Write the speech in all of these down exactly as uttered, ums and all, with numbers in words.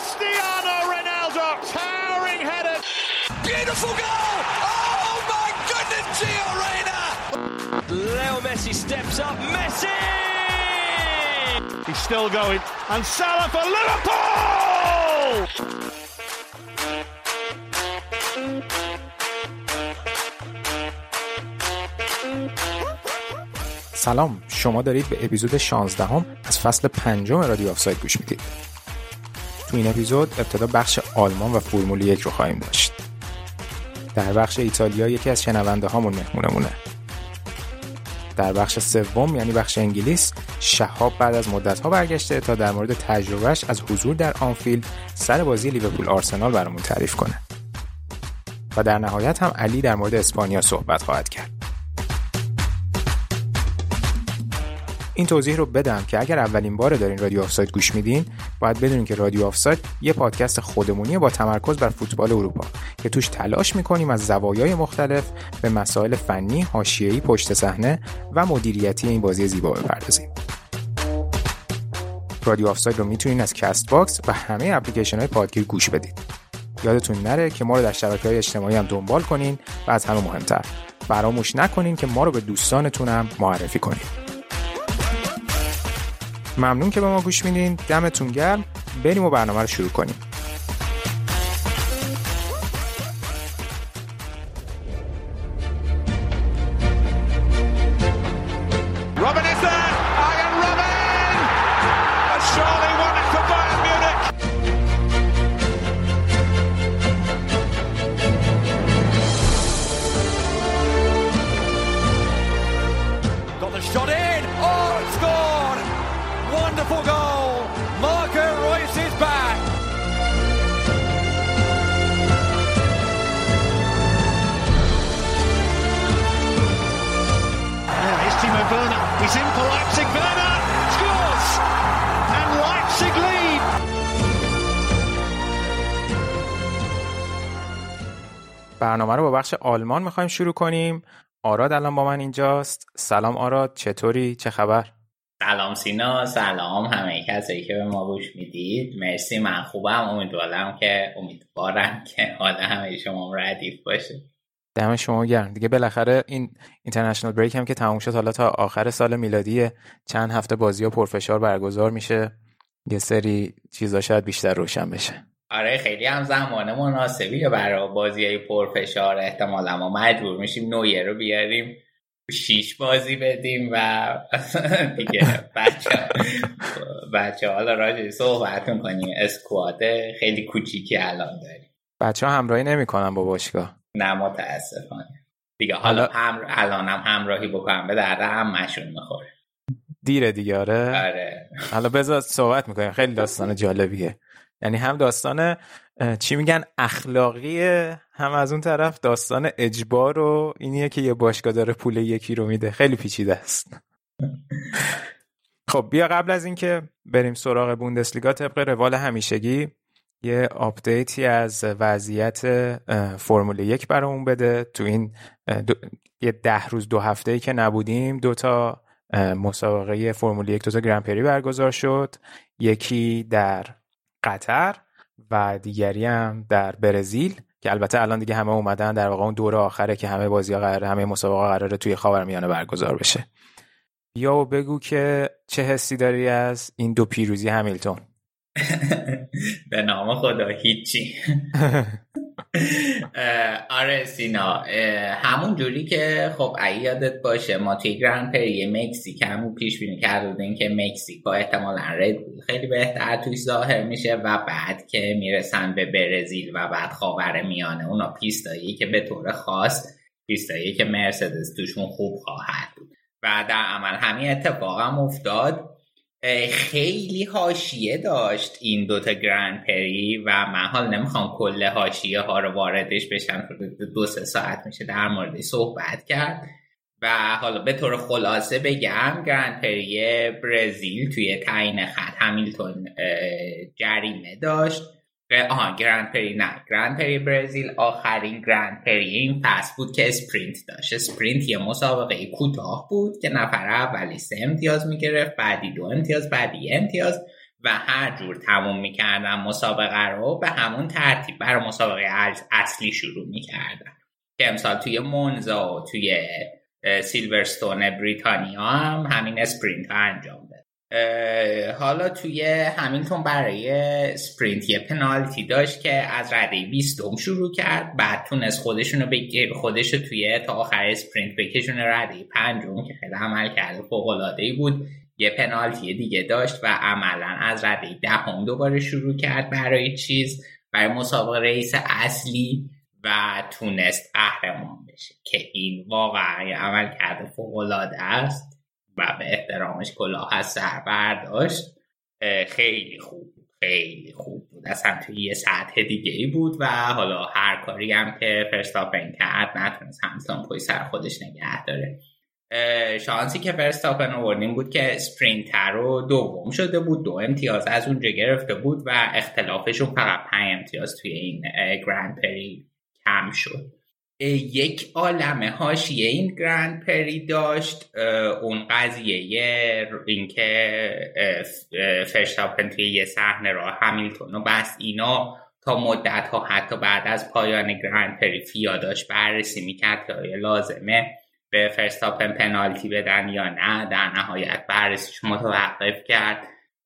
Cristiano Ronaldo, towering header. Beautiful goal! Oh my goodness, Gio Reyna! Leo Messi steps up, Messi! He's still going, and Salah for Liverpool! سلام، شما دارید به اپیزود شانزدهم از فصل پنجم رادیو آفساید گوش میدید. تو این اپیزود ابتدا بخش آلمان و فرمول یک رو خواهیم داشت. در بخش ایتالیا یکی از شنونده هامون مهمونمونه. در بخش سوم یعنی بخش انگلیس، شهاب بعد از مدت‌ها برگشته تا در مورد تجربهش از حضور در آنفیلد سر بازی لیورپول آرسنال برامون تعریف کنه. و در نهایت هم علی در مورد اسپانیا صحبت خواهد کرد. این توضیح رو بدم که اگر اولین بار دارین رادیو آفساید گوش میدین، باید بدونین که رادیو آفساید یه پادکست خودمونیه با تمرکز بر فوتبال اروپا که توش تلاش میکنیم از زوایای مختلف به مسائل فنی، حاشیه‌ای، پشت صحنه و مدیریتی این بازی زیبا بپردازیم. رادیو آفساید رو میتونین از کست باکس و همه اپلیکیشن‌های پادگیر گوش بدید. یادتون نره که ما رو در شبکه‌های اجتماعی هم دنبال کنین و از همه مهمتر، فراموش نکنین که ما رو به دوستانتون هم معرفی کنین. ممنون که به ما گوش میدین. دمتون گرم. بریم و برنامه رو شروع کنیم. Robin is there. Iron Robin. And surely won it for Bayern Munich. Got the shot in! Oh, it's scored! Wonderful goal! Marco Reus is back! Now here's Timo Werner. He's in for Leipzig. Werner scores! And Leipzig lead. برنامه رو با بخش آلمان میخوایم شروع کنیم. آراد الان با من اینجاست. سلام آراد، چطوری؟ چه خبر؟ سلام سینا، سلام همه کسایی که به ما گوش میدید. مرسی، من خوبم. امیدوارم که امیدوارم که حال همه شما ردیف باشه. دم شما گرم. دیگه بالاخره این اینترنشنال بریک هم که تموم شد، حالا تا آخر سال میلادی چند هفته بازی‌ها پرفشار برگزار میشه. یه سری چیزا شاید بیشتر روشن بشه. آره، خیلی هم زمان مناسبیه برای بازی‌های پرفشار. احتمالاً ما مجبور میشیم نویر رو بیاریم شیش بازی بدیم و دیگه بچه بچه حالا راجعی صحبت میکنیم. اسکواد خیلی کوچیکی الان داریم. بچه ها همراهی نمی کنن با باشگاه؟ نه متاسفانه دیگه. حالا هم الان هم همراهی بکنم به درد همشون میخوره. دیره دیگه. آره آره. حالا بذار صحبت میکنیم. خیلی داستان جالبیه. یعنی هم داستان چی میگن اخلاقی، هم از اون طرف داستان اجبار و اینیه که یه باشگاه داره پول یکی رو میده. خیلی پیچیده است. خب بیا قبل از این که بریم سراغ بوندسلیگا، طبق روال همیشگی یه آپدیتی از وضعیت فرمول یک برامون بده. تو این دو، یه ده روز دو هفته‌ای که نبودیم، دو تا مسابقه فرمول یک، دو تا گرند پری برگزار شد. یکی در قطر و دیگری هم در برزیل که البته الان دیگه همه اومدن. در واقع اون دوره آخره که همه بازی‌ها قراره، همه مسابقات قراره توی خاورمیانه برگزار بشه. بیا و بگو که چه حسی داری از این دو پیروزی همیلتون؟ به نام خدا هیچی. آره سینا، همون جوری که خب اگه یادت باشه ما توی گرند پری مکزیک همون پیش بینی کرده بودیم که مکزیکو احتمالاً ردبول خیلی بهتر توی ظاهر میشه و بعد که میرسن به برزیل و بعد خاورمیانه اونا پیستایی که به طور خاص پیستایی که مرسدس توشون خوب خواهد بود و در عمل همین اتفاق هم افتاد. خیلی حاشیه داشت این دوتا گرند پری و من حال نمیخوام کل حاشیه ها رو واردش بشم، دو سه ساعت میشه در موردش صحبت کرد و حالا به طور خلاصه بگم گرند پری برزیل توی تعیین خط همیلتون جریمه داشت. آها گرند پری نه گرند پری برزیل آخرین گرند پری این فصل بود که اسپرینت داشت. اسپرینت یه مسابقه کوتاه بود که نفر اولی سه امتیاز میگرفت، بعدی دو امتیاز، بعدی امتیاز و هر جور تموم میکردن مسابقه رو به همون ترتیب برای مسابقه اصلی شروع میکردن که امسال توی مونزا و توی سیلورستون بریتانیا هم همین اسپرینت ها انجام ده. حالا توی همیلتون برای اسپرینت یه پنالتی داشت که از رده بیستم شروع کرد، بعد تونست خودشونو بگیر خودشو توی تا آخر اسپرینت بکشونه رده پنجم که خیلی عمل کرده فوق‌العاده‌ای بود. یه پنالتی دیگه داشت و عملا از رده دهم دوباره شروع کرد برای چیز برای مسابقه ریس اصلی و تونست قهرمان بشه که این واقعا عمل کرده فوق‌العاده است و به احترامش کلاه از سر برداشت. خیلی خوب خیلی خوب بود، اصلا توی یه سطح دیگه ای بود و حالا هر کاری هم که فرستاپن کرد نتونست همیلتون پای سر خودش نگه داره. شانسی که فرستاپن آوردیم بود که اسپرینتر رو دوم شده بود، دو امتیاز از اونجا گرفته بود و اختلافشون فقط پنج امتیاز توی این گرند پری کم شد. یک عالمه حاشیه این گرند پری داشت اون قضیه این که فرستاپن توی یه صحنه راه همیلتون و بس اینا تا مدت ها حتی بعد از پایان گرند پری فیا داشت بررسی میکرد که لازمه به فرستاپن پنالتی بدن یا نه. در نهایت بررسیش متوقف کرد.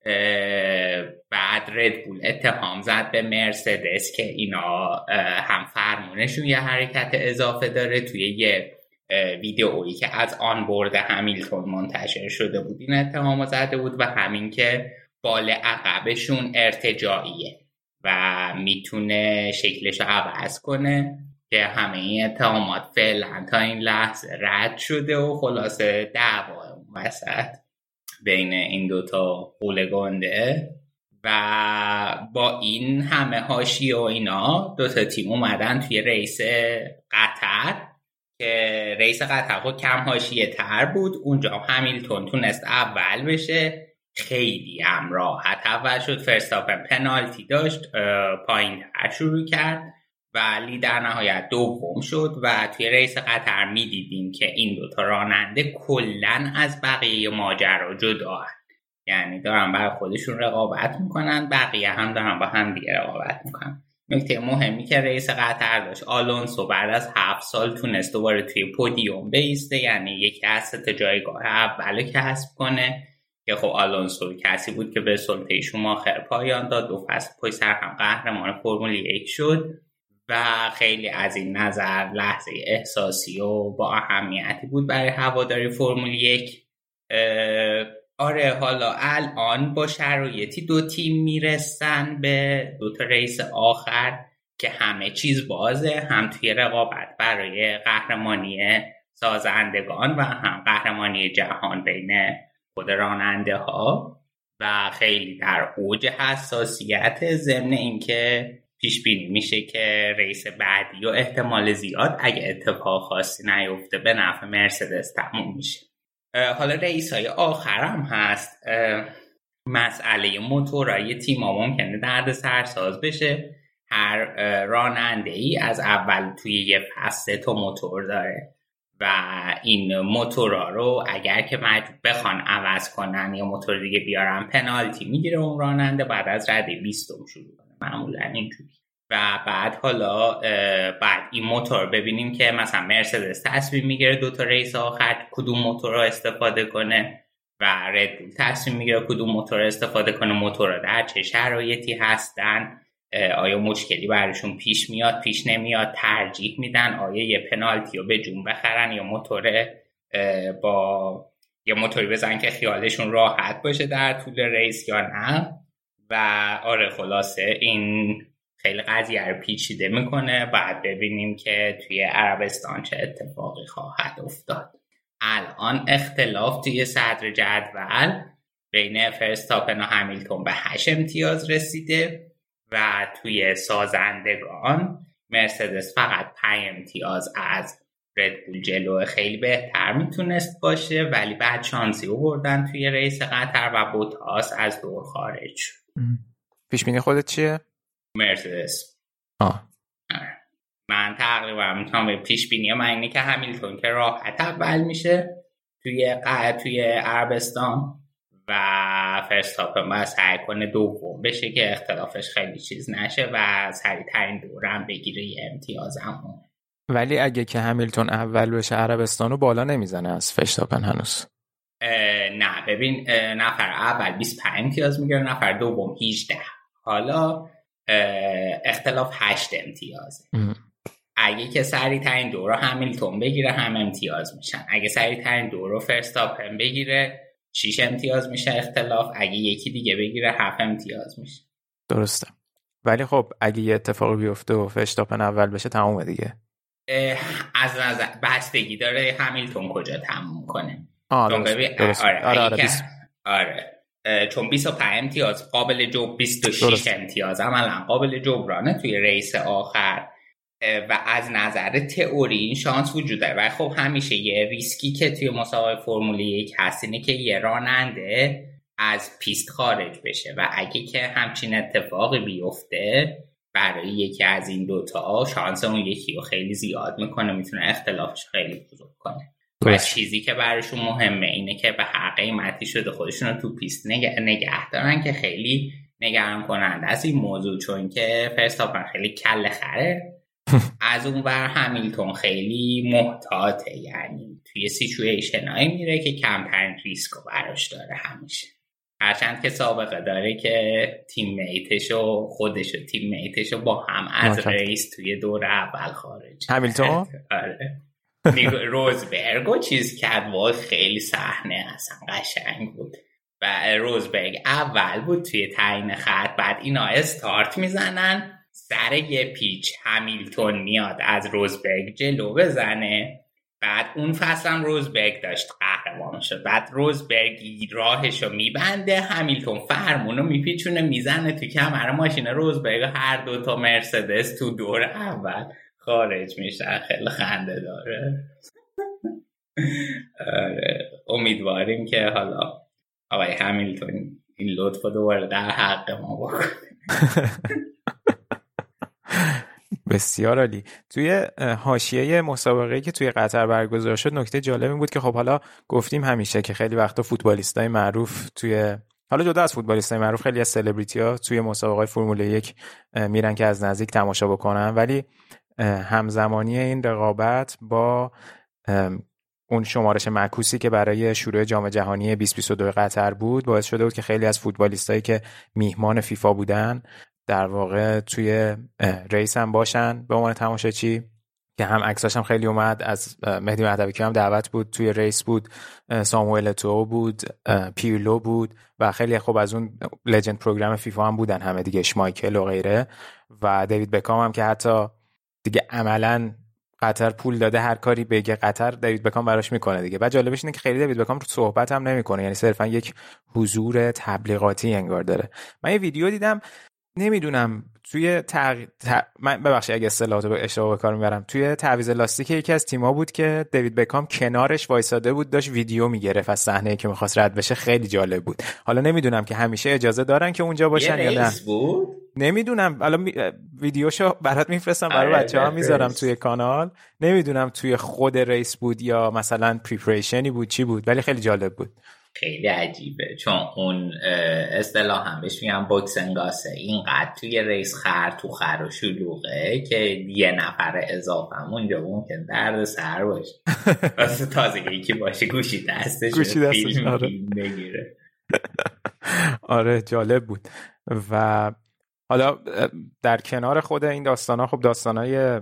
بعد ردبول اتهام زد به مرسدس که اینا هم فرمونشون یه حرکت اضافه داره. توی یه ویدئویی که از آن برد همیلتون منتشر شده بود این اتهام زده بود و همین که بال عقبشون ارتجاعیه و میتونه شکلشو عوض کنه که همه این اتهامات فعلا تا این لحظه رد شده و خلاصه دعوا اون وسط بین این دوتا هولگانده و با این همه حاشیه و اینا دوتا تیم اومدن توی ریس قطر که ریس قطر خود کم حاشیه تر بود. اونجا همیلتون تونست اول بشه، خیلی هم راحت اول شد. فرستاپن پنالتی داشت پایین تر شروع کرد ولی در نهایت دوم شد و توی ریس قطر میدیدیم که این دوتا راننده کلن از بقیه ماجرا جدا هست. یعنی دارن برای خودشون رقابت میکنن، بقیه هم دارن با هم دیگه رقابت میکنن. نکته مهمی که ریس قطر داشت، آلونسو بعد از هفت سال تونست دوباره توی پودیوم بیسته، یعنی یکی از سه جایگاه اولو کسب کنه که خب آلونسو کسی بود که به سلطه شوماخر پایان داد، دو فصل پای سر هم قهرمان فرمول یک شد و خیلی از این نظر لحظه احساسی و با اهمیتی بود برای هواداری فرمول یک. آره حالا الان با شرایطی دو تیم میرسن به دو تا ریس آخر که همه چیز بازه، هم توی رقابت برای قهرمانی سازندگان و هم قهرمانی جهان بین خود راننده ها و خیلی در اوج حساسیت، ضمن اینکه پیش بینی میشه که ریس بعدی و احتمال زیاد اگه اتفاق خاصی نیفته به نفع مرسدس تموم میشه. حالا ریس های آخر هم هست. مسئله موتورای تیم ها ممکنه درد سرساز بشه. هر راننده ای از اول توی یه فصل تو موتور داره و این موتورا رو اگر که مجبور بخوان عوض کنن یا موتور دیگه بیارن پنالتی میگیره اون راننده بعد از رده بیستم شروع کنه، معمولا اینجوری. و بعد حالا بعد این موتور ببینیم که مثلا مرسدس تصمیم میگیره دو تا ریس آخر کدوم موتور رو استفاده کنه و ردبول تصمیم میگیره کدوم موتور رو استفاده کنه، موتورها در چه شرایطی هستن، آیا مشکلی براشون پیش میاد پیش نمیاد، ترجیح میدن آیا یه پنالتی رو به جون بخرن یا موتور با یه موتوری بزنن که خیالشون راحت باشه در طول ریس یا نه. و آره خلاصه این خیلی قضیه رو پیچیده میکنه. بعد ببینیم که توی عربستان چه اتفاقی خواهد افتاد. الان اختلاف توی صدر جدول بین فرستاپن و همیلتون به هشت امتیاز رسیده و توی سازندگان مرسدس فقط پنج امتیاز از ردبول جلو، خیلی بهتر میتونست باشه ولی بعد شانسی آوردن توی ریس قطر و بوتاس از دور خارج شد. پیش بینی خودت چیه؟ مرسدس. آه. من تقریبا میتونم به پیش بینی من اینه که همیلتون که راحت اول میشه توی قطر توی عربستان و فرستاپن باید سعی کنه دوم بشه که اختلافش خیلی چیز نشه و سریع‌ترین دورم بگیره یه امتیاز همون. ولی اگه که همیلتون اول بشه عربستانو بالا نمیزنه از فرستاپن هنوز؟ نه ببین نفر اول بیست و پنج امتیاز میگیره، نفر دوم هجده. حالا اختلاف هشت امتیازه. ام. اگه که سریع ترین دور رو همیلتون بگیره هم امتیاز میشن، اگه سریع ترین دور رو فرستاپن بگیره شش امتیاز میشه اختلاف، اگه یکی دیگه بگیره هفت امتیاز میشه. درسته. ولی خب اگه یه اتفاقی بیفته و فرستاپن اول بشه تمومه دیگه. از نظر بستگی داره همیلتون کجا تموم کنه. آه درست. ببین درست. آره آره, آره, بیست... آره. چون بیست و پنج امتیاز قابل جبر، بیست و شش درست. امتیاز عملا قابل جبرانه توی ریس آخر و از نظر تئوری این شانس وجود داره. ولی خب همیشه یه ریسکی که توی مسابقه فرمول یک هست اینه که یه راننده از پیست خارج بشه و اگه که همچین اتفاقی بیفته برای یکی از این دوتا شانس اون یکی رو خیلی زیاد میکنه، میتونه اختلافش خیلی بزرگ کنه. و چیزی که براشون مهمه اینه که به هر قیمتی شده خودشون رو تو پیست نگه, نگه دارن که خیلی نگران کننده از این موضوع، چون که فرستاپن خیلی کله خره از اون ور همیلتون خیلی محتاطه، یعنی توی سیچویشن هایی میره که کمترین ریسک رو براش داره همیشه، هرچند که سابقه داره که تیم میتش و خودش و تیم میتش با هم از ریس توی دور اول خارج. همیلتون؟ آره روزبرگو چیز کرد وای خیلی صحنه اصلا قشنگ بود و روزبرگ اول بود توی تعیین خط، بعد اینا استارت میزنن سر یه پیچ همیلتون میاد از روزبرگ جلو بزنه، بعد اون فصل هم روزبرگ داشت قهرمان شد، بعد روزبرگ راهشو میبنده همیلتون فرمونو میپیچونه میزنه تو کمر ماشین روزبرگ، هر دوتا مرسدس تو دور اول خارج میشن. خیلی خنده داره. امیدواریم که حالا آقای همیلتون این لطفو دوباره در حق ما بکنه. بسیار عالی. توی حاشیه مسابقه‌ای که توی قطر برگزار شد نکته جالب این بود که خب حالا گفتیم همیشه که خیلی وقتا فوتبالیستای معروف توی حالا جدا از فوتبالیستای معروف خیلی از سلبریتی‌ها توی مسابقات فرمول یک میرن که از نزدیک تماشا بکنن، ولی همزمانی این رقابت با اون شمارش معکوسی که برای شروع جام جهانی بیست و بیست و دو قطر بود باعث شده بود که خیلی از فوتبالیستایی که میهمان فیفا بودن در واقع توی ریس هم باشن به عنوان تماشاچی، که هم عکساش هم خیلی اومد. از مهدی مهدوی هم دعوت بود، توی ریس بود، ساموئل اتو بود، پیرلو بود و خیلی خوب از اون لجند پروگرام فیفا هم بودن همه دیگه، شمایکل و غیره، و دیوید بکام هم که حتی دیگه عملاً قطر پول داده هر کاری بگه قطر دیوید بکام براش میکنه دیگه. بعد جالبش اینه که خیلی دیوید بکام رو صحبت هم نمیکنه، یعنی صرفا یک حضور تبلیغاتی انگار داره. من یه ویدیو دیدم، نمیدونم توی تغ... ت... من ببخشید اگه اصطلاحات رو اشتباه به کار میبرم، توی تعویض لاستیک یکی از تیم‌ها بود که دیوید بکام کنارش وایساده بود داشت ویدیو میگرفت از صحنه‌ای که می‌خواست رد بشه. خیلی جالب بود. حالا نمیدونم که همیشه اجازه دارن که اونجا باشن یا نه، بود؟ نمیدونم. حالا می... ویدیوشو برات میفرستم برای بچه‌ها میذارم توی کانال. نمیدونم توی خود ریس بود یا مثلا پریپریشنی بود چی بود، ولی خیلی جالب بود. خیلی عجیبه چون اون اصطلاح هم بهش میگم بوکسنگاسه، اینقدر توی ریس خر تو خر و شلوغه که یه نفر اضافه اونجا ممکن درد سر باشه. واسه تازگی که باشه گوشی دستش گوشی دستش آره. بگیره. آره جالب بود. و حالا در کنار خود این داستانا خب داستانای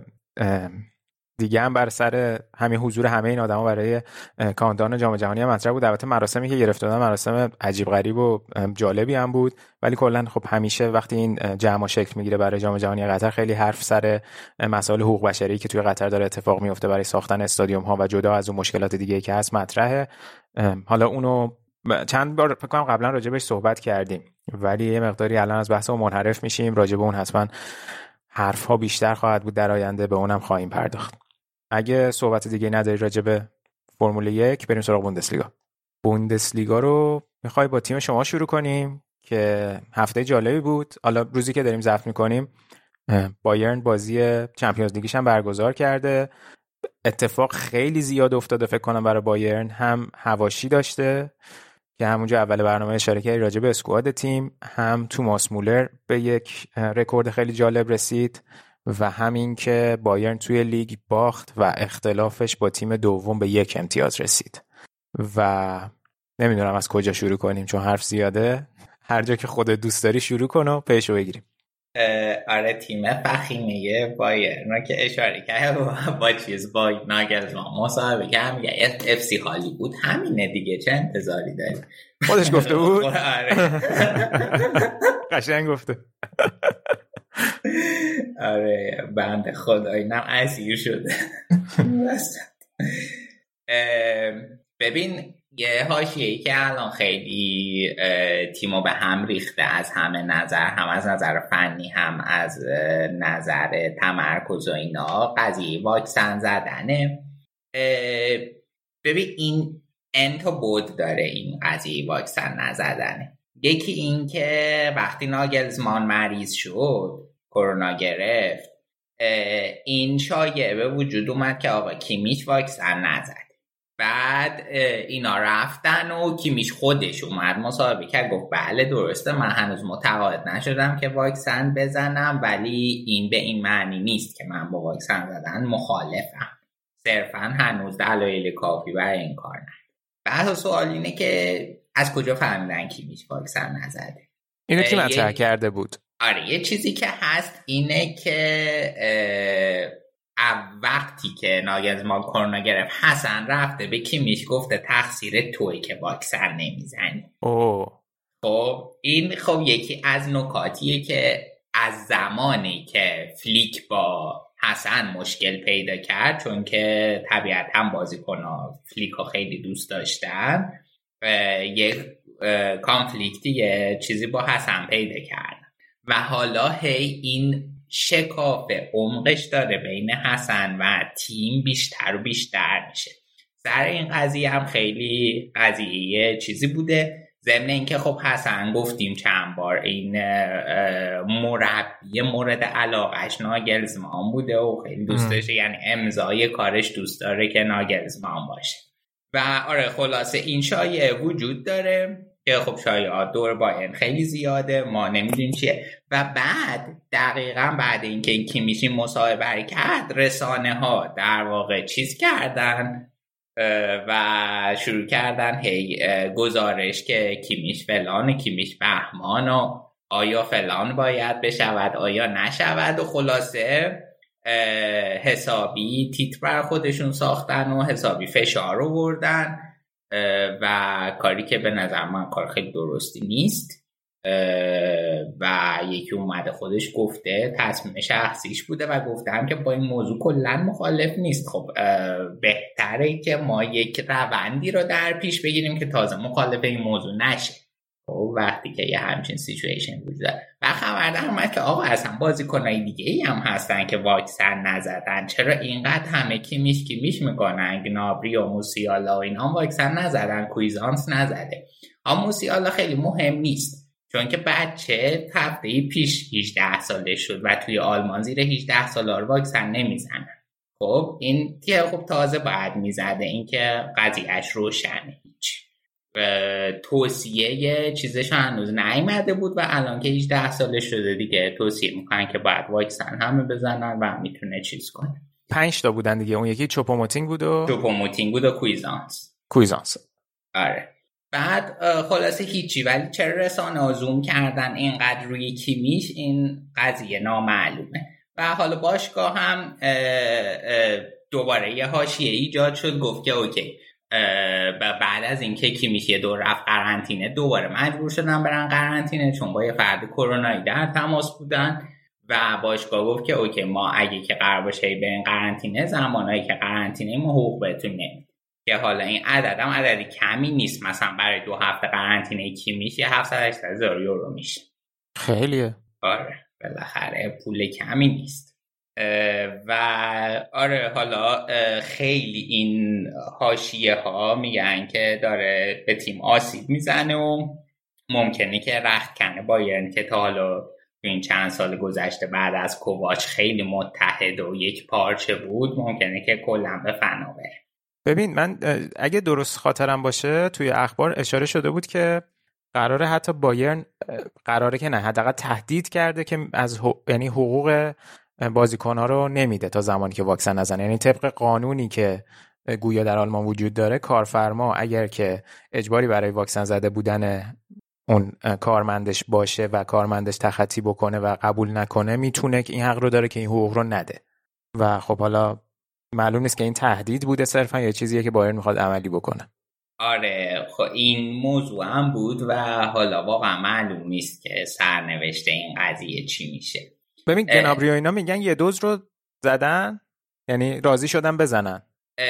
دیگه هم بر سر همین حضور همه این آدما برای کاندان جام جهانی هم مطرح بود. البته مراسمی که گرفته دادن مراسم عجیب غریب و جالبی هم بود، ولی کلا خب همیشه وقتی این جمع شکل میگیره برای جام جهانی قطر خیلی حرف سر مسائل حقوق بشری که توی قطر داره اتفاق میفته برای ساختن استادیوم ها و جدا از اون مشکلات دیگه که هست مطرحه. حالا اونو چند بار فکر کنم قبلا راجع بهش صحبت کردیم، ولی یه مقداری الان از بحث اون منحرف میشیم. راجع به اون حتما حرف ها بیشتر خواهد بود در آینده، به اونم خواهیم پرداخت. اگه صحبت دیگه نداری راجع به فرمول یک بریم سراغ بوندسلیگا. بوندسلیگا رو میخوای با تیم شما شروع کنیم که هفته جالبی بود. حالا روزی که داریم ضبط میکنیم بایرن بازی چمپیونز لیگش هم برگزار کرده. اتفاق خیلی زیاد افتاده فکر کنم برای بایرن، هم حواشی داشته که همونجا اول برنامه اشاره کردی راجع به اسکواد تیم، هم توماس مولر به یک رکورد خیلی جالب رسید و همین که بایرن توی لیگ باخت و اختلافش با تیم دوم به یک امتیاز رسید. و نمیدونم از کجا شروع کنیم چون حرف زیاده. هر جا که خودت دوست داری شروع کن و پیشو بگیریم. آره تیم فخیمه بایرن که اشاره کرد با چیز با ناگلزمان مصاحبه کرد میگه اف سی هالیوود همینه دیگه، چه انتظاری داری؟ خودش گفته بود. آره قشنگ گفته. آره بنده خدا اینم اسیر شده. ببین یه حاشیه‌ای که الان خیلی تیمو به هم ریخته از همه نظر، هم از نظر فنی هم از نظر تمرکز و اینا، قضیه واکسن زدنه. ببین این انتا بود داره این قضیه واکسن نزدنه. یکی این که وقتی ناگلزمان مریض شد، کرونا گرفت، این شایعه به وجود اومد که آقا کیمیش واکسن نزد. بعد اینا رفتن و کیمیش خودش اومد مصاحبه کرد گفت بله درسته من هنوز متقاعد نشدم که واکسن بزنم، ولی این به این معنی نیست که من با واکسن زدن مخالفم، صرفا هنوز دلایل کافی برای این کار ندارم. بعد سوال اینه که از کجا فهمیدن کیمیش واکسن نزده؟ اینو کی مطرح کرده بود؟ آره یه چیزی که هست اینه که وقتی که ناگلزمان کرونا گرفت حسن رفته به کیمیش گفته تقصیر توی که واکسن نمیزنی. اوه خب این خب یکی از نکاتیه که از زمانی که فلیک با حسن مشکل پیدا کرد، چون که طبیعتا بازیکن‌ها فلیکو خیلی دوست داشتن، یک کانفلیکتی یه چیزی با حسن پیدا کرد و حالا هی این شکاف عمقش داره بین حسن و تیم بیشتر و بیشتر میشه. سر این قضیه هم خیلی قضیه چیزی بوده، ضمن اینکه خب حسن گفتیم چند بار این مربی مورد علاقش ناگلزمان بوده و خیلی دوست داشته، یعنی امضای کارش دوست داره که ناگلزمان باشه. و آره خلاصه این شایعه وجود داره که خب شایعات دور بایرن خیلی زیاده، ما نمیدونیم چیه. و بعد دقیقاً بعد اینکه این کیمیش مصاحبه کرد، رسانه ها در واقع چیز کردن و شروع کردن هی گزارش که کیمیش فلان، کیمیش بهمان و آیا فلان باید بشود آیا نشود و خلاصه حسابی تیتر بر خودشون ساختن و حسابی فشار رو بردن و کاری که به نظر من کار خیلی درستی نیست. و یکی اومده خودش گفته تصمیم شخصیش بوده و گفته هم که با این موضوع کلا مخالف نیست. خب بهتره که ما یک روندی رو در پیش بگیریم که تازه مخالف این موضوع نشه. خب وقتی که یه همچین سیچویشن وجود داره و خبر در اومد که آقا اصلا بازیکنای دیگه ای هم هستن که واکسن نزدن، چرا اینقدر همه کیمیش کیمیش میکنن؟ گنابری و موسیالا و اینا هم واکسن نزدن، کویزانس نزده. اما موسیالا خیلی مهم نیست چون که بچه هفته پیش هجده ساله شد و توی آلمان زیر هجده ساله رو واکسن نمیزنن. خب این که خب تازه باید میزده، این که قضیهش روشنه. هیچ توصیه چیزش هنوز نیامده بود و الان که هجده ساله شده دیگه توصیه میکنن که باید واکسن همه بزنن و میتونه چیز کنه. پنج تا بودن دیگه، اون یکی چوپوموتینگ بود و چوپوموتینگ بود و کویزانس. کویزانس آره. بعد خلاصه هیچی، ولی چرا رسانه‌ها زوم کردن اینقدر روی کیمیش این قضیه نامعلومه. و حالا باشگاه هم دوباره یه حاشیه ایجاد شد، گفت که اوکی بعد از اینکه کیمیش یه دور رفت قرنطینه دوباره مجبور شدن برن قرنطینه چون با یه فرد کرونایی در تماس بودن و باشگاه گفت که اوکی ما اگه که قرار باشه برین قرنطینه زمانایی که قرنطینه ما حقوق بهتون نمیدیم. که حالا این عدد هم عددی کمی نیست، مثلا برای دو هفته قرنطینه کیمیش یه هفتصد هشتصد هزار یورو میشه. خیلیه. آره بالاخره پول کمی نیست. و آره حالا خیلی این حاشیه ها میگن که داره به تیم آسیب میزنه و ممکنه که رخت کنه بایرن که تا حالا این چند سال گذشته بعد از کوواچ خیلی متحد و یک پارچه بود، ممکنه که کلا به فنا بره. ببین من اگه درست خاطرم باشه توی اخبار اشاره شده بود که قراره حتی بایرن قراره که نه حداقل تهدید کرده که از حق... یعنی حقوق بازیکن‌ها رو نمیده تا زمانی که واکسن نزنه. یعنی طبق قانونی که گویا در آلمان وجود داره کارفرما اگر که اجباری برای واکسن زده بودن اون کارمندش باشه و کارمندش تخطی بکنه و قبول نکنه میتونه که این حق رو داره که این حقوق رو نده. و خب حالا معلوم نیست که این تهدید بوده صرفا یا چیزیه که بایرن میخواد عملی بکنه. آره خب این موضوع هم بود و حالا واقعا معلوم نیست که سرنوشت این قضیه چی میشه. ببین گنابری و اینا میگن یه دوز رو زدن، یعنی راضی شدن بزنن.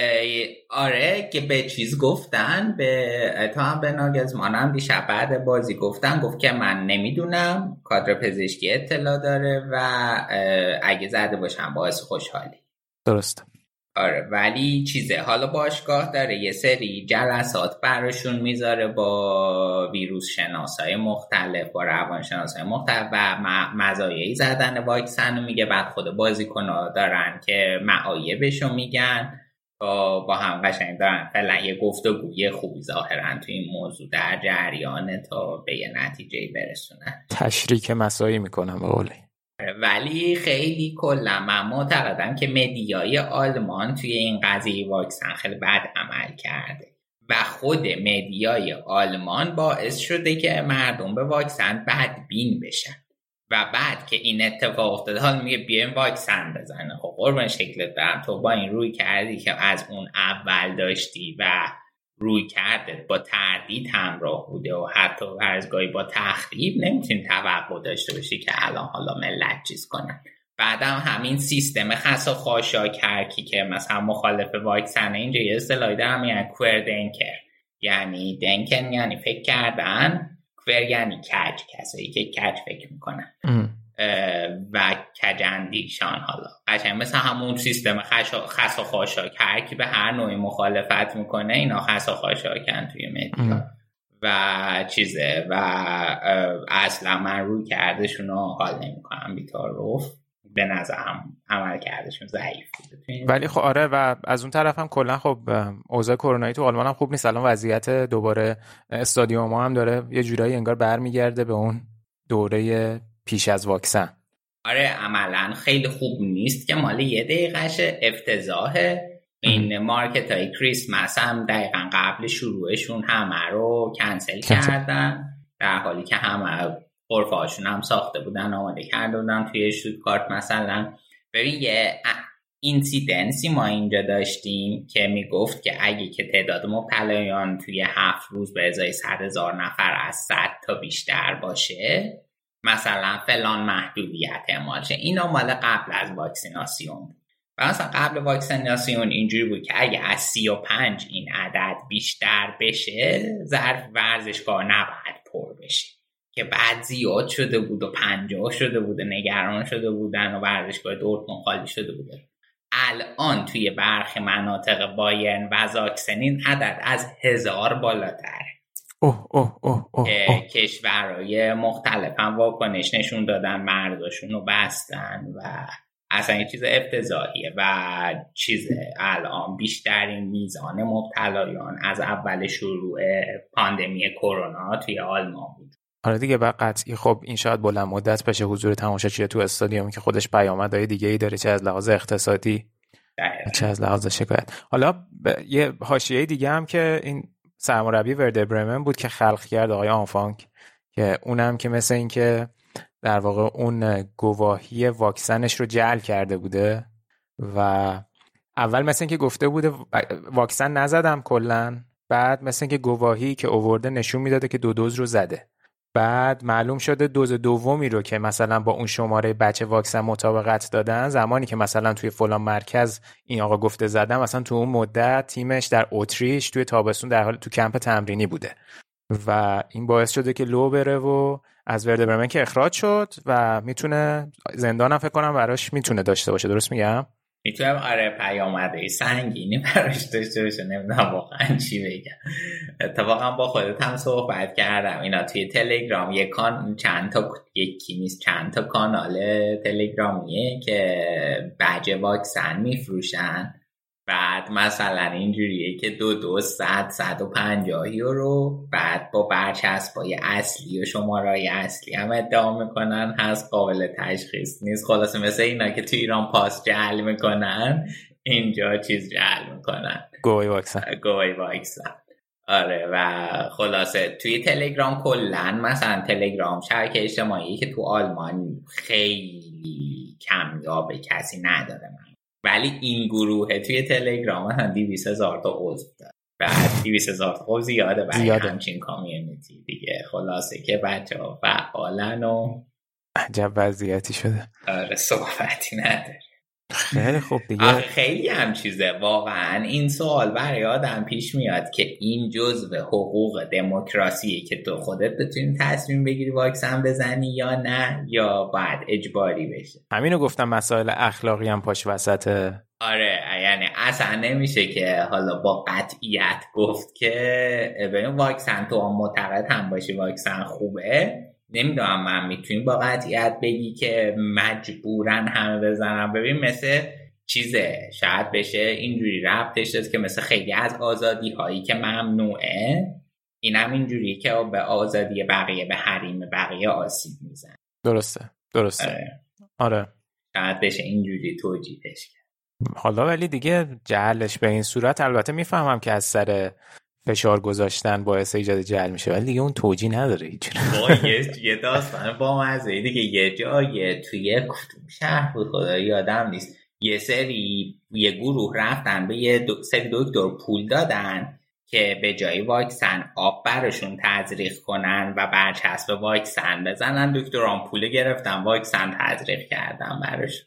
آره که به چیز گفتن به تا هم به ناگزمان هم دیشب بعد بازی گفتن گفت که من نمیدونم، کادر پزشکی اطلاع داره و اگه زده باشم باعث خوشحالی. درست. آره ولی چیزه حالا باشگاه داره یه سری جلسات براشون میذاره با ویروس شناسای مختلف، با روان شناسای مختلف و مزایای زدن واکسن رو میگه. بعد خود بازیکن‌ها دارن که معایبشو میگن با با هم قشنگ دارن فعلا یه گفتگوی خوبی ظاهرا تو این موضوع در جریانه تا به یه نتیجه برسونن، تشریک مسایی میکنن به قولی. ولی خیلی کلا من معتقدم که مدیای آلمان توی این قضیه واکسن خیلی بد عمل کرده و خود مدیای آلمان باعث شده که مردم به واکسن بدبین بشن و بعد که این اتفاق افتاده حالا میگه بیایم واکسن بزنه. خب قربان شکلت برم، تو با این روی کردی که از اون اول داشتی و روی کردت با تردید همراه بوده و حتی ورزگاهی با تخریب، نمیتونی توقع داشته باشی که الان حالا ملت چیز کنن. بعدم همین سیستم خاص و خاشاکرکی که مثلا مخالف واکسن، اینجا یه اصطلاحی دارم یعنی کوئر دنکر، یعنی دنکن یعنی فکر کردن، کوئر یعنی کج، کسایی که کج فکر میکنن و کجندیشان. حالا قشنگ مثل همون سیستم خاص و خاشاک، هر کی به هر نوعی مخالفت میکنه اینا خاص و خاشاکن توی مدیا و چیزه و اصلا من روی کردشون رو حال نمیکنم بی‌تعارف، به نظرم عمل کردشون ضعیف بوده. ولی خب آره و از اون طرف هم کلا خب اوضاع کرونایی تو آلمان هم خوب نیست. الان وضعیت دوباره استادیوم ها هم داره یه جورایی انگار برمیگرده به اون دوره پیش از واکسن. آره عملا خیلی خوب نیست که مال یه دقیقه‌شه، افتضاحه. این مارکت های کریسمس هم دقیقا قبل شروعشون همه رو کنسل کردن، در حالی که همه غرفه هاشون هم ساخته بودن آماده کرده بودن. توی شوتگارت مثلا ببین یه اینسیدنسی ما اینجا داشتیم که میگفت که اگه که تعداد مبتلایان توی هفت روز به ازای صد هزار نفر از صد تا بیشتر باشه مثلا فلان محدودیت اعمال شه. اینا مال قبل از واکسیناسیون. و مثلا قبل واکسیناسیون اینجوری بود که اگه از سی و پنج این عدد بیشتر بشه ظرف ورزشگاه نباید پر بشه، که بعد زیاد شده بود و پنجاه شده بود و نگران شده بودن و ورزشگاه دورتموند خالی شده بوده. الان توی برخی مناطق بایرن و زاکسنین عدد از هزار بالاتره. اوه اوه اوه اوه که کشورهای مختلف هم واکنش نشون دادن، مرزاشون رو بستن و اصلا یه چیز افتضاحیه و چیزه. الان بیشترین میزان مبتلایان از اول شروع پاندمی کرونا توی آلمان بود. آره دیگه و قطعی خب این شاید بلند مدت بشه حضور تماشاچی تو استادیوم که خودش پیامدهای دیگه‌ای داره، چه از لحاظ اقتصادی دقیقا. چه از لحاظ شکایت. حالا ب... یه حاشیه دیگه هم که این سرمربی وردر برمن بود که خلق کرد آقای آنفانک، که اونم که مثل این که در واقع اون گواهی واکسنش رو جعل کرده بوده و اول مثل این که گفته بوده واکسن نزدم کلن، بعد مثل این که گواهی که آورده نشون میداده که دو دوز رو زده، بعد معلوم شده دوز دومی رو که مثلا با اون شماره بچه واکسن مطابقت دادن، زمانی که مثلا توی فلان مرکز این آقا گفته زدم، مثلا تو اون مدت تیمش در اتریش توی تابستون در حال تو کمپ تمرینی بوده و این باعث شده که لو بره و از ورده برمن که اخراج شد و میتونه زندان هم فکر کنم براش میتونه داشته باشه. درست میگم؟ میتونم آره پیامده سنگینی براش داشته باشه. نمیدونم واقعا چی بگم. اتفاقا با خودت هم صحبت کردم اینا توی تلگرام یکان چند تا یکی نیست چند تا کانال تلگرامیه که بجه واکسن میفروشن و بعد مثلا اینجوریه که دو دو صد صد و پنجاه یورو، بعد با برچسبای اصلی و شماره‌های اصلی هم ادعا میکنن هست، قابل تشخیص نیست. خلاصه مثل اینا که تو ایران پاس جعل میکنن اینجا چیز جعل میکنن، گوی واکسن گوی واکسن. آره و خلاصه توی تلگرام کلن، مثلا تلگرام شبکه اجتماعی که تو آلمان خیلی کمیابه، کسی نداره من، ولی این گروه توی تلگرام هم دویست هزار تا عضو داره. بعد دویست هزار تا عضو زیاده برای همچین کامیونیتی دیگه. خلاصه که بچه ها فعالن و عجب وضعیتی شده. آره صحبتی نداره. خیلی خوب دیگه. خیلی هم چیزه واقعا. این سوال برای آدم پیش میاد که این جزء حقوق دموکراسیه که تو خودت بتونی تصمیم بگیری واکسن بزنی یا نه، یا باید اجباری بشه. همینو گفتم، مسائل اخلاقی هم پاش وسطه. آره یعنی اصلا نمیشه که حالا با قطعیت گفت که ببین واکسن تو هم معتقد هم باشی واکسن خوبه. نمیدونم من میتونی با قطعیت بگی که مجبورن همه بزنن. ببین مثل چیزه، شاید بشه اینجوری ربطش داد که مثل خیلی از آزادی هایی که ممنوعه، اینم اینجوری که به آزادی بقیه، به حریم بقیه آسیب میزن. درسته درسته. آره, آره. شاید بشه اینجوری توجیهش کرد. حالا ولی دیگه جعلش به این صورت، البته میفهمم که از سر فشار گذاشتن باعث ایجاد جعل میشه، ولی دیگه اون توجیه نداره هیچ. یه داستان با مزه دیگه، یه جایی توی کدوم شهر بود خدایی یادم نیست، یه سری یه گروه رفتن به یه دو سری دکتر پول دادن که به جای واکسن آب براشون تزریق کنن و برچسب واکسن بزنن. دکتران پول گرفتن، واکسن تزریق کردن براشون.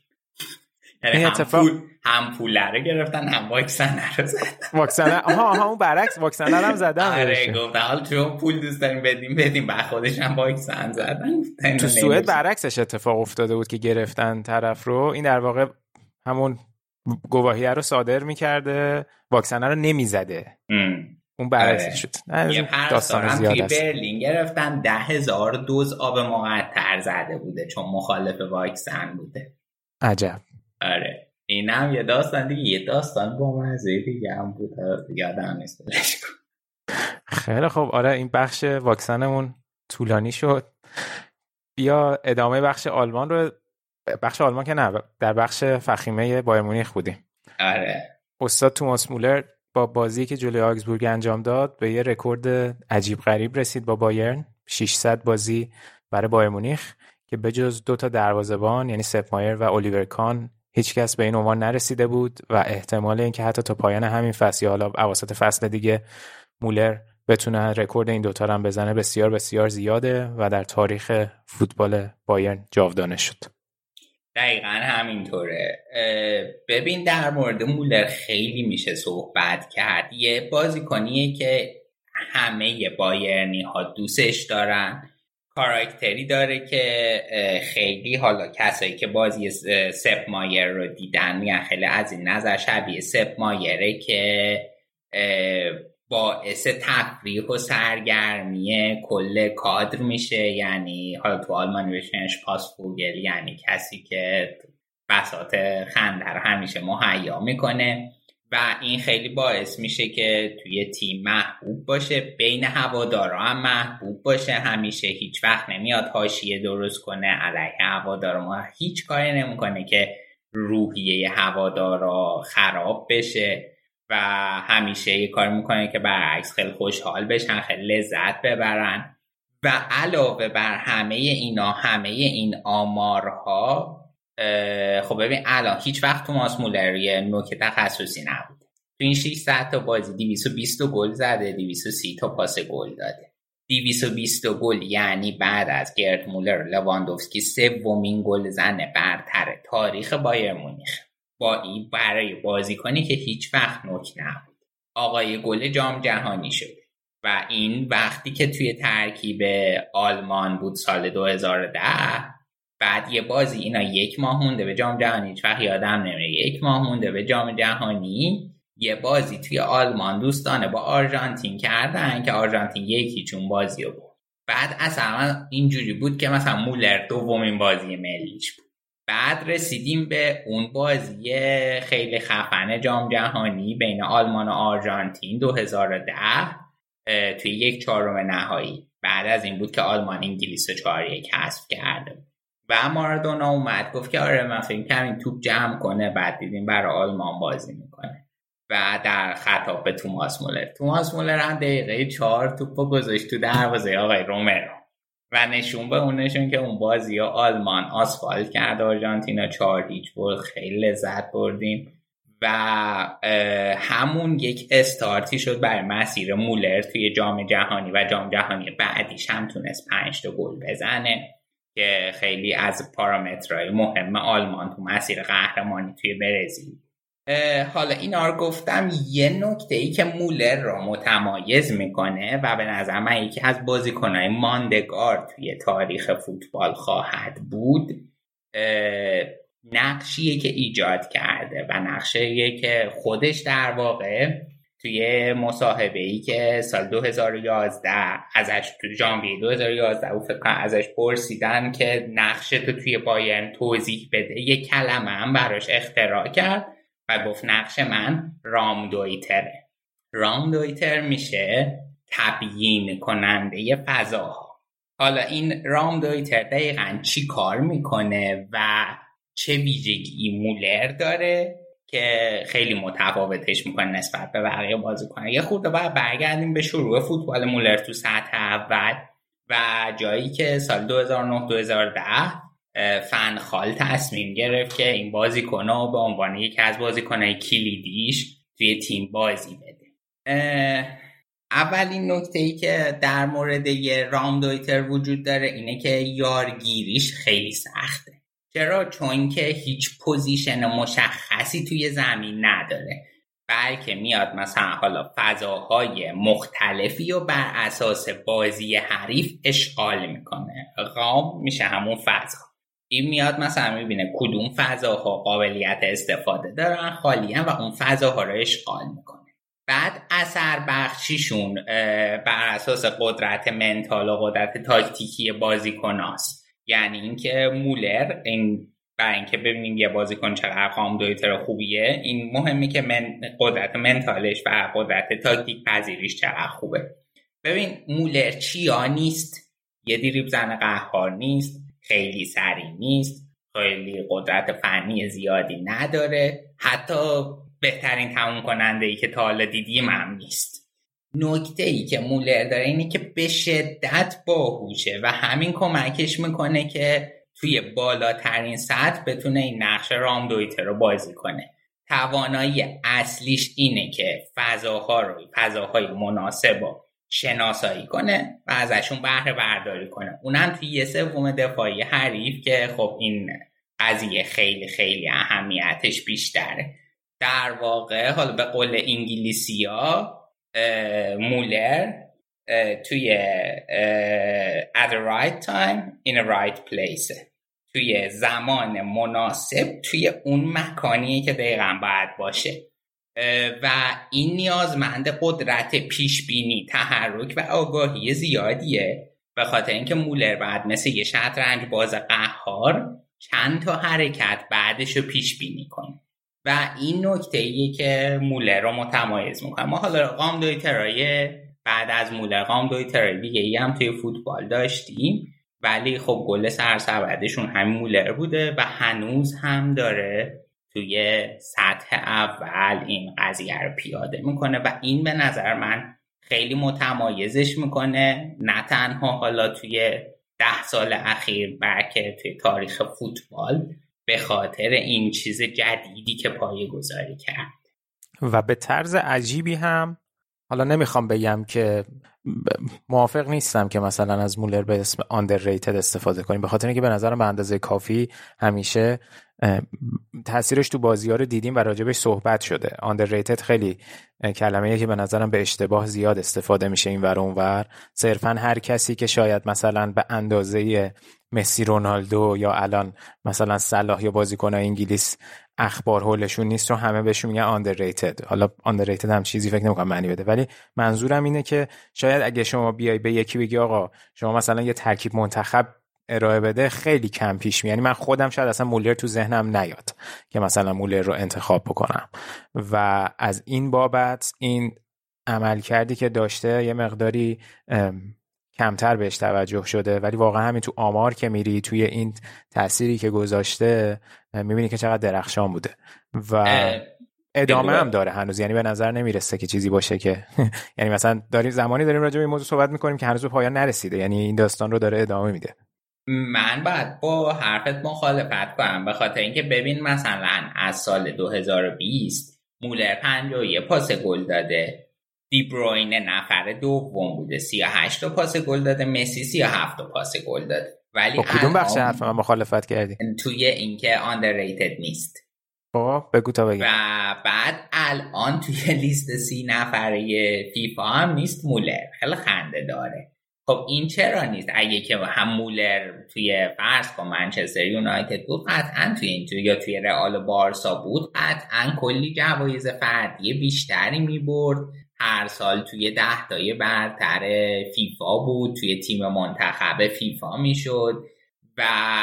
یعنی هم اتفاق... پول هم پول رو گرفتن هم واکسن رو زدن. واکسن آها آها اون برعکس واکسن رو هم زدن. آره گفتن حالا چون پول دوست داریم بدیم بدیم، بعد خودش هم واکسن زدن. تو سوئد برعکسش اتفاق افتاده بود که گرفتن طرف رو، این در واقع همون گواهیه رو صادر می‌کرده، واکسن رو نمیزده. اون برعکسش شد. یه پرستار هم توی برلین گرفتن، ده هزار دوز آب مقطر زده بوده چون مخالف واکسن بوده. عجب. آره اینم یه داستان دیگه، یه داستان با مزه دیگه هم بود، یادم نیست. خیلی خب. آره این بخش واکسنمون طولانی شد. بیا ادامه بخش آلمان رو، بخش آلمان که نه، در بخش فخیمه بایر مونیخ بودیم. آره استاد توماس مولر با بازی که جلوی آگزبورگ انجام داد به یه رکورد عجیب غریب رسید با بایرن، ششصد بازی برای بایر مونیخ که بجز دو تا دروازه‌بان یعنی سپ مایر و الیور کان هیچ کس به این عنوان نرسیده بود و احتمال اینکه حتی تا پایان همین فصل یا حالا اواسط فصل دیگه مولر بتونه رکورد این دوتا رو هم بزنه بسیار بسیار زیاده و در تاریخ فوتبال بایرن جاودانه شد. دقیقاً همینطوره. ببین در مورد مولر خیلی میشه صحبت کرد. یه بازیکنیه که همه بایرنی ها دوستش دارن، کاراکتری داره که خیلی حالا کسایی که بازی سپ مایر رو دیدن میگن خیلی از این نظر شبیه سپ مایره که باعث تفریح و سرگرمی کل کادر میشه. یعنی حالا تو آلمانی بهش پاس فوگل، یعنی کسی که بساط خنده رو همیشه مهیا میکنه و این خیلی باعث میشه که توی تیم محبوب باشه، بین هوادارا هم محبوب باشه. همیشه هیچ وقت نمیاد حاشیه درست کنه علیه هوادارا، ما هیچ کاری نمیکنه که روحیه هوادارا خراب بشه و همیشه یه کار میکنه که برعکس خیلی خوشحال بشن، خیلی لذت ببرن. و علاوه بر همه اینا، همه این آمارها، خب ببین الان هیچ وقت توماس مولر یه نوک تخصصی نبود. تو این ششصد تا بازی دویست و بیست گل زده، دویست و سی تا پاس گل داده. دویست و بیست گل یعنی بعد از گرت مولر لواندوفسکی سومین گل زنه برتر تاریخ بایر مونیخ. با این برای بازیکنی که هیچ وقت نوک نبود آقای گل جام جهانی شد و این وقتی که توی ترکیب آلمان بود سال دو هزار و ده. بعد یه بازی اینا یک ماه مونده به جام جهانی، هیچ وقت یادم نمیره، یک ماه مونده به جام جهانی یه بازی توی آلمان دوستانه با آرژانتین کردن که آرژانتین یکی چون بازی رو بود. بعد اصلا اینجوری بود که مثلا مولر دومین بازی ملیش بود بعد رسیدیم به اون بازی خیلی خفن جام جهانی بین آلمان و آرژانتین دو هزار و ده توی یک چهارم نهایی. بعد از این بود که آلمان انگلیس رو چهار یک حذف کرده و مارادونا اومد گفت که آره من فکر کنم این توپ جمع کنه. بعد دیدیم برای آلمان بازی میکنه و در خطاب به توماس مولر توماس مولر هم دقیقه چهار توپو گذاشت تو دروازه آقای رومرو و نشون به اون نشون که اون بازی ها آلمان آسفالت کرد آرژانتینا چهار هیچ بود. خیلی لذت بردیم و همون یک استارتی شد برای مسیر مولر توی جام جهانی و جام جهانی بعدیش هم تونست پنج تا گل بزنه که خیلی از پارامترهای مهم آلمان تو مسیر قهرمانی توی برزیل. حالا اینا رو گفتم. یه نکته ای که مولر رو متمایز میکنه و به نظر من یکی از بازیکنهای ماندگار توی تاریخ فوتبال خواهد بود نقشیه که ایجاد کرده و نقشیه که خودش در واقع توی مصاحبه‌ای که سال دو هزار و یازده ازش تو ژانویه دو هزار و یازده و فکر کنم ازش پرسیدن که نقشتو توی بایرن توضیح بده، یک کلمه هم براش اختراع کرد و گفت نقش من رامدویتره. رامدویتر میشه تبیین کننده فضاها. حالا این رامدویتر دقیقاً چی کار میکنه و چه ویژگی مولر داره که خیلی متفاوتش میکنه نسبت به بقیه بازیکن‌ها. یه خورده باید برگردیم به شروع فوتبال مولر تو سطح اول و جایی که سال دو هزار و نه دو هزار و ده فن خال تصمیم گرفت که این بازیکن‌ها به عنوان یکی از بازیکن‌های کلیدیش توی تیم بازی بده. اولین نکته‌ای که در مورد یه رامدویتر وجود داره اینه که یارگیریش خیلی سخته. چرا؟ چون که هیچ پوزیشن مشخصی توی زمین نداره، بلکه میاد مثلا حالا فضاهای مختلفی و بر اساس بازی حریف اشغال میکنه. غام میشه همون فضا. این میاد مثلا میبینه کدوم فضاها قابلیت استفاده دارن خالیه و اون فضاها رو اشغال میکنه. بعد اثر بخشیشون بر اساس قدرت منتال و قدرت تاکتیکی بازیکناست. یعنی اینکه مولر این برای اینکه ببینیم یه بازیکن چقدر رامدویتر خوبیه، این مهمه که من قدرت منتالش و قدرت تاکتیک پذیریش چقدر خوبه. ببین مولر چیا نیست؟ یه دریبل زن قهار نیست، خیلی سریع نیست، خیلی قدرت فنی زیادی نداره، حتی بهترین تموم کننده ای که تا حالا دیدیم هم نیست. نکته ای که مولر داره اینه که به شدت باهوشه و همین کمکش میکنه که توی بالاترین سطح بتونه این نقش رامدویتر رو بازی کنه. توانایی اصلیش اینه که فضاها رو فضاهای مناسب رو شناسایی کنه و ازشون بهره برداری کنه. اونم توی یه سوم دفاعی حریف که خب این قضیه خیلی خیلی اهمیتش بیشتره. در واقع حالا به قول انگلیسی‌ها مولر توی at the right time in a right place، توی زمان مناسب توی اون مکانیه که دقیقاً باید باشه و این نیازمند قدرت پیشبینی، تحرک و آگاهی زیادیه، به خاطر اینکه مولر بعد مثل یه شطرنج باز قهار چند تا حرکت بعدش رو پیشبینی کنه و این نکته ایه که مولر رو متمایز میکنه. ما حالا رامدویترهای بعد از مولر رامدویترهای دیگه ای هم توی فوتبال داشتیم، ولی خب گل سرسبدشون همین مولر بوده و هنوز هم داره توی سطح اول این قضیه رو پیاده میکنه و این به نظر من خیلی متمایزش میکنه، نه تنها حالا توی ده سال اخیر بلکه توی تاریخ فوتبال، به خاطر این چیز جدیدی که پایه گذاری کرد و به طرز عجیبی هم. حالا نمیخوام بگم که موافق نیستم که مثلا از مولر به اسم underrated استفاده کنیم، به خاطر اینکه به نظرم به اندازه کافی همیشه تاثیرش تو بازی‌ها رو دیدیم و راجبش صحبت شده. underrated خیلی کلمه‌ایه که به نظرم به اشتباه زیاد استفاده میشه این ور اون ور. صرفا هر کسی که شاید مثلا به اندازه مسی، رونالدو یا الان مثلا صلاح یا بازیکن‌های انگلیس اخبار حولشون نیست رو همه بهشون میگن underrated. حالا underrated هم چیزی فکر نمی‌کنم معنی بده، ولی منظورم اینه که شاید اگه شما بیای به یکی بگی آقا شما مثلا یه ترکیب منتخب ارائه بده خیلی کم پیش میاد. یعنی من خودم شاید اصلا مولر تو ذهنم نیاد که مثلا مولر رو انتخاب بکنم و از این بابت این عمل کردی که داشته یه مقداری کمتر بهش توجه شده، ولی واقعا همین تو آمار که میری توی این تأثیری که گذاشته میبینی که چقدر درخشان بوده و ادامه هم داره هنوز. یعنی به نظر نمیرسه که چیزی باشه که یعنی مثلا داریم زمانی داریم راجع به این موضوع صحبت میکنیم که هنوز به پایان نرسیده، یعنی این داستان رو داره ادامه میده. من باید با حرفت مخالفت کنم، به خاطر اینکه ببین مثلا از سال دو هزار و بیست مولر پنجاه و یک پاس گل داده، دی بروینه نفر دوم بوده سی و هشت تا پاس گل داده، مسی سی و هفت تا پاس گل داده. ولی کدوم بخش حرف من مخالفت کردی؟ توی اینکه underrated نیست. خب بگو تا بگم. و بعد الان توی لیست سی نفره فیفا هم نیست مولر. خیلی خنده داره. خب این چرا نیست؟ اگه که هم مولر توی فرض با منچستر یونایتد بود قطعا توی این توی یا توی رئال و بارسا بود قطعا کلی جوایز فردی بیشتری میبرد. هر سال توی ده تای برتر فیفا بود، توی تیم منتخب فیفا میشد. و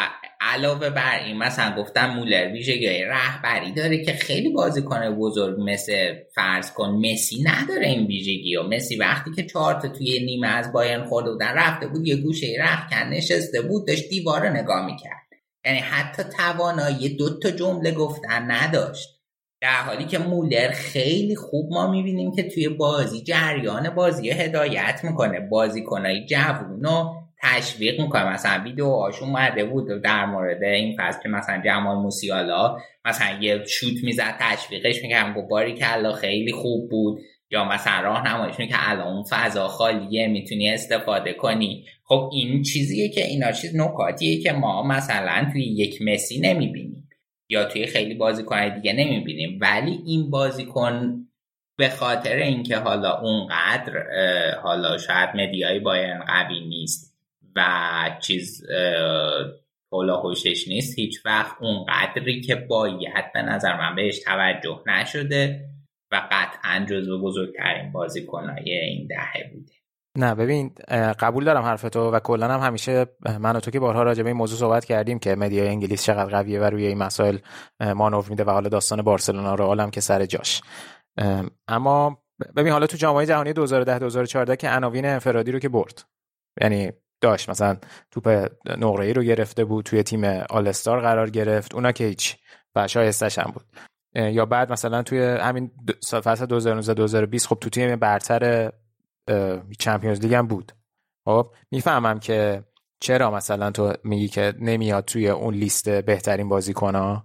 علاوه بر این مثلا گفتم مولر ویژگی رهبری داره که خیلی بازیکن بزرگ مثل فرض کن مسی نداره این ویژگی. و مسی وقتی که چهار تا توی نیمه از بایرن خورده بودن رفته بود یه گوشه رختکن نشسته بود داشت دیوار رو نگاه میکرد، یعنی حتی توانایی دو تا جمله گفتن نداشت. در حالی که مولر خیلی خوب ما میبینیم که توی بازی جریان بازی هدایت میکنه، بازیکنای جوونو تشویق میکنه. مثلا ویدیوهاش اومده بود در مورد این فصل که مثلا جمال موسیالا مثلا یه شوت میزد تشویقش میکنم گفت باریکلا خیلی خوب بود، یا مثلا راهنماییش میکنه که الان اون فضا خالیه میتونی استفاده کنی. خب این چیزیه که اینا چیز نکاتیه که ما مثلا توی یک مسی نمیبینیم یا توی خیلی بازیکن‌های دیگه نمیبینیم، ولی این بازیکن به خاطر اینکه حالا اونقدر حالا شاید مدیای بایرن قوی نیست و چیز حالا هوشش نیست، هیچ وقت اونقدری که باید به نظر من بهش توجه نشده و قطعا جزو بزرگترین بازیکن‌های این دهه بوده. نه ببین قبول دارم حرفتو و کلا هم همیشه من و تو که بارها راجع به این موضوع صحبت کردیم که مدیای انگلیس چقدر قویه و روی این مسائل مانور میده و حالا داستان بارسلونا رو عالم که سر جاش. اما ببین حالا تو جام جهانی دو هزار و ده دو هزار و چهارده که عناوین انفرادی رو که برد، یعنی داشت مثلا توپ نقره‌ای رو گرفته بود، توی تیم آل استار قرار گرفت، اونا که هیچ و شایستش هم بود. یا بعد مثلا توی همین فصل دو هزار و نوزده دو هزار و بیست خب تو تیم برتر چمپیونز لیگ هم بود. خب میفهمم که چرا مثلا تو میگی که نمیاد توی اون لیست بهترین بازیکن‌ها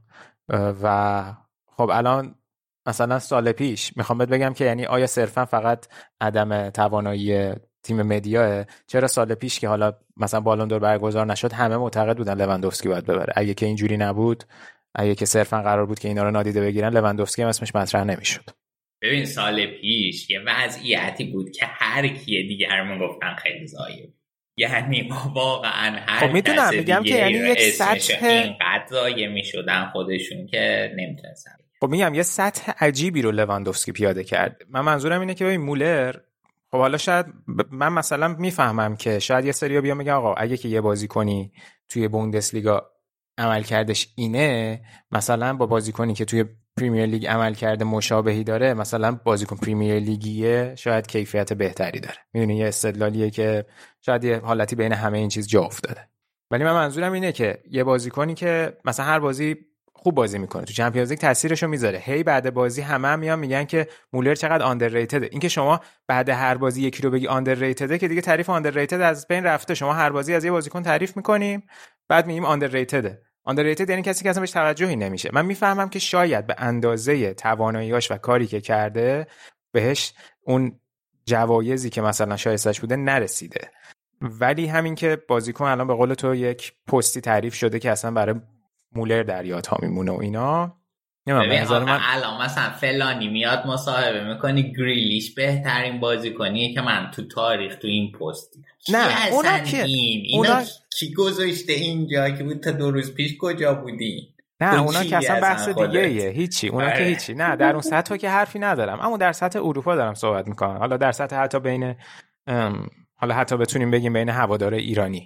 و خب الان مثلا سال پیش میخوام بهت بگم که یعنی آیا صرفا فقط عدم توانایی تیم مدیاه؟ چرا سال پیش که حالا مثلا بالون دور برگزار نشد همه معتقد بودن لواندوفسکی باید ببره؟ اگه که اینجوری نبود، اگه که صرفا قرار بود که اینا رو نادیده بگیرن، لواندوفسکی هم اسمش مطرح نمیشد. ببین سال پیش یه وضعیتی بود که هر کی دیگر میگفتن خیلی ضایع، یعنی واقعا هر خب میدونم میگم که یعنی یک سطح اینقدر ضایع میشدن خودشون که نمیتونستن. خب میگم یه سطح عجیبی رو لواندوفسکی پیاده کرد. من منظورم اینه که ببین مولر خب حالا شاید من مثلا میفهمم که شاید یه سریا بیان میگن آقا اگه که یه بازیکنی توی بوندسلیگا عمل کردش اینه، مثلا با بازیکنی که توی پریمیر لیگ عمل کرده مشابهی داره، مثلا بازیکن پریمیر لیگیه شاید کیفیت بهتری داره. میدونی یه استدلالیه که شاید یه حالتی بین همه این چیز جا افتاده. ولی من منظورم اینه که یه بازیکنی که مثلا هر بازی خوب بازی میکنه تو چمپیونز لیگ تاثیرشو میذاره، هی بعد بازی همه هم میان میگن که مولر چقدر آندرریتده. این که شما بعد هر بازی یکی رو بگی آندرریتده که دیگه تعریف آندرریتد از بین رفته. شما هر بازی از یه بازیکن تعریف میکنیم بعد میگیم آندرریتده. آندرریتد یعنی کسی که اصلا بهش توجهی نمیشه. من میفهمم که شاید به اندازه تواناییاش و کاری که کرده بهش اون جوایزی که مثلا شایستش بوده نرسیده، ولی همین که بازیکن الان به قول تو یک پستی تعریف شده که اصلا برای مولر در یادها میمونه و اینا. ببین من الان مثلا فلانی میاد مصاحبه میکنی گریلیش بهترین بازیکنیه که من تو تاریخ تو این پست نه اونا که این اینا اونا... کی گذاشته اینجا که بود تا دو روز پیش کجا بودی؟ نه اونا که اصلا بحث دیگه ایه. هیچی اونا که هیچی. نه در اون سطح که حرفی ندارم، اما در سطح اروپا دارم صحبت میکنم. حالا در سطح حتی بین حالا حتی بتونیم بگیم بین هواداره ایرانی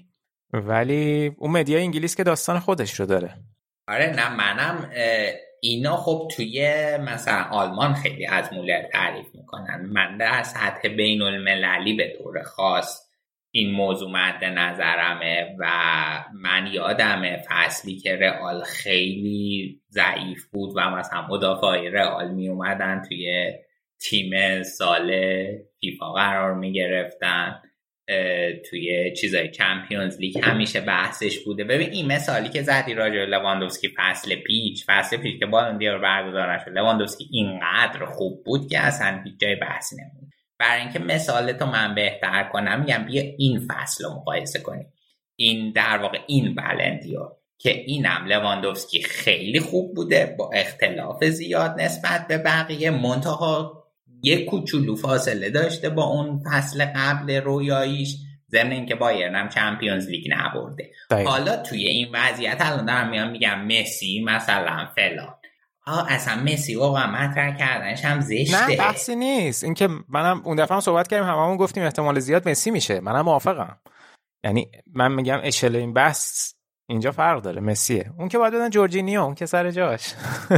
ولی اون مدیا انگلیس که داستان خودش رو داره. آره نه منم اینا خب توی مثلا آلمان خیلی از مولر تعریف میکنن. من در سطح بین المللی به طور خاص این موضوع مد نظرمه و من یادمه فصلی که رئال خیلی ضعیف بود و مثلا مدافعای رئال می اومدن توی تیم سال فیفا قرار می گرفتن، توی چیزای چمپیونز لیگ همیشه بحثش بوده. ببین این مثالی که زدی راجع به لواندوفسکی فصل پیش فصل پیش که بالون دور برگزار نشد، لواندوفسکی اینقدر خوب بود که اصلا هیچ جای بحثی نموند. برای اینکه مثالتو من بهتر کنم میگم بیا این فصل رو مقایسه کنیم. این در واقع این بلندیو که اینم لواندوفسکی خیلی خوب بوده با اختلاف زیاد نسبت به بقیه، منتها یک کوچولو فاصله داشته با اون فصل قبل رویاییش، ضمن اینکه بایرن هم چمپیونز لیگ نبرده. حالا توی این وضعیت الان دارم میام میگم مسی مثلا فلان، آه اصلا مسی واقعا مطرح کردنش هم زشته. نه بحثی نیست. اینکه منم اون دفعه هم صحبت کردیم هممون گفتیم احتمال زیاد مسی میشه، منم موافقم. یعنی من میگم اشل این بحث اینجا فرق داره، مسیه. اون که باید بدن جورجینیو، اون که سر جاش.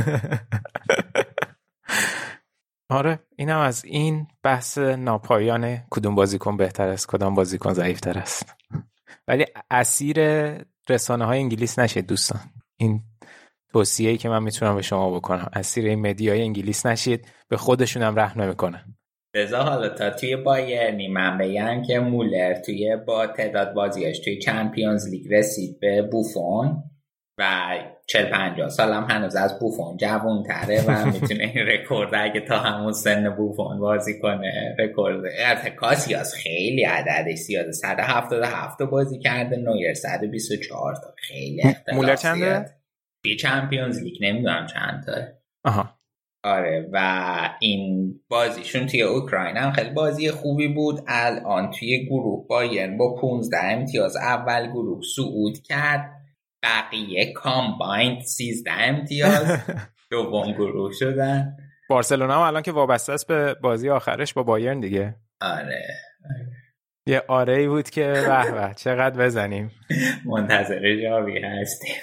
آره اینم از این بحث ناپایان کدوم بازیکن بهتر است کدام بازیکن ضعیف‌تر است. ولی اسیر رسانه های انگلیس نشید دوستان. این توصیه‌ای که من میتونم به شما بکنم، اسیر این مدیای انگلیس نشید، به خودشون هم رحم نمیکنن. رضا حالا تا توی بایرنی من بگم که مولر توی با تعداد بازیاش توی چمپیونز لیگ رسید به بوفون و چهل پنجاه سال هم هنوز از بوفون جوان تره و میتونه این رکورد اگه تا همون سن بوفون بازی کنه رکورد ارتکاسیاس خیلی عددش زیاده. صد و هفتاد و هفت بازی کرده، نویر صد و بیست و چهار تا، خیلی اختلاف. مولر چنده؟ توی چمپیونز لیگ نمیدونم چند تا. آها آره و این بازیشون توی اوکراین هم خیلی بازی خوبی بود. الان توی گروه بایرن با پانزده امتیاز اول گروه صعود کرد، بقیه کامبایند سیزده امتیاز دوم گروه شدن. بارسلونا هم الان که وابسته است به بازی آخرش با بایرن دیگه. آره یه آره ای بود که به به چقدر بزنیم. منتظر جاوی هستیم.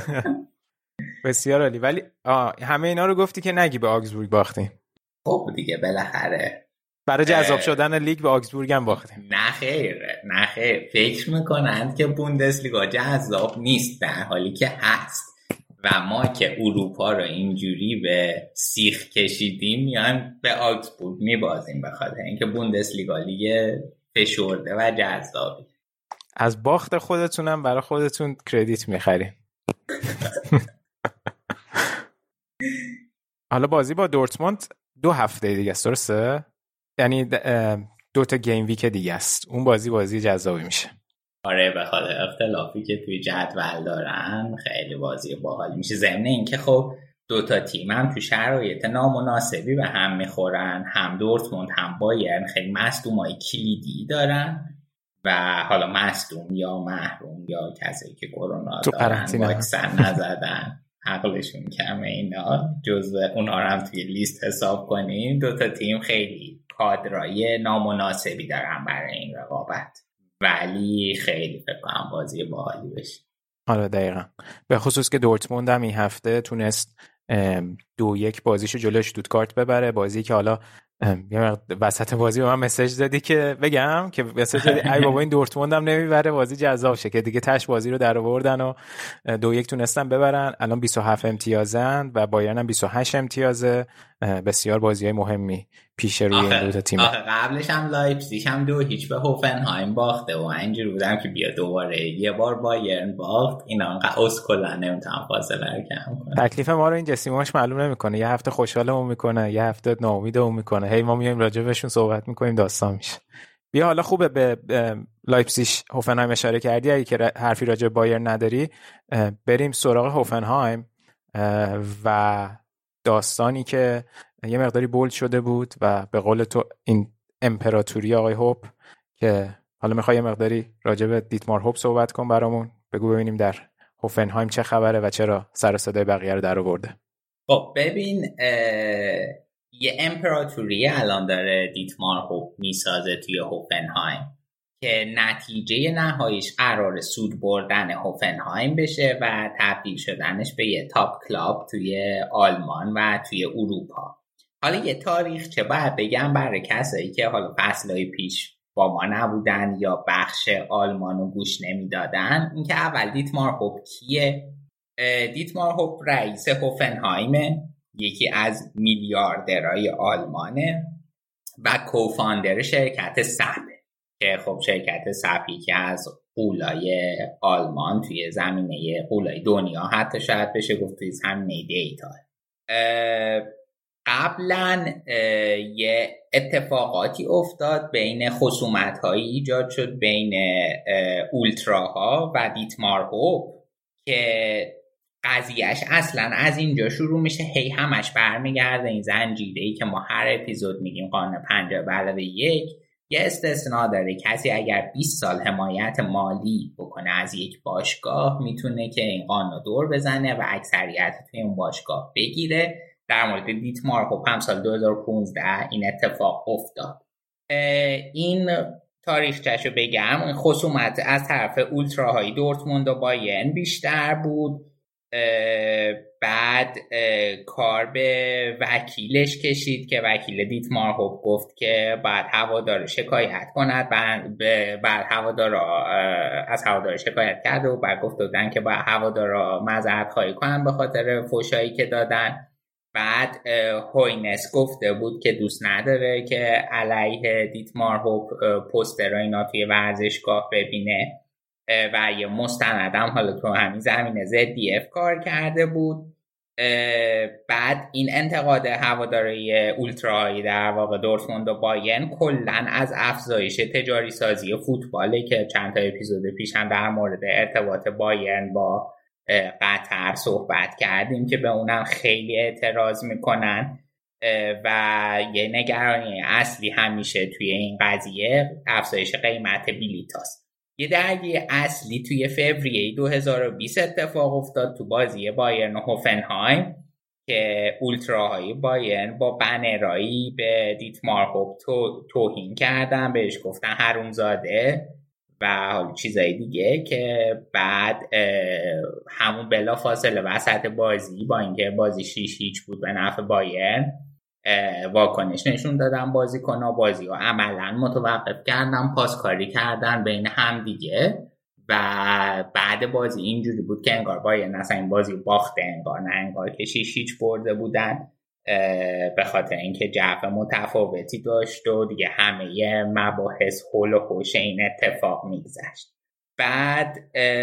بسیار عالی. ولی همه اینا رو گفتی که نگی به آگزبورگ باختیم. خب دیگه بالاخره برای جذاب شدن لیگ به آگزبورگ هم باختیم. نه خیر نه خیر، فکر میکنند که بوندسلیگا جذاب نیست در حالی که هست و ما که اروپا رو اینجوری به سیخ کشیدیم میایم به آگزبورگ میبازیم به خاطر اینکه بوندسلیگا لیگ فشرده و جذابی. از باخت خودتونم برای خودتون کردیت میخریم. حالا بازی با دورتموند دو هفته دیگه است درسته؟ یعنی دو تا گیم ویک دیگه است. اون بازی بازی جذابی میشه. آره به خاطر اختلافی که توی جدول دارن خیلی بازی باحال میشه. ضمن اینکه خب دو تا تیم هم تو شرایط نامناسبی به هم میخورن، هم دورتموند هم بایرن خیلی مصدومای کلیدی دارن و حالا مصدوم یا محروم یا کسی که کرونا دارن واکسن نزدن عقلشون کمه، اینا جزء اونا رو هم توی لیست حساب کنیم. دو تا تیم خیلی کادرای نامناسبی دارن برای این رقابت، ولی خیلی فکر کنم بازی باحالی بشه. آره دقیقاً، به خصوص که دورتموند هم این هفته تونست دو یک بازیشو جلوی اشتوتگارت ببره، بازی که حالا یه وسط بازی به من مسیج دادی که بگم که مسیج دادی ای بابا این دورتموند هم نمیبره بازی جذاب شه، که دیگه تاش بازی رو در آوردن و دو یک تونستن ببرن. الان بیست و هفت امتیازن و بایرن هم بیست و هشت امتیازه. بسیار بازیای مهمی پیش روی این دو تا تیم. آخه قبلش هم لایپزیگ هم دو هیچ به هوفنهایم باخته و اینجوری بودم که بیا دوباره یه بار بایرن باخت، اینا انقدر اسکلن نمیتونن فاصله رو کم کنن. تکلیف ما رو این جسیماش معلوم نمیکنه، یه هفته خوشحالمون میکنه یه هفته ناامیدمون میکنه، هی ما میایم راجع بهشون صحبت میکنیم داستان میشه. بیا حالا خوبه به لایپزیگ هوفنهایم اشاره کردی، اگه که حرفی راجع بایرن نداری بریم سراغ هوفنهایم و داستانی که یه مقداری بولد شده بود و به قول تو این امپراتوری آقای هوپ، که حالا میخوای یه مقداری راجع به دیتمار هوپ صحبت کن برامون، بگو ببینیم در هوفنهایم چه خبره و چرا سر و صدای بقیه رو در آورده. خب ببین یه امپراتوری الان داره دیتمار هوپ میسازه توی هوفنهایم که نتیجه نهاییش قرار سود بردن هوفنهایم بشه و تبدیل شدنش به یه تاپ کلاب توی آلمان و توی اروپا. حالا یه تاریخ چه باید بگم برای کسایی که حالا فصلهای پیش با ما نبودن یا بخش آلمانو گوش نمیدادن، اینکه اول دیتمار هوپ کیه؟ دیتمار هوپ رئیس هوفنهایمه، یکی از میلیاردرهای آلمانه و کوفاندر شرکت سهمه که خب شرکت سهمی که از غولای آلمان توی زمینه غولای دنیا حتی شاید بشه گفت توی زمینه دیتا. قبلا یه اتفاقاتی افتاد بین خصومت‌هایی ایجاد شد بین اولتراها و دیتمار هوپ که قضیهش اصلا از اینجا شروع میشه، هی همش برمیگرده این زنجیره‌ای که ما هر اپیزود میگیم قانون پنجاه به علاوه یک یه استثناء داره. کسی اگر بیست سال حمایت مالی بکنه از یک باشگاه میتونه که این قانون دور بزنه و اکثریت توی اون باشگاه بگیره. در مورد دیتمار هوپ هم سال دو هزار و پانزده این اتفاق افتاد. این تاریخچه‌شو بگم، این خصومت از طرف اولتراهای دورتموند و بایرن بیشتر بود. بعد کار به وکیلش کشید که وکیل دیتمار هوپ گفت که بعد هوادار شکایت کند، بعد هوادار از هوادار شکایت کرد و بعد گفت دادن که بعد هوادار معذرت خواهی کنن به خاطر فحشایی که دادن. بعد هوینس گفته بود که دوست نداره که علیه دیتمار هوپ پوستر اینا توی ورزشگاه ببینه و یه مستندم حالا تو همین زمینه زد دی اف کار کرده بود. بعد این انتقاد هواداری اولتراهایی در واقع دورتموند و بایرن کلن از افزایش تجاری سازی فوتباله که چند تا اپیزود پیش هم در مورد ارتباط بایرن با قطر صحبت کردیم که به اونم خیلی اعتراض میکنن و یه نگرانی اصلی همیشه توی این قضیه افزایش قیمت بلیطاست. یه درگیری اصلی توی فوریه دو هزار و بیست اتفاق افتاد تو بازی بایرن و هوفنهایم که اولتراهای بایرن با بنرایی به دیتمار هوپ تو، توهین کردن، بهش گفتن حرومزاده و حالا چیزای دیگه که بعد همون بلا فاصله وسط بازی با اینکه بازی شیش هیچ بود به نفع بایرن واکنش نشون دادن بازیکن‌ها، بازی رو عملاً متوقف کردن، پاسکاری کردن بین هم دیگه و بعد بازی اینجوری بود که انگار بایرن اصلا این بازی باخته، انگار نه انگار که شیش هیچ برده بودن به خاطر اینکه جو متفاوتی داشت و دیگه همه مباحث حول و حوش این اتفاق میگذشت. بعد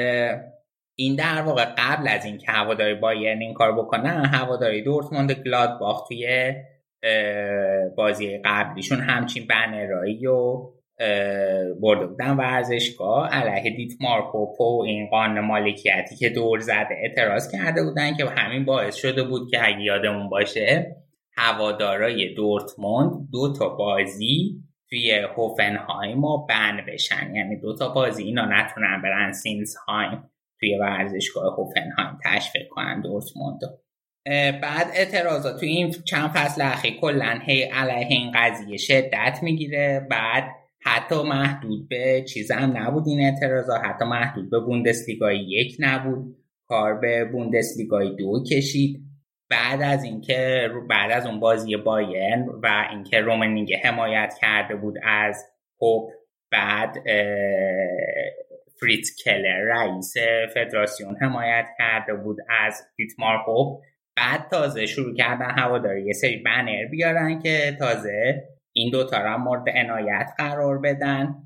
این در واقع قبل از این که هواداری بایرن این کار بکنن، هواداری دورتموند گلادباخ توی بازی قبلیشون همچین بنرایی و برده بودن ورزشگاه علیه دیتمار هوپ و این قانون مالکیتی که دور زده اعتراض کرده بودن که همین باعث شده بود که اگه یادمون باشه هوادارای دورتموند دو تا بازی توی هوفنهایم و بن بشن، یعنی دو تا بازی اینا نتونن برن سینزهایم توی ورزشگاه هوفنهایم تشویق کنن دورتموند. بعد اعتراضات توی این چند فصل اخیر کلن هی علیه این قضیه شدت میگیره. بعد حتی محدود به چیز هم نبود این اعتراضات، حتی محدود به بوندسلیگای یک نبود، کار به بوندسلیگای دو کشید. بعد از اینکه بعد از اون بازی بایرن و اینکه رومنینگ حمایت کرده بود از هوپ، بعد فریتز کلر رئیس فدراسیون حمایت کرده بود از دیتمار هوپ، بعد تازه شروع کردن هواداری یه سری بنر بیارن که تازه این دوتا را مورد عنایت قرار بدن.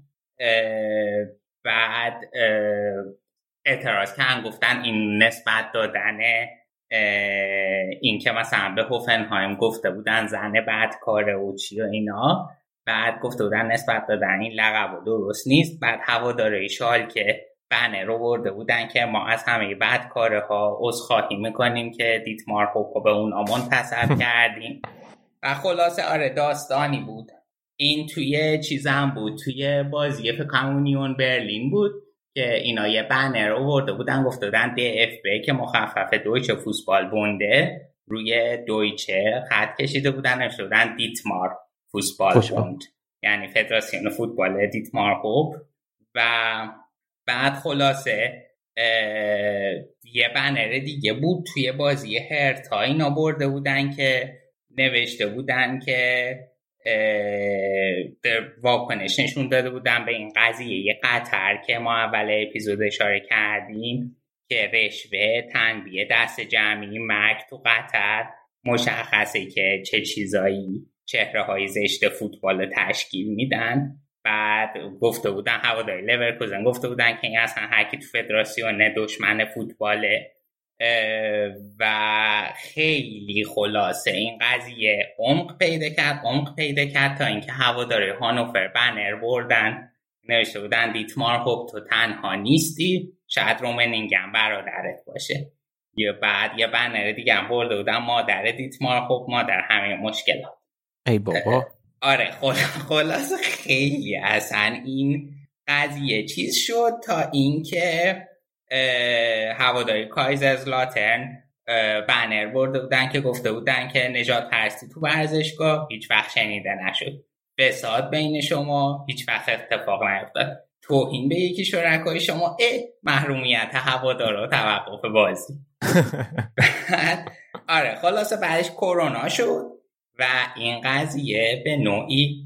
بعد اعتراض کردن، گفتن این نسبت دادن این که مثلا به هوفنهایم گفته بودن زنه بدکاره و چی و اینا، بعد گفته بودن نسبت دادن این لقب درست نیست. بعد هواداری شال که بنر رو برده بودن که ما از همه بدکاره ها عذرخواهی میکنیم که دیتمار هوپ به اون منتسب کردیم و خلاصه آره داستانی بود. این توی چیزم بود، توی بازی فکرمونیون برلین بود که اینا یه بنر رو برده بودن گفته بودن دی اف بی که مخفف دویچه فوتبال بونده، روی دویچه خط کشیده بودن نوشته بودن دیتمار فوتبال بوند، یعنی فدراسیون فوتبال دیتمار هوپ و بعد خلاصه یه بنر دیگه بود توی بازی هرتا اینا برده بودن که نوشته بودن که در واکنش نشون داده بودن به این قضیه قطر که ما اول اپیزود اشاره کردیم که رشوه، تنبیه، دست جمعی، مرگ تو قطر مشخصه که چه چیزایی چهره های زشت فوتبال تشکیل میدن. بعد گفته بودن هواداری لورکوزن گفته بودن که این اصلا هر کی تو فدراسیون دشمن فوتباله و خیلی خلاصه این قضیه عمق پیدا کرد عمق پیدا کرد تا اینکه هواداری هانوفر بنر بردن نوشته بودن دیتمار هوب تو تنها نیستی، شاید رومنینگم برادرت باشه. یا بعد یه بنر دیگه هم برده بودن مادر دیتمار هوب مادر همه مشکلات. ای بابا. آره خلاصه خیلی اصلا این قضیه چیز شد تا اینکه هواداری کایزرزلاترن بنر برده بودن که گفته بودن که نژاد پرستی تو ورزشگاه هیچ وقت شنیده نشد، فساد بین شما هیچ وقت اتفاق نیفتاد، توهین به یکی شرکای شما اه محرومیت هوادارا توقف بازی. آره خلاصه بعدش کرونا شد و این قضیه به نوعی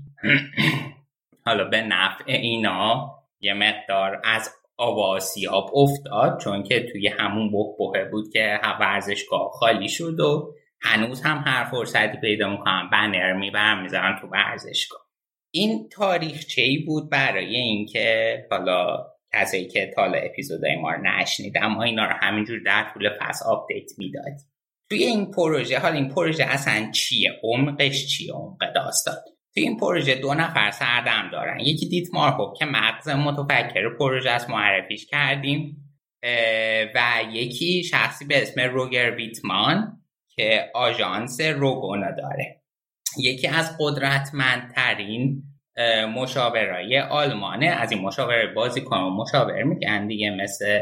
حالا به نفع اینا یه مقدار از آواسیاب افتاد، چون که توی همون بحبوحه بود که ورزشگاه خالی شد و هنوز هم هر فرصتی پیدا میکنن بنر میبرن میذارن تو ورزشگاه. این تاریخچه‌ای بود برای اینکه حالا کسایی که تا حالا اپیزودای ما رو نشنیدن ما اینا رو همینجور در طول فصل آپدیت میداد. توی این پروژه حالا این پروژه اصلا چیه، عمقش چیه، عمق داستان. توی این پروژه دو نفر سردم دارن، یکی دیتمار هوب که مغز متفکر پروژه است معرفیش کردیم و یکی شخصی به اسم روگر ویتمان که آژانس روگونا داره، یکی از قدرتمندترین مشاورای آلمانه. از این مشاور بازیکن و مشاور میگن دیگه، مثل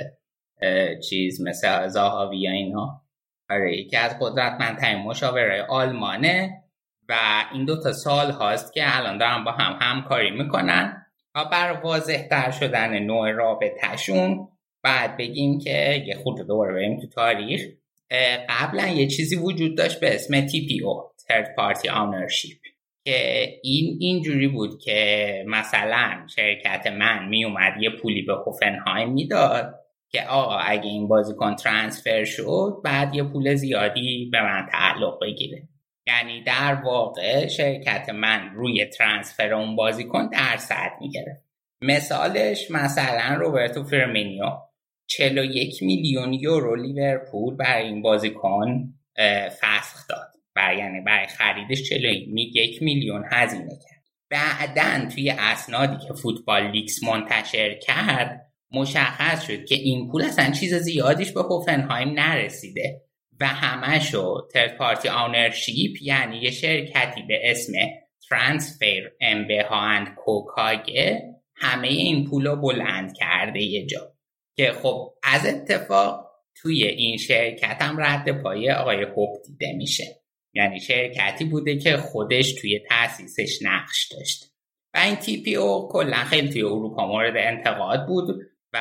چیز مثل زاهاوی یا اینا. آره یکی از قدرتمندترین مشاورای آلمانه و این دو تا سال هاست که الان دارن با هم همکاری میکنن و بر واضح تر شدن نوع رابطه‌شون بعد بگیم که یه خود دوباره بریم تو تاریخ. قبلا یه چیزی وجود داشت به اسم تی پی او Third Party Ownership که این اینجوری بود که مثلا شرکت من می اومد یه پولی به هوفنهایم میداد که آقا اگه این بازیکن ترانسفر شد بعد یه پول زیادی به من تعلق بگیره. یعنی در واقع شرکت من روی ترانسفر اون بازیکن درصد میگیره. مثالش مثلا روبرتو فرمینیو چهل و یک میلیون یورو لیورپول برای این بازیکن فسخ داد، برای یعنی برای خریدش چهل و یک میلیون هزینه کرد. بعدن توی اسنادی که فوتبال لیکس منتشر کرد مشخص شد که این پول اصلا چیز زیادیش به هوفنهایم نرسیده و همشو ترد پارتی آونرشیپ یعنی یه شرکتی به اسم ترانسفر ام بی ها اند کوکاگه همه این پولو بلند کرده یه جا که خب از اتفاق توی این شرکت هم رد پای آقای هوب دیده میشه. یعنی شرکتی بوده که خودش توی تأسیسش نقش داشت و این تی پی او کلا خیلی توی اروپا مورد انتقاد بود و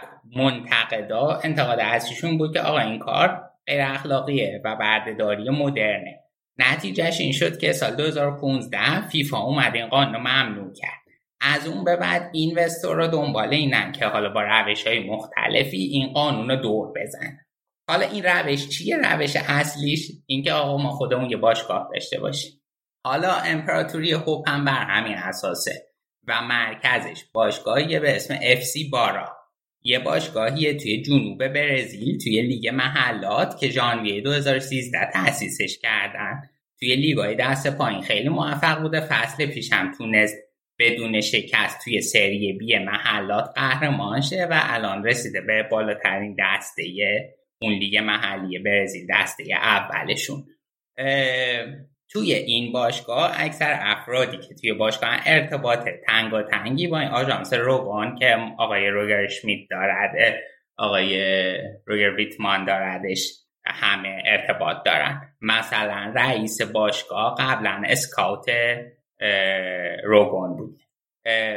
منتقدا انتقاد اصلیشون بود که آقا این کار غیر اخلاقیه و بردهداری مدرنه. نتیجهش این شد که سال دو هزار و پانزده فیفا اومد این قانون رو ممنوع کرد. از اون به بعد اینوستور رو دنبال اینن که حالا با روش‌های مختلفی این قانون رو دور بزن. حالا این روش چیه؟ روش اصلیش این که آقا ما خودمون یه باشگاه داشته باشیم. حالا امپراتوری هوپ هم بر همین اساسه و مرکزش باشگاهیه به اسم اف سی بارا. یه باشگاهیه توی جنوب برزیل توی لیگ محلات که ژانویه دو هزار و سیزده تأسیسش کردن. توی لیگای دست پایین خیلی موفق بوده، فصل پیش هم تونست بدون شکست توی سری بی محلات قهرمان شه و الان رسیده به بالاترین دسته اون لیگ محلی برزیل، دسته اولشون. توی این باشگاه اکثر افرادی که توی باشگاه ارتباط تنگاتنگی با این آژانس روگان که آقای روگر شمیت دارد، آقای روگر ویتمان داردش، همه ارتباط دارن. مثلا رئیس باشگاه قبلا اسکاوت روگان بود.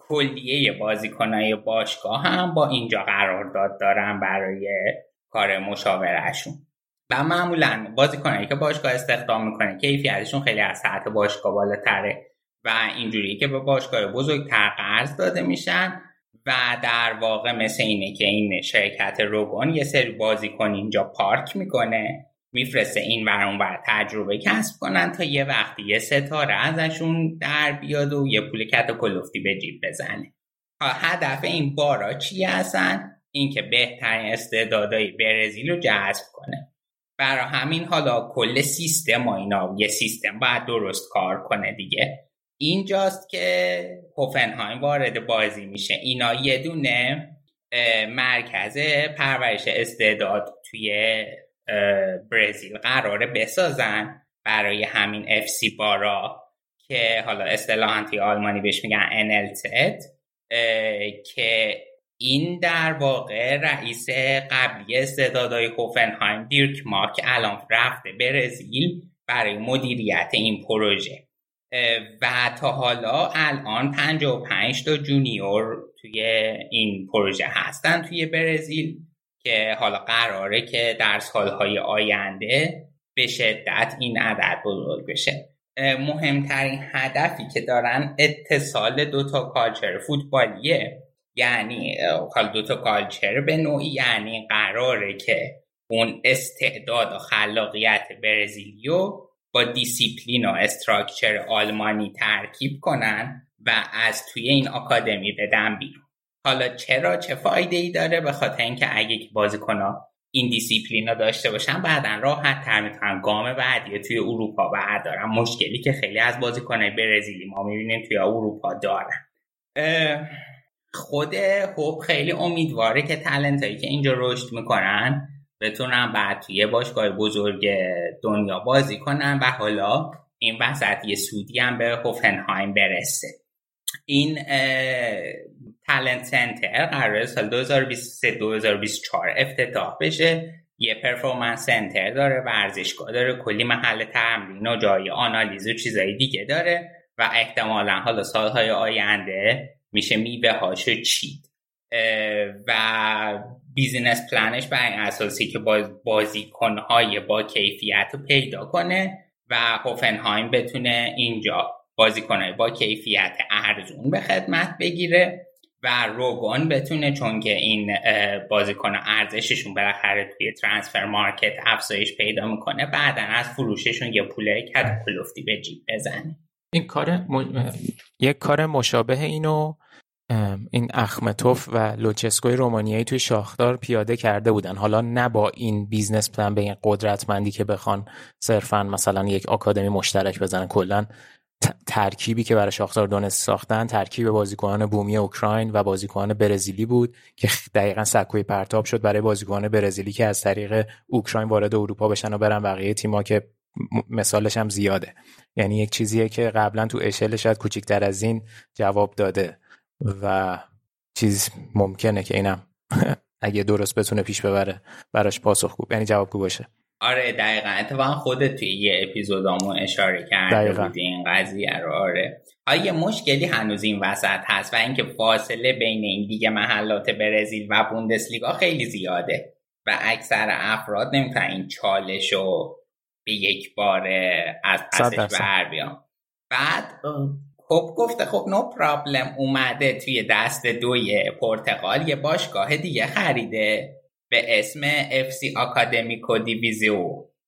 کلیه بازیکنای باشگاه هم با اینجا قرارداد دارن برای کار مشاورهشون و معمولا بازیکنایی که باشگاه استخدام میکنه کیفیتشون خیلی از سطح باشگاه بالاتره و اینجوریه که به باشگاه بزرگتر قرض داده میشن و در واقع مثل اینه که این شرکت روگون یه سری بازیکن اینجا پارک میکنه، میفرسته این ور اون ور تجربه کسب کنن تا یه وقتی یه ستاره ازشون در بیاد و یه پول کت و کلفتی به جیب بزنه. هدف این بارا چی هستن؟ این که بهترین استعدادای برزیل رو جذب کنه. برای همین حالا کل سیستم و اینا یه سیستم باید درست کار کنه دیگه. اینجاست که هوفنهایم وارد بازی میشه. اینا یه دونه مرکز پرورش استعداد توی برزیل قراره بسازن برای همین اف سی بارا که حالا اصطلاحاً توی آلمانی بهش میگن ان ال زد، که این در واقع رئیس قبلی استعدادهای هوفنهایم دیرک مارک الان رفته برزیل برای مدیریت این پروژه و تا حالا الان پنجاه و پنج تا جونیور توی این پروژه هستن توی برزیل که حالا قراره که در سالهای آینده به شدت این عدد بزرگ بشه. مهمترین هدفی که دارن اتصال دوتا کالچر فوتبالیه، یعنی دوتا کالچر به نوعی، یعنی قراره که اون استعداد و خلاقیت برزیلیو با دیسیپلین و استراکچر آلمانی ترکیب کنن و از توی این آکادمی بدن بیرون. حالا چرا چه فایده ای داره؟ به خاطر اینکه اگه بازیکن‌ها این دیسیپلین رو داشته باشن بعدن راحت تر میتونن گام بعدی توی اروپا بردارن، مشکلی که خیلی از بازیکن‌های برزیلی ما میبینیم توی اروپا دارن. خود هوب خیلی امیدواره که تالنتایی که اینجا رشد میکنن بتونن بعد توی باشگاه بزرگ دنیا بازی کنن و حالا این وسط یه سودی هم به هوفنهایم برسه. این تالنت سنتر قراره سال دو هزار و بیست و سه دو هزار و بیست و چهار افتتاح بشه. یه پرفورمنس سنتر داره، ورزشگاه داره، کلی محل تمرین و جای آنالیز و چیزای دیگه داره و احتمالاً حالا سالهای آینده میشه میوه هاشو چید و بیزینس پلنش بر این اساسی که بازیکن‌های با کیفیت رو پیدا کنه و هوفنهایم بتونه اینجا بازیکن‌های با کیفیت ارزون به خدمت بگیره و روگون بتونه، چون که این بازیکن ارزششون بالاخره توی ترانسفر مارکت افزایش پیدا میکنه، بعداً از فروششون یه پول کد کلفتی به جیب بزنه. این کار م... یک کار مشابه اینو این اخمتوف و لوچسکوی رومانیایی توی شاختار پیاده کرده بودن، حالا نه با این بیزنس پلن به این قدرتمندی که بخوان صرفاً مثلا یک آکادمی مشترک بزنن. کلاً ترکیبی که برای شاختار دونتسک ساختن ترکیب بازیکنان بومی اوکراین و بازیکنان برزیلی بود که دقیقاً سکوی پرتاب شد برای بازیکنان برزیلی که از طریق اوکراین وارد اروپا بشن و برن بقیه تیم‌ها که مثالش هم زیاده. یعنی یک چیزیه که قبلا تو اشل شاید کوچیک‌تر از این جواب داده و چیز ممکنه که اینم اگه درست بتونه پیش ببره براش پاسخگو، یعنی جوابگو باشه. آره دقیقاً. اتفاقا خودت توی یه اپیزودامون اشاره کرده بودی این قضیه رو. آره آره مشکلی هنوز این وسط هست و اینکه فاصله بین این دیگه محلات برزیل و بوندسلیگا خیلی زیاده و اکثر افراد نمیتونن این چالشو به یک بار از پسش بر بیان. بعد خب گفته خب نو پرابلم، اومده توی دست دوی پرتغال یه باشگاه دیگه خریده به اسم اف سی آکادمیکو دیویزیو.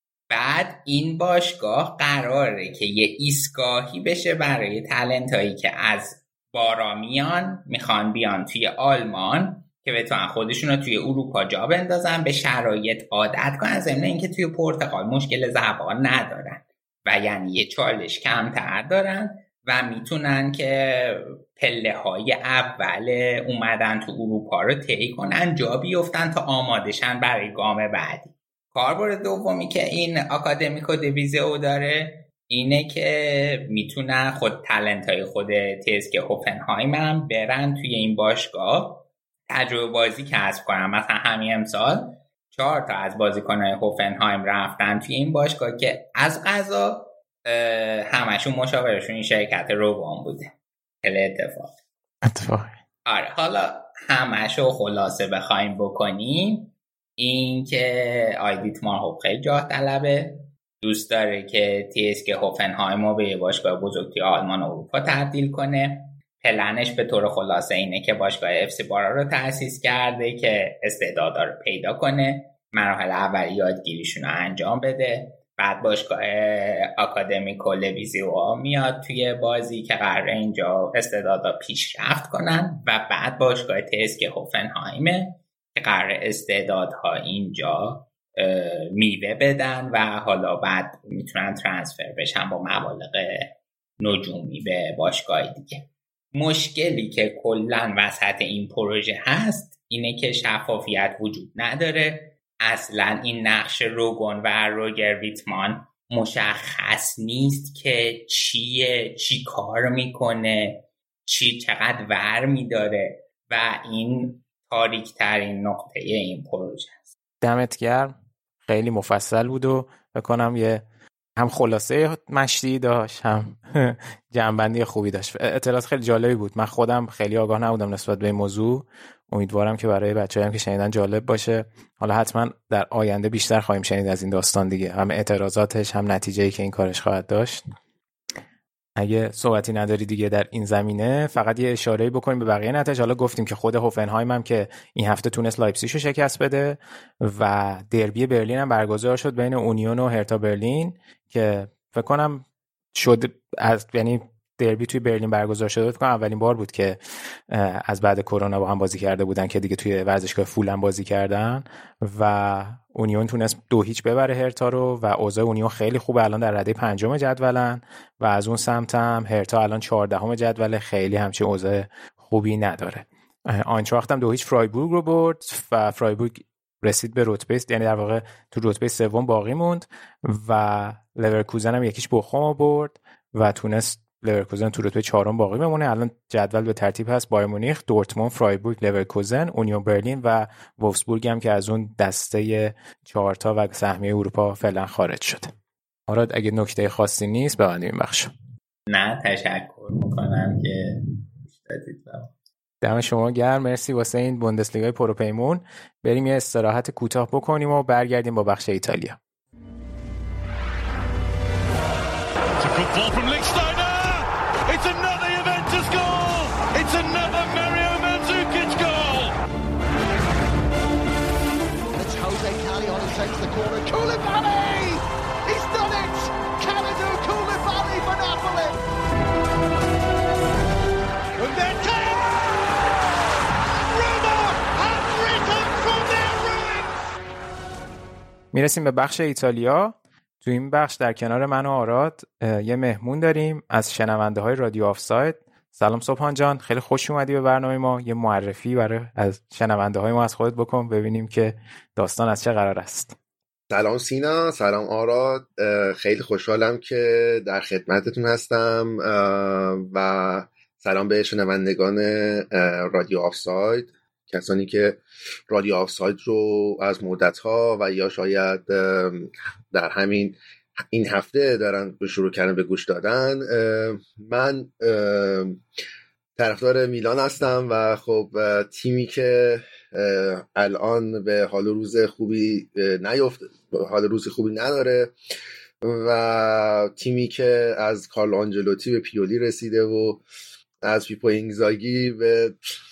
بعد این باشگاه قراره که یه ایستگاهی بشه برای تالنتایی که از بارا میان میخوان بیان توی آلمان که بتونن خودشون رو توی اروپا جا بندازن، به شرایط عادت کنن، ضمن اینکه توی پرتغال مشکل زبان ندارن و یعنی یه چالش کمتر دارن و میتونن که پله های اول اومدن تو اروپا رو طی کنن، جا بیفتن تا آمادشن برای گام بعدی. کاربرد دومی که این آکادمیکو دیویزیو داره اینه که میتونن خود تالنت های خود تزک هوفنهایم هم برن توی این باشگاه تجربه بازی کسب کنن. مثلا همین امسال چهار تا از بازیکن‌های هوفنهایم رفتن توی این باشگاه که از قضا همشون مشاورشون این شرکت روگون بوده. خیلی اتفاق. اتفاقی. آره حالا همشو خلاصه بخوایم بکنیم این که آیدیتمار خب خیلی جاه طلبه، دوست داره که تی اس کے هوفنهایم رو به باشگاه بزرگ توی آلمان و اروپا تبدیل کنه. پلنش به طور خلاصه اینه که باشگاه اف سی بارا رو تأسیس کرده که استعدادا رو پیدا کنه، مراحل اولی یادگیریشون رو انجام بده، بعد باشگاه آکادمی کلویزیو میاد توی بازی که قراره اینجا استعدادا پیشرفت کنن و بعد باشگاه تی اس کے هوفنهایمه که قراره استعدادها اینجا میوه بدن و حالا بعد میتونن ترانسفر بشن با مبالغ نجومی به باشگاه دیگه. مشکلی که کلن وسط این پروژه هست اینه که شفافیت وجود نداره. اصلا این نقش روگون و روگر ویتمان مشخص نیست که چیه، چی کار میکنه، چی چقدر ور میداره و این تاریک ترین نقطه این پروژه است. دمت گرم، خیلی مفصل بود و بکنم یه هم خلاصه مشتی داشت هم جنبندی خوبی داشت. اطلاعات خیلی جالبی بود، من خودم خیلی آگاه نبودم نسبت به این موضوع. امیدوارم که برای بچه‌هایی که شنیدن جالب باشه. حالا حتما در آینده بیشتر خواهیم شنید از این داستان دیگه، هم اعتراضاتش هم نتیجه‌ای که این کارش خواهد داشت. اگه صحبتی نداری دیگه در این زمینه، فقط یه اشاره‌ای بکنیم به بقیه نتایج. حالا گفتیم که خود هوفنهایم هم که این هفته تونست لایپزیگو شکست بده و دربی برلین هم برگزار شد بین اونیون و هرتا برلین که فکر کنم شد از یعنی دربی توی برلین برگزار شده فکر کنم اولین بار بود که از بعد کرونا با هم بازی کرده بودن که دیگه توی ورزشگاه فولم بازی کردن و اونیون تونست دو هیچ ببره هرتا رو و اوضاع اونیون خیلی خوبه، الان در رده پنجم جدولن و از اون سمت هم هرتا الان چهاردهم جدول، خیلی همچین اوضاع خوبی نداره. آینتراخت هم دو هیچ فرایبورگ رو برد و فرایبورگ رسید به رتبه، یعنی در واقع تو رتبه سوم باقی موند و لورکوزن هم یکیش بوخوم برد و تونست لورکوزن تو رتبه چهارم باقی بمونه. الان جدول به ترتیب هست: بایر مونیخ، دورتموند، فرایبورگ، لورکوزن، اونیون برلین و وولفسبورگ هم که از اون دسته چهار تا و سهمیه اروپا فعلا خارج شده. آراد اگه نکته خاصی نیست ببندیم این بخشو. نه تشکر میکنم که دادید. دم شما گرم، مرسی واسه این بوندسلیگای پروپیمون. بریم یه استراحت کوتاه بکنیم و برگردیم با بخش ایتالیا. It's another Juventus goal! It's another Mario Mandzukic goal! It's Jose Callejon takes the corner. Koulibaly! He's done it! Kalidou Koulibaly for Napoli! And then Roma have risen from their ruins! میرسیم به بخش ایتالیا. تو این بخش در کنار من و آراد یه مهمون داریم از شنونده های رادیو آفساید. سلام سبحان جان، خیلی خوش اومدی به برنامه ما. یه معرفی برای از شنونده های ما از خودت بکن ببینیم که داستان از چه قرار است. سلام سینا، سلام آراد، خیلی خوشحالم که در خدمتتون هستم و سلام به شنوندگان رادیو آفساید، کسانی که رادیو آفساید رو از مدت‌ها و یا شاید در همین این هفته دارن به شروع کردن به گوش دادن. من طرفدار میلان هستم و خب تیمی که الان به حال روز خوبی نیفت حال روز خوبی نداره و تیمی که از کارلو آنجلوتی به پیولی رسیده و از پیپو اینگزاگی به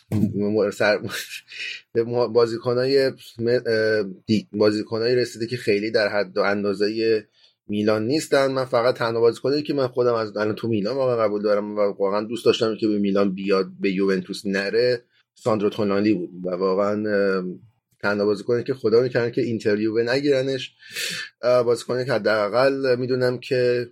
به بازیکنای بازیکنای رسیده که خیلی در حد و اندازه میلان نیستن. من فقط تنها بازیکنی که من خودم از الان تو میلان واقعا قبول دارم و واقعا دوست داشتم که به میلان بیاد به یوونتوس نره ساندرو تونالی بود و واقعا تنها بازیکنی که خدا میکنه که اینتریو نگیرنش، بازیکنی که حداقل میدونم که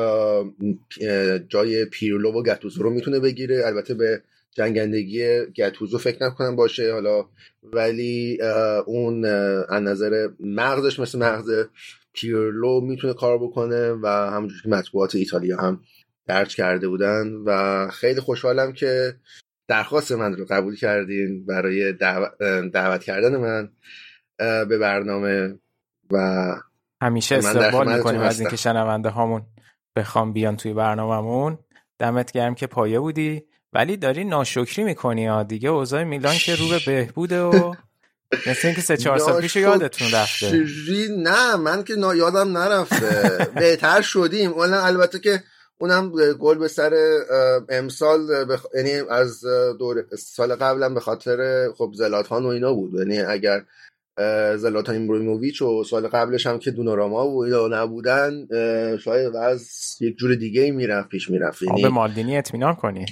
جای پیرلو و گاتوزو رو میتونه بگیره. البته به جنگندگی گاتوزو فکر نکنم باشه حالا، ولی اون از نظر مغزش مثل مغز پیرلو میتونه کار بکنه و همونجوری که مطبوعات ایتالیا هم درج کرده بودن و خیلی خوشحالم که درخواست من رو قبول کردین برای دعوت, دعوت کردن من به برنامه و همیشه استقبال میکنیم از اینکه شنونده هامون بخوام بیان توی برنامه‌مون. دمت گرم که پایه بودی ولی داری ناشکری میکنی ها دیگه. اوضاع میلان که رو به بهبوده و مثل اینکه سه چهار سال پیش یادتون رفته. نه من که نا... یادم نرفته. بهتر شدیم. اون البته که اونم گل به سر امسال بخ... یعنی از دور سال قبلم به خاطر خب زلاتان و اینا بود. یعنی اگر زلاتان ایبراهیموویچ و سال قبلش هم که دوناراما و اینا نبودن شاید از یک جور دیگه ای میرفت پیش میرفت. یعنی به مالدینی اطمینان کنی.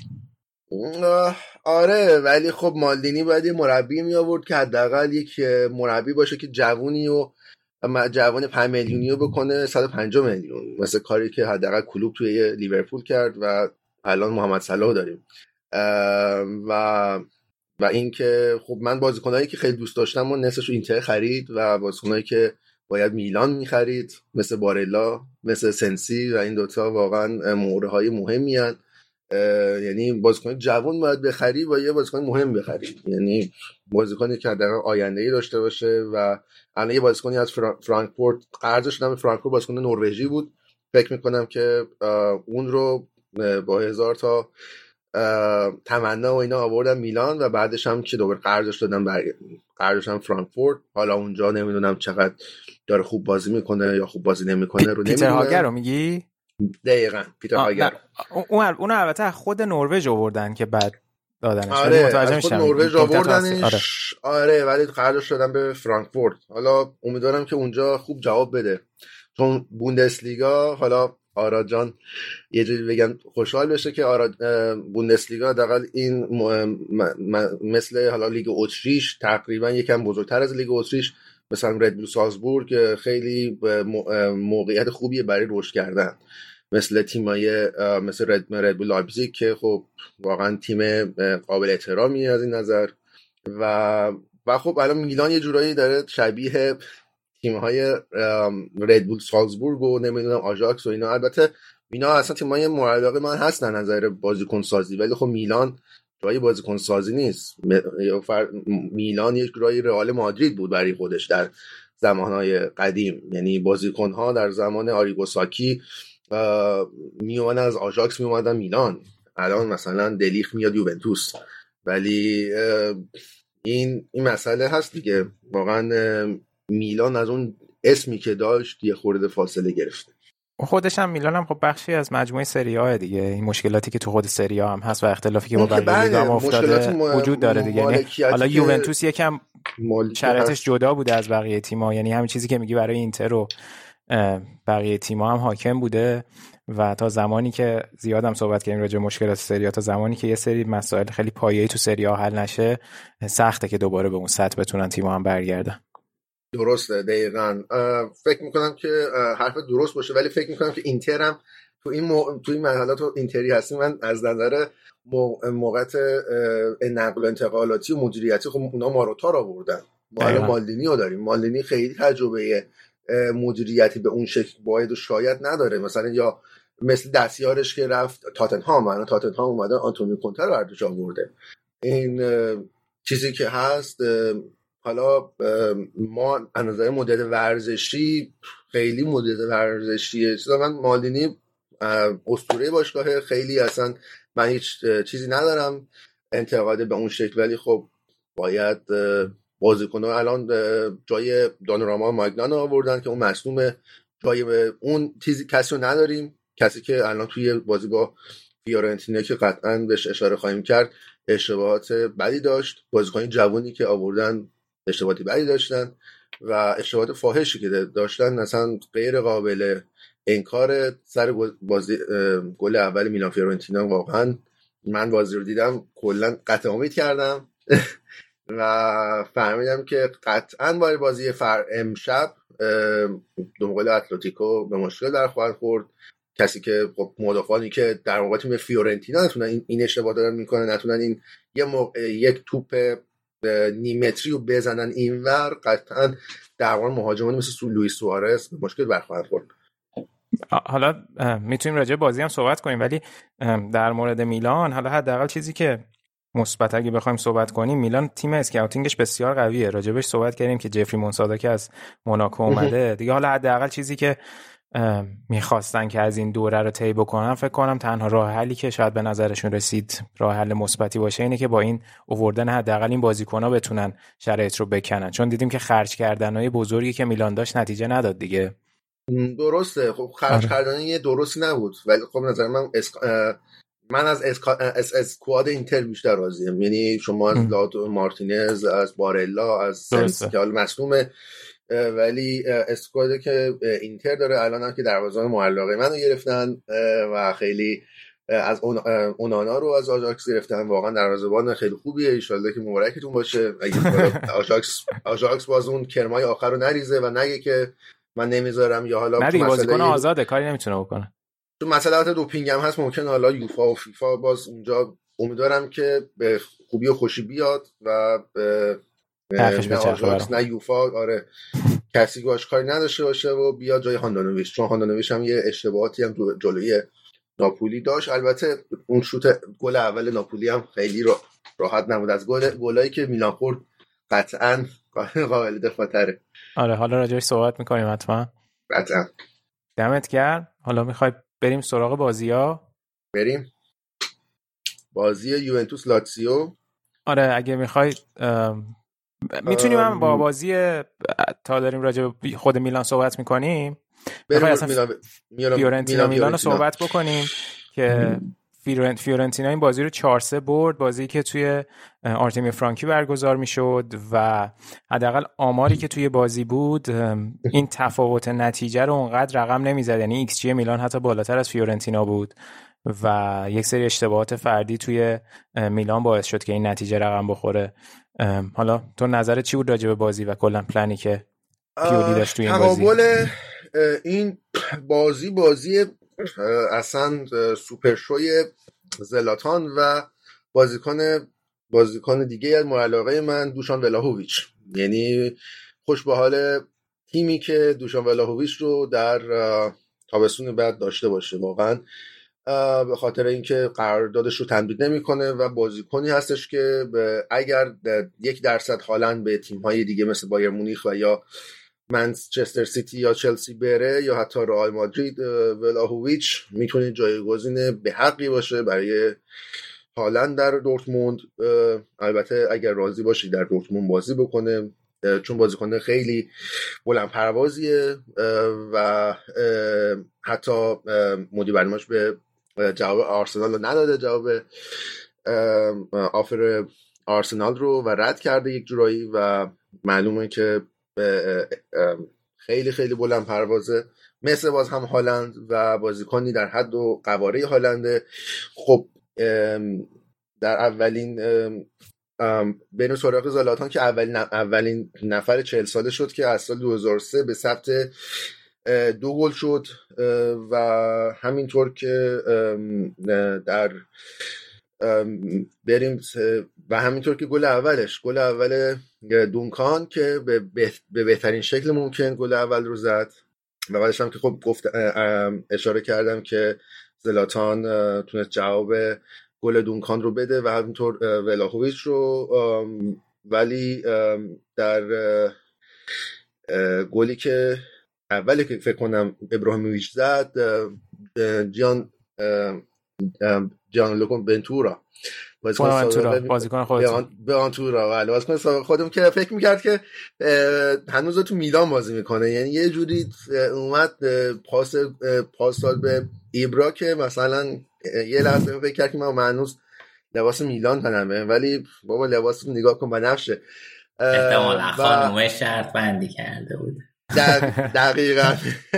آره ولی خب مالدینی باید یه مربی می آورد که حداقل یک مربی باشه که جوونی و جوان پنج میلیونی رو بکنه صد و پنجاه میلیون، مثل کاری که حداقل کلوب توی لیورپول کرد و الان محمد صلاح داریم. و و اینکه خب من بازیکنایی که خیلی دوست داشتم و نصفش اینتر خرید و بازیکنایی که باید میلان میخرید مثل بارلا مثل سنسی و این دوتا واقعا مهره‌های مهمی هستند. یعنی بازیکن جوان باید بخری و یه بازیکن مهم بخری، یعنی بازیکنی که در آینده‌ای داشته باشه. و الان یه بازیکنی از فرانکفورت قرضش شدم، فرانکفورت بازیکن نروژی بود، فکر میکنم که اون رو با هزار تا تمنا و اینا آوردن میلان و بعدش هم که دوباره قرضش دادن برگرد قرضش هم فرانکفورت. حالا اونجا نمیدونم چقدر داره خوب بازی میکنه یا خوب بازی نمیکنه رو نمیدونم. پیتر هاگر رو میگی؟ دقیقاً پیتر هاگر. اون اون البته خود نروژ آوردن که بعد دادنش. آره متوجه میشم نروژ آوردنش. آره. آره ولی قرضش دادن به فرانکفورت. حالا امیدوارم که اونجا خوب جواب بده، چون بوندسلیگا حالا آراد جان یه جوری بگم خوشحال بشه که آراد بوندسلیگا حداقل این م... م... مثل حالا لیگ اتریش تقریبا یکم بزرگتر از لیگ اتریش، مثلا ردبول سالزبورگ خیلی موقعیت خوبیه برای رشد کردن، مثل تیمای مثل رد ردبول لایپزیگ که خب واقعا تیم قابل احترامی از این نظر. و و خب الان میلان یه جورایی داره شبیه تیم‌های ردبول سالزبورگ و نمیدونم آژاکس و اینا. البته اینا اصلا تیم‌های مورد علاقه من هستن نظر بازیکن سازی، ولی خب میلان جای بازیکن سازی نیست. میلان یک جورایی رئال مادرید بود برای خودش در زمانهای قدیم، یعنی بازیکن‌ها در زمان آریگو ساکی میومدن از آژاکس میومدن میلان، الان مثلا دلیخ میاد یوونتوس. ولی این این مسئله هست دیگه، واقعا میلان از اون اسمی که داشت یه خورده فاصله گرفته. خودش هم میلان هم خب بخشی از مجموعه سری آ دیگه، این مشکلاتی که تو خود سری آ هم هست و اختلافی که با بقیه لیگا هم افتاده وجود داره دیگه. یعنی حالا یوونتوس یکم شرایطش جدا بوده از بقیه تیم‌ها، یعنی همین چیزی که میگی برای اینتر و بقیه تیم‌ها هم حاکم بوده و تا زمانی که زیادم صحبت کردیم راجع به مشکلات سری آ، تا زمانی که یه سری مسائل خیلی پایه‌ای تو سری آ حل نشه سخته که دوباره به اون سطح بتونن تیم‌ها هم برگردن. درسته دقیقاً. فکر میکنم که حرف درست باشه، ولی فکر میکنم که اینتر هم تو این مو... تو این مرحله تو اینتری هستیم. من از نظر موقعیت نقل و انتقالاتی و مدیریتی خب اونا ماروتا رو آوردن، ما الان مالدینی رو داریم. مالدینی خیلی تجربه مدیریتی به اون شکل باید و شاید نداره، مثلا یا مثل دستیارش که رفت تاتنهام، الان تاتنهام اومده آنتونیو کونته رو برداشت آورده. این چیزی که هست. حالا ما از نظر مدل ورزشی خیلی مدل ورزشیه من مالدینی اسطوره باشگاه، خیلی اصلا من هیچ چیزی ندارم انتقاد به اون شکل، ولی خب باید بازیکن‌ها الان جای دوناراما ماگنان آوردن که اون مصدومه، جای اون چیزی کسی رو نداریم، کسی که الان توی بازی با فیورنتینا که قطعاً بهش اشاره خواهیم کرد اشتباهات بدی داشت، بازیکن جوانی که آوردن اشتباهاتی بدی داشتن و اشتباهات فاحشی که داشتن اصلا غیر قابل انکار. سر بازی گل اول میلان فیورنتینا واقعا من بازی رو دیدم کلا قطع امید کردم و فهمیدم که قطعا برای بازی فر امشب دو گل اتلتیکو به مشکل در خواهد خورد. کسی که خب مدافعانی که در واقع تیم فیورنتینا نتونن این اشتباه دارن میکنن، نتونن این یه موقع یک توپ نیم متری رو بزنن اینور، قطعا در واقع مهاجمانی مثل لوئیس سوارز به مشکل برخواهد خورد. حالا میتونیم راجع به بازی هم صحبت کنیم، ولی در مورد میلان حالا حداقل چیزی که مثبت اگه بخوایم صحبت کنیم، میلان تیم اسکاوتینگش بسیار قویه. راجبش صحبت کردیم که جفری مونسادا که از موناکو اومده دیگه. حالا حداقل چیزی که میخواستن که از این دوره رو طی بکنن، فکر کنم تنها راه حلی که شاید به نظرشون رسید راه حل مثبتی باشه اینه که با این آوردن حداقل این بازیکن‌ها بتونن شرایط رو بکنن، چون دیدیم که خرج کردنهای بزرگی که میلان داشت نتیجه نداد دیگه. درسته، خب خرج کردن یه درستی نبود، ولی خب نظر من اسک... من از اسکا... اس... اسکواد اینتر بیشتر راضیم. یعنی شما از لاتو مارتینز، از بارلا، از سنسی که حالا مصدومه، ولی اسکوادی که اینتر داره الان هم که دروازه‌بان معلقه منو گرفتن و خیلی از اون اونانا رو از آژاکس گرفتن، واقعا دروازه‌بان خیلی خوبیه. ان شاءالله که مبارکتون باشه. اگه آژاکس آژاکس باز اون کرمای آخر رو نریزه و نگه که من نمیذارم، یا حالا نه دیگه بازیکن آزاده کاری نمیتونه بکنه. تو مسئلات دوپینگ هم هست، ممکن حالا یوفا و فیفا باز اونجا امیدوارم که به خوبی و خوشی بیاد و نه آژاکس نه یوفا آره کسی گاش کاری نداشته باشه و بیاد جای هاندانویچ، چون هاندانویچ هم یه اشتباهاتی هم جلوی ناپولی داشت. البته اون شوت گل اول ناپولی هم خیلی را راحت نبود، از گل گلایی که میلان خورد قطعاً قابل دفاع تره. آره حالا راجعش صحبت می‌کنیم حتما. قطعاً. دمت گرم. حالا می‌خوای بریم سراغ بازی‌ها؟ بریم. بازی یوونتوس لاتزیو. آره اگه می‌خوای میتونیم هم با بازی تا داریم راجع به خود میلان صحبت می‌کنیم. می‌خوای اصلا میلان فیورنتینا میلان رو صحبت بکنیم که فیورنتینا این بازی رو چهار سه برد، بازی که توی آرتمی فرانکی برگزار میشد و حداقل آماری که توی بازی بود این تفاوت نتیجه رو اونقدر رقم نمیزد. یعنی ایکس جی میلان حتی بالاتر از فیورنتینا بود و یک سری اشتباهات فردی توی میلان باعث شد که این نتیجه رقم بخوره. حالا تو نظرت چی بود راجع به بازی و کلا پلنی که پیولی داشت توی این بازی؟ تقابل این بازی بازی اصلا سوپر شوی زلاتان و بازیکن بازیکن دیگه از مورد علاقه من دوشان ولاهویچ. یعنی خوش به حال تیمی که دوشان ولاهویچ رو در تابستون بعد داشته باشه، واقعا به خاطر اینکه قراردادش رو تمدید نمیکنه و بازیکنی هستش که اگر یک درصد هالند به تیم‌های دیگه مثل بایر مونیخ و یا منچستر سیتی یا چلسی بره یا حتی رئال مادرید، ولاهویچ میتونه جایگزین به حقی باشه برای هالند در دورتموند. البته اگر راضی باشی در دورتموند بازی بکنه، چون بازیکن خیلی بلند پروازیه و حتی مدیر برنامه‌اش به جواب آرسنال نداده، جواب آفر آرسنال رو و رد کرده یک جورایی و معلومه که خیلی خیلی بلند پروازه، مثل باز هم هالند و بازیکنی در حد و قواره هالنده. خب در اولین بین سراغ زلاتان که اولین اولین نفر چهل ساله شد که از سال دو هزار و سه به ثبت دو گل شد و همینطور که در بریم و همینطور که گل اولش گل اول دونکان که به, به بهترین شکل ممکن گل اول رو زد و بعدش هم که خب گفت اشاره کردم که زلاتان تونست جواب گل دونکان رو بده و همینطور ولاهویچ رو، ولی در گلی که اولی که فکر کنم ابراهیموویچ زد، جان جان لوکون بنتورا بازیکن خودم به آنتورا ولی بازیکن خودم که فکر میکرد که هنوز تو میلان بازی میکنه. یعنی یه جوری اومد پاس پاس داد به ایبرا که مثلا یه لحظه فکر کرد که من هنوز لباس میلان تنمه، ولی بابا لباس رو نگاه کن بنفشه. احتمالا خانومه شرط بندی کرده بود. دقیقا.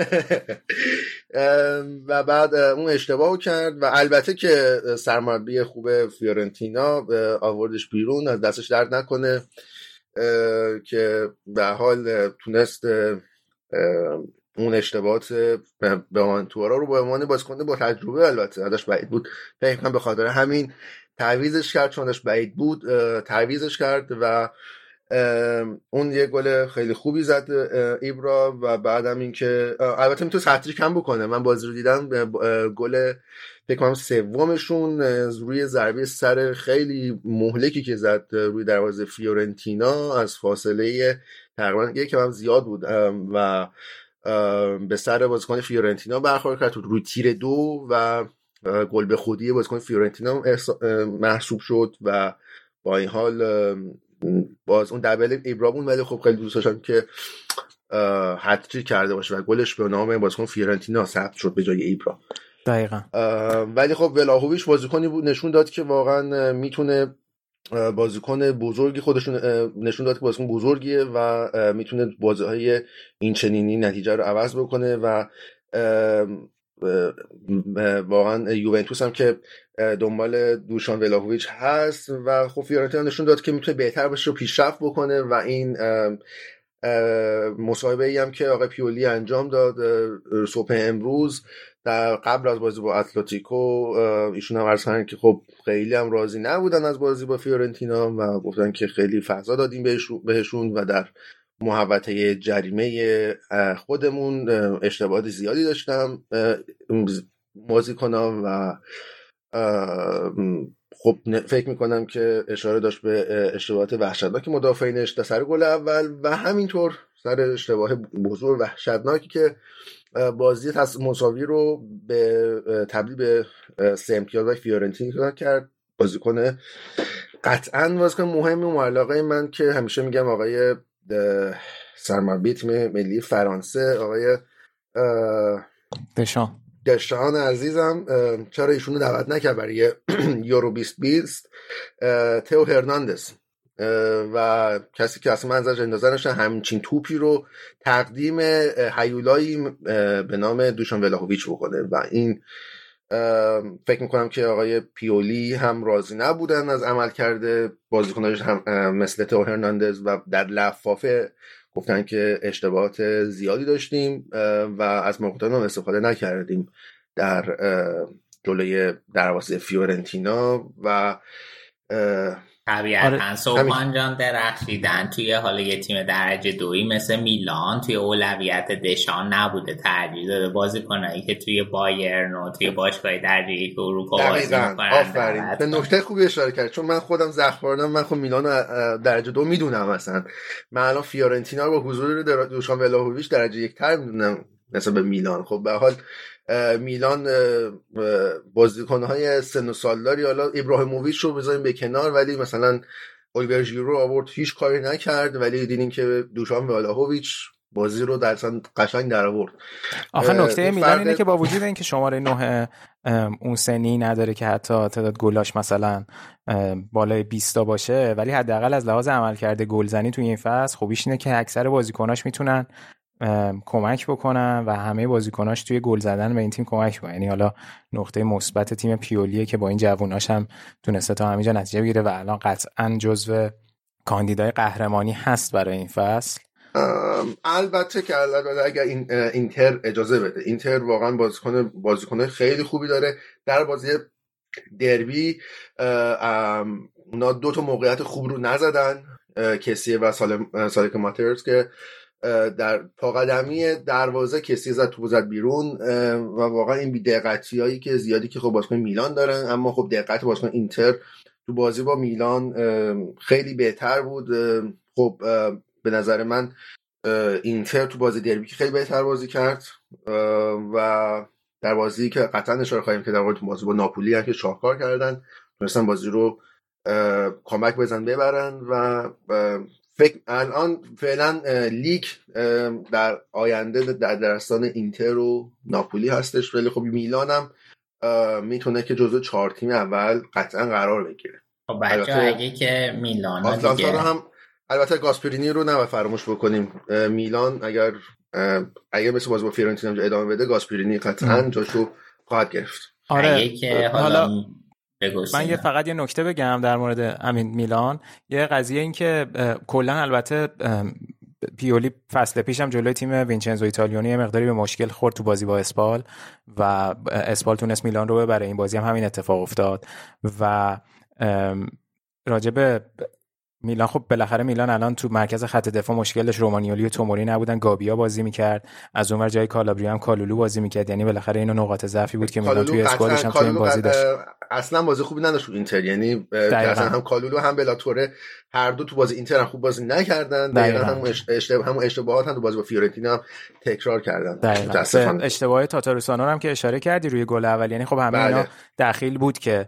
و بعد اون اشتباهو کرد و البته که سرمربی خوب فیورنتینا آوردش بیرون، از دستش درد نکنه که به حال تونست اون اشتباهات به مانتورا رو با عنوان بازیکن با تجربه، البته ازش بعید بود، فکر کنم به خاطر همین تعویضش کرد، چون ازش بعید بود تعویضش کرد و اون یه گل خیلی خوبی زد ایبرا و بعدم این که البته میتونست هتریک هم بکنه. من بازی رو دیدم، گل فکر کنم سومشون روی ضربه سر خیلی مهلکی که زد روی دروازه فیورنتینا از فاصله تقریبا یک کم زیاد بود و به سر بازیکن فیورنتینا برخورد کرد روی تیر دو و گل به خودی بازیکن فیورنتینا محسوب شد و با این حال باز اون دبل ایبرامون ولی خب خیلی دوست داشتم که هتریک کرده باشه و گلش به نام بازیکن فیورنتینا ثبت شد به جای ایبرا. دقیقاً. ولی خب ولاهویچ بازیکنی بود نشون داد که واقعا میتونه بازیکن بزرگی خودشون نشون داد که بازیکن بزرگیه و میتونه بازی‌های این چنینی نتیجه رو عوض بکنه و واقعا یوونتوس هم که دنبال دوشان ولاهویچ هست و خب فیورنتینا نشون داد که میتونه بهتر بشه و پیشرفت بکنه و این مصاحبه ای هم که آقای پیولی انجام داد صبح امروز در قبل از بازی با اتلتیکو ایشون هم عرض کردن که خب خیلی هم راضی نبودن از بازی با فیورنتینا و گفتن که خیلی فضا دادیم بهشون و در محوطه جریمه خودمون اشتباهات زیادی داشتم بازیکن‌ها و خب فکر میکنم که اشاره داشت به اشتباهات وحشتناک مدافعینش در سر گل اول و همینطور سر اشتباه بزرگ وحشتناکی که بازی مساوی رو به تبدیل به سه امتیاز و فیورنتینا کرد. بازیکن قطعاً بازیکن مهمی و معلقه من که همیشه میگم آقای سرمربی تیم ملی فرانسه آقای دشان دشان عزیزم چرا ایشونو دعوت نکرد برای یورو بیست بیست تئو هرناندز و کسی که اصلا من ازش انتظار داشتم همچین توپی رو تقدیم هیولایی به نام دوشان ولاهویچ بکنه و این فکر میکنم که آقای پیولی هم راضی نبودن از عمل کرده بازیکناش هم مثل تئو هرناندز و در لفافه گفتن که اشتباهات زیادی داشتیم و از موقعیت‌ها استفاده نکردیم در جلوی دروازه فیورنتینا و طبیعتاً سوپان جان درخشیدن توی حالا یه تیم درجه دویی مثل میلان توی اولویت دشان نبوده، ترجیح داده بازیکنایی که توی بایرن و توی باشگاه درجه یک اروپا بازی می‌کنن. آفرین، به نکته خوبی اشاره کرد چون من خودم زخم خوردم. من خب میلان درجه دو میدونم، مثلا من الان فیورنتینا رو با حضور دوشان ولاهویچ درجه یک تر میدونم مثلا به میلان. خب به حال میلان بازیکن‌های سن و سالداری، حالا ابراهیموویچ رو بذاریم به کنار، ولی مثلا الیور ژیرو آورد هیچ کاری نکرد، ولی دیدین که دوشان ولاهویچ بازی رو در اصلا قشنگ در آورد. آخه نکته میلان اینه که با وجود اینکه شماره نه اون سنی نداره که حتی تعداد گلاش مثلا بالای بیست تا باشه، ولی حداقل از لحاظ عملکرد گلزنی توی این فصل خوبیش اینه که اکثر بازیکناش میتونن کمک بکنن و همه بازیکناش توی گل زدن به این تیم کمک بکنن. یعنی حالا نقطه مثبت تیم پیولیه که با این جووناش هم تونسته تا همینجا نتیجه بگیره و الان قطعاً جزو کاندیدای قهرمانی هست برای این فصل. البته که البته اگر این اینتر اجازه بده، اینتر واقعا بازیکن بازیکن خیلی خوبی داره. در بازی دربی اونا دو تا موقعیت خوب رو نزدن، کسیه و سالک ماترز، که در پا قدمی دروازه کسی زد توپ زد بیرون و واقعا این بی‌دقتیایی که زیادی که خب بازیکن میلان دارن، اما خب دقت بازیکن اینتر تو بازی با میلان خیلی بهتر بود. خب به نظر من اینتر تو بازی دربی که خیلی بهتر بازی کرد و در بازی که قطعا اشاره خواهیم که در واقع تو بازی با ناپولی هم که شاهکار کردن، تونستن بازی رو کامبک بزن ببرن و فکر الان فعلا لیگ در آینده در دستان اینتر و ناپولی هستش، ولی خب میلان هم میتونه که جزو چهار تیم اول قطعا قرار بگیره. خب بچه اگه که میلان آتلانتا رو هم البته گاسپرینی رو نباید فراموش بکنیم. میلان اگر اگر مثل بازی با فیورنتینا ادامه بده، گاسپرینی قطعا جاشو خواهد گرفت. آره که حالا من یه فقط یه نکته بگم در مورد همین میلان. یه قضیه این که کلا البته پیولی فصل پیشم جلوی تیم وینچنزو ایتالیونی یه مقداری به مشکل خورد تو بازی با اسپال و اسپال تونست میلان رو ببره. این بازی هم همین اتفاق افتاد و راجب میلان خب بالاخره میلان الان تو مرکز خط دفاع مشکلش رومانیولی و توموری نبودن، گابیا بازی میکرد، از اونور جای کالابریا هم کالولو بازی میکرد، یعنی بالاخره اینو نقاط ضعفی بود که میلان توی اسکوادش هم تو این بازی داشت. اصلا بازی خوبی نداشت تو اینتر، یعنی اصلا هم کالولو هم بلاتوره هر دو تو بازی اینتر هم خوب بازی نکردن، دقیقاً هم اشتباه هم اشتباهات هم تو بازی با فیورنتینا هم تکرار کردن. متاسفانه اشتباهات تاتاروسانو هم که اشاره کردی روی گل اول، یعنی خب همه بله. اینا دخیل بود که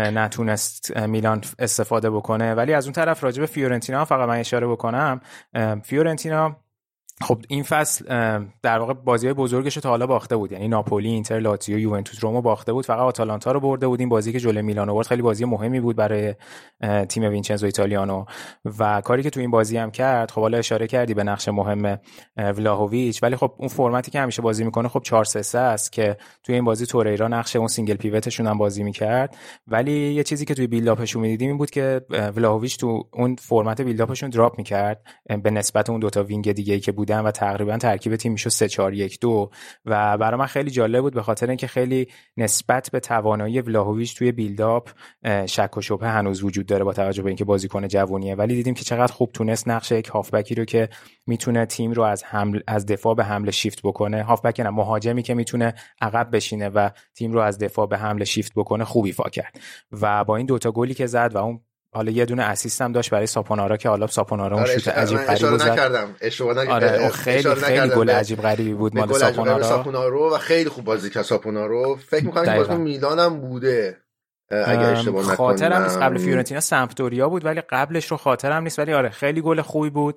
نتونست میلان استفاده بکنه. ولی از اون طرف راجع به فیورنتینا فقط من اشاره بکنم، فیورنتینا خب این فصل در واقع بازی‌های بزرگش رو تا حالا باخته بود، یعنی ناپولی، اینتر، لاتزیو، یوونتوس، روما باخته بود، فقط آتالانتا رو برده بود. این بازی که جلوی میلان آورد خیلی بازی مهمی بود برای تیم وینچنزو ایتالیانو و کاری که تو این بازی هم کرد. خب حالا اشاره کردی به نقش مهم ولاهویچ، ولی خب اون فرمتی که همیشه بازی میکنه خب چهار سه سه است که توی این بازی توریرا نقش اون سینگل پیوتشون هم بازی میکرد. ولی یه چیزی که توی بیلداپشون میدیدیم این بود که ولاهویچ تو اون فرمت بیلداپشون دراپ میکرد به نسبت اون دوتا وینگ دیگه‌ای که بودن و تقریبا ترکیب تیم میشد سه چهار یک دو و برای من خیلی جالب بود به خاطر اینکه خیلی نسبت به توانایی ولاهویچ توی بیلداپ شک و شبهه هنوز وجود داره با توجه به اینکه بازیکن جوونیه، ولی دیدیم که چقدر خوب تونست نقش یک هافبکی رو که میتونه تیم رو از حمل از دفاع به حمله شیفت بکنه، هافبک نه مهاجمی که میتونه عقب بشینه و تیم رو از دفاع به حمله شیفت بکنه خوب ایفا کرد و با این دوتا گلی که زد و اون حالا یه دونه اسیست هم داشت برای ساپونارا که حالا ساپونارا اون شوت عجیب غریبی زد. نکردم اشتباه نکردم. آره اون خیلی خیلی گل عجیب غریبی بود مال ساپونارا. ساپونارا و خیلی خوب بازی کرد ساپونارا. فکر می‌کنم این بازیکن میلان هم بوده. اگه اشتباه نکنم. خاطرم نیست قبل فیورنتینا سمپدوریا بود ولی قبلش رو خاطرم نیست، ولی آره خیلی گل خوبی بود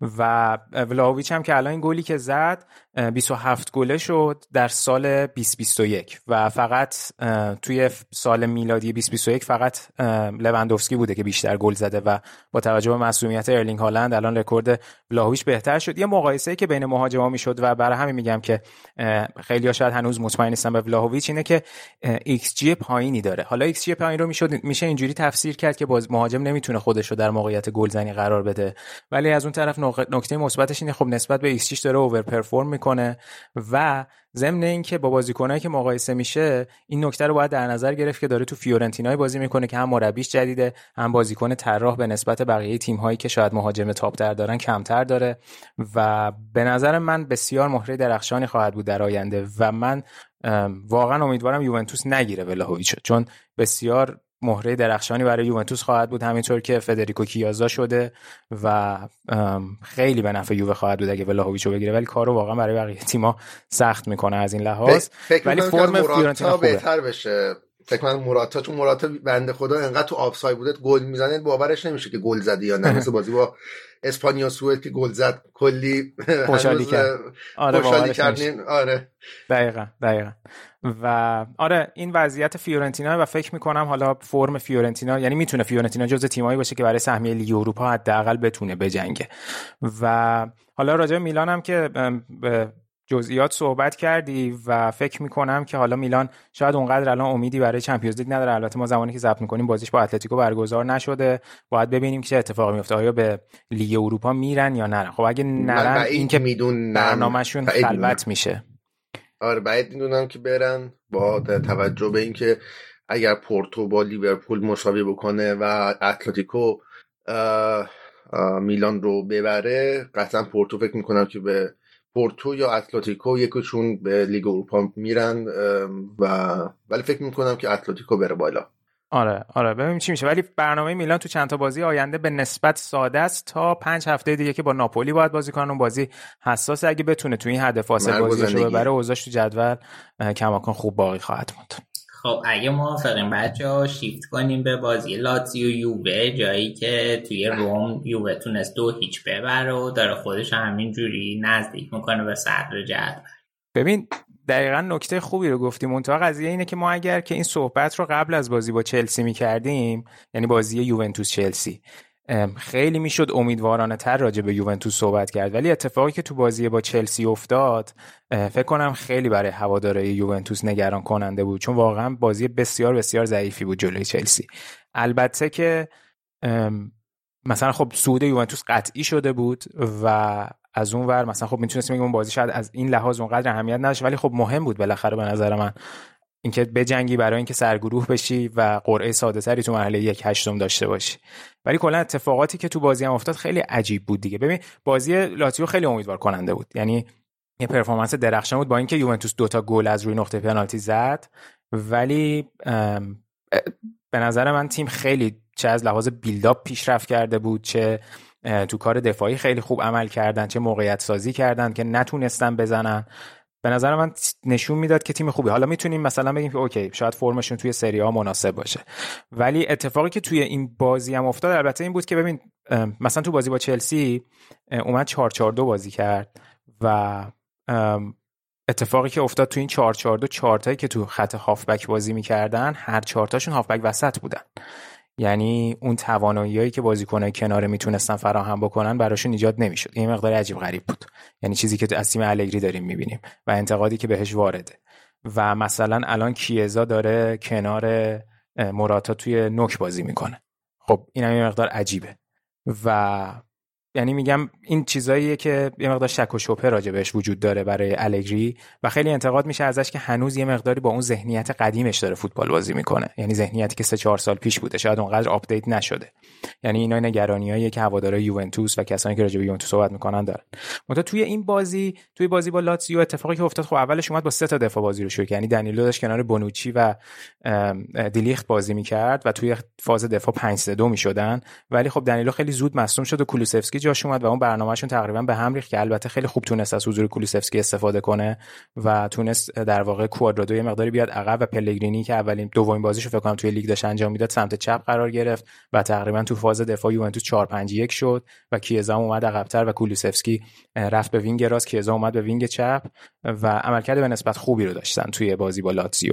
و ولاهویچ هم که الان این گلی که زد بیست و هفت گله شد در سال بیست بیست و یک و فقط توی سال میلادی بیست بیست و یک فقط لواندوفسکی بوده که بیشتر گل زده و با توجه به مسئولیت ارلینگ هالند الان رکورد ولاهویچ بهتر شد. یه مقایسه‌ای که بین مهاجما میشد و برای همین میگم که خیلی‌ها شاید هنوز مطمئن نیستن به ولاهویچ اینه که ایکس جی پایینی داره. حالا ایکس جی پایین رو میشد میشه اینجوری تفسیر کرد که باز مهاجم نمیتونه خودش رو در موقعیت گلزنی قرار بده، ولی از اون طرف نکته مثبتش اینه خب نسبت به ایکس جی داره اوور پرفورم میکنه و ضمن این که با بازیکنایی که مقایسه میشه این نکته رو باید در نظر گرفت که داره تو فیورنتینای بازی میکنه که هم مربیش جدیده هم بازیکن طراح به نسبت بقیه تیم‌هایی که شاید مهاجم تاپ‌تر دارن کمتر داره و به نظر من بسیار مهره درخشانی خواهد بود در آینده و من واقعا امیدوارم یوونتوس نگیره ولاهویچ چون بسیار مهره درخشانی برای یوونتوس خواهد بود، همینطور که فدریکو کیازا شده و خیلی به نفع یووه خواهد بود اگه ولاهویچو بگیره، ولی کارو واقعا برای بقیه تیم‌ها سخت میکنه از این لحاظ. ولی فرم فیورنتینا بهتر بشه. فکر کنم موراتا چون موراتا بنده خدا انقدر تو آفساید بوده گل میزنه باورش نمیشه که گل زدی یا نه، مثل بازی با اسپانیا سوئد که گل زد کلی خوشحالی کرد. آره خوشحالی کردین. آره دقیقاً دقیقاً و آره این وضعیت فیورنتینا و فکر میکنم حالا فرم فیورنتینا یعنی میتونه فیورنتینا جزو تیمایی باشه که برای سهمیه لیگ اروپا حداقل بتونه بجنگه. و حالا راجع به میلان هم که به جزئیات صحبت کردی و فکر میکنم که حالا میلان شاید اونقدر الان امیدی برای چمپیونز لیگ نداره. البته ما زمانی که ضبط میکنیم بازیش با اتلتیکو برگزار نشده، باید ببینیم که چه اتفاقی میفته، آیا به لیگ اروپا میرن یا نه. خب اگه نرن این که برنامه‌شون خلوت میشه. آره بعید میدونم که برن با توجه به اینکه اگر پورتو با لیورپول مساوی بکنه و اتلتیکو آه آه میلان رو ببره، قطعا پورتو فکر میکنم که به پورتو یا اتلتیکو یکیشون به لیگ اروپا میرن و ولی فکر میکنم که اتلتیکو بره بالا. آره آره ببینیم چی میشه. ولی برنامه میلان تو چند تا بازی آینده به نسبت ساده است تا پنج هفته دیگه که با ناپولی باید بازی کنن. اون بازی حساسه، اگه بتونه تو این حد فاصله بازیشو ببره اوضاعش تو جدول کماکان خوب باقی خواهد موند. خب اگه موافقین بچه‌ها شیفت کنیم به بازی لاتزیو یووه، جایی که توی روم یووه تونست دو هیچ ببره و داره خودش همین جوری نزدیک میکنه به صدر جدول. ببین دقیقاً نکته خوبی رو گفتیم. منتها قضیه اینه که ما اگر که این صحبت رو قبل از بازی با چلسی می‌کردیم، یعنی بازی یوونتوس چلسی، خیلی میشد امیدوارانه تر راجع به یوونتوس صحبت کرد، ولی اتفاقی که تو بازی با چلسی افتاد فکر کنم خیلی برای هوادارهای یوونتوس نگران کننده بود، چون واقعا بازی بسیار بسیار ضعیفی بود جلوی چلسی. البته که مثلا خب صعود یوونتوس قطعی شده بود و از اون ور مثلا خب میتونستیم بگیم اون بازی شاید از این لحاظ اونقدر اهمیت نداشت، ولی خب مهم بود بالاخره به نظر من اینکه بجنگی برای اینکه سرگروه بشی و قرعه ساده‌تری تو مرحله یک هشتم داشته باشی. ولی کلا اتفاقاتی که تو بازی هم افتاد خیلی عجیب بود دیگه. ببین بازی لاتزیو خیلی امیدوار کننده بود، یعنی یه پرفورمنس درخشان بود با اینکه یوونتوس دوتا گل از روی نقطه پنالتی زد، ولی به نظر من تیم خیلی چه از لحاظ بیلداپ پیشرفت کرده بود، چه تو کار دفاعی خیلی خوب عمل کردن، چه موقعیت سازی کردن که نتونستن بزنن. به نظر من نشون میداد که تیم خوبی. حالا میتونیم مثلا بگیم که اوکی شاید فرمشون توی سری آ مناسب باشه، ولی اتفاقی که توی این بازی هم افتاد البته این بود که ببین مثلا تو بازی با چلسی اومد چهار چهار دو بازی کرد و اتفاقی که افتاد تو این چهار چهار دو چهار تایی که تو خط هافبک بازی میکردن هر چهار تاشون هافبک وسط بودن، یعنی اون تواناییایی که بازیکنای کناره میتونستن فراهم بکنن براشون ایجاد نمیشد. این مقدار عجیب غریب بود، یعنی چیزی که از تیم الگری داریم میبینیم و انتقادی که بهش وارده. و مثلا الان کیزا داره کنار موراتا توی نوک بازی میکنه، خب این هم یه مقدار عجیبه و یعنی میگم این چیزاییه که یه مقدار شک و شبهه راجع بهش وجود داره برای الگری و خیلی انتقاد میشه ازش که هنوز یه مقداری با اون ذهنیت قدیمش داره فوتبال بازی میکنه، یعنی ذهنیتی که سه چهار سال پیش بوده، شاید اونقدر آپدیت نشده. یعنی اینا نگرانیاییه که هوادارهای یوونتوس و کسانی که راجع به یوونتوس صحبت میکنن دارن. منتها توی این بازی توی بازی با لاتزیو اتفاقی که افتاد، خب اولش اومد با سه تا دفاع بازی رو شروع کرد، یعنی دنیلو داشت کنار بونوچی و دیلیخت بازی میکرد و توی فاز دفاع پنج سه دو میشدن، ولی خب دنیلو خیلی زود مصدوم شد و کولوسفسکی جاش اومد و اون برنامه‌شون تقریبا به هم ریخت که البته خیلی خوب تونست از حضور کولوسفسکی استفاده کنه و تونست در واقع کوادرادو یه مقداری بیاد عقب و پلگرینی که اولین دومین بازیشو فکر کنم توی لیگ داشت انجام میداد سمت چپ قرار گرفت و تقریبا تو فاز دفاع یوونتوس چهار پنج یک شد و کیزا اومد عقب‌تر و کولوسفسکی رفت به وینگ راست، کیزا اومد به وینگ چپ و عملکرد به نسبت خوبی رو داشتن توی بازی با لاتزیو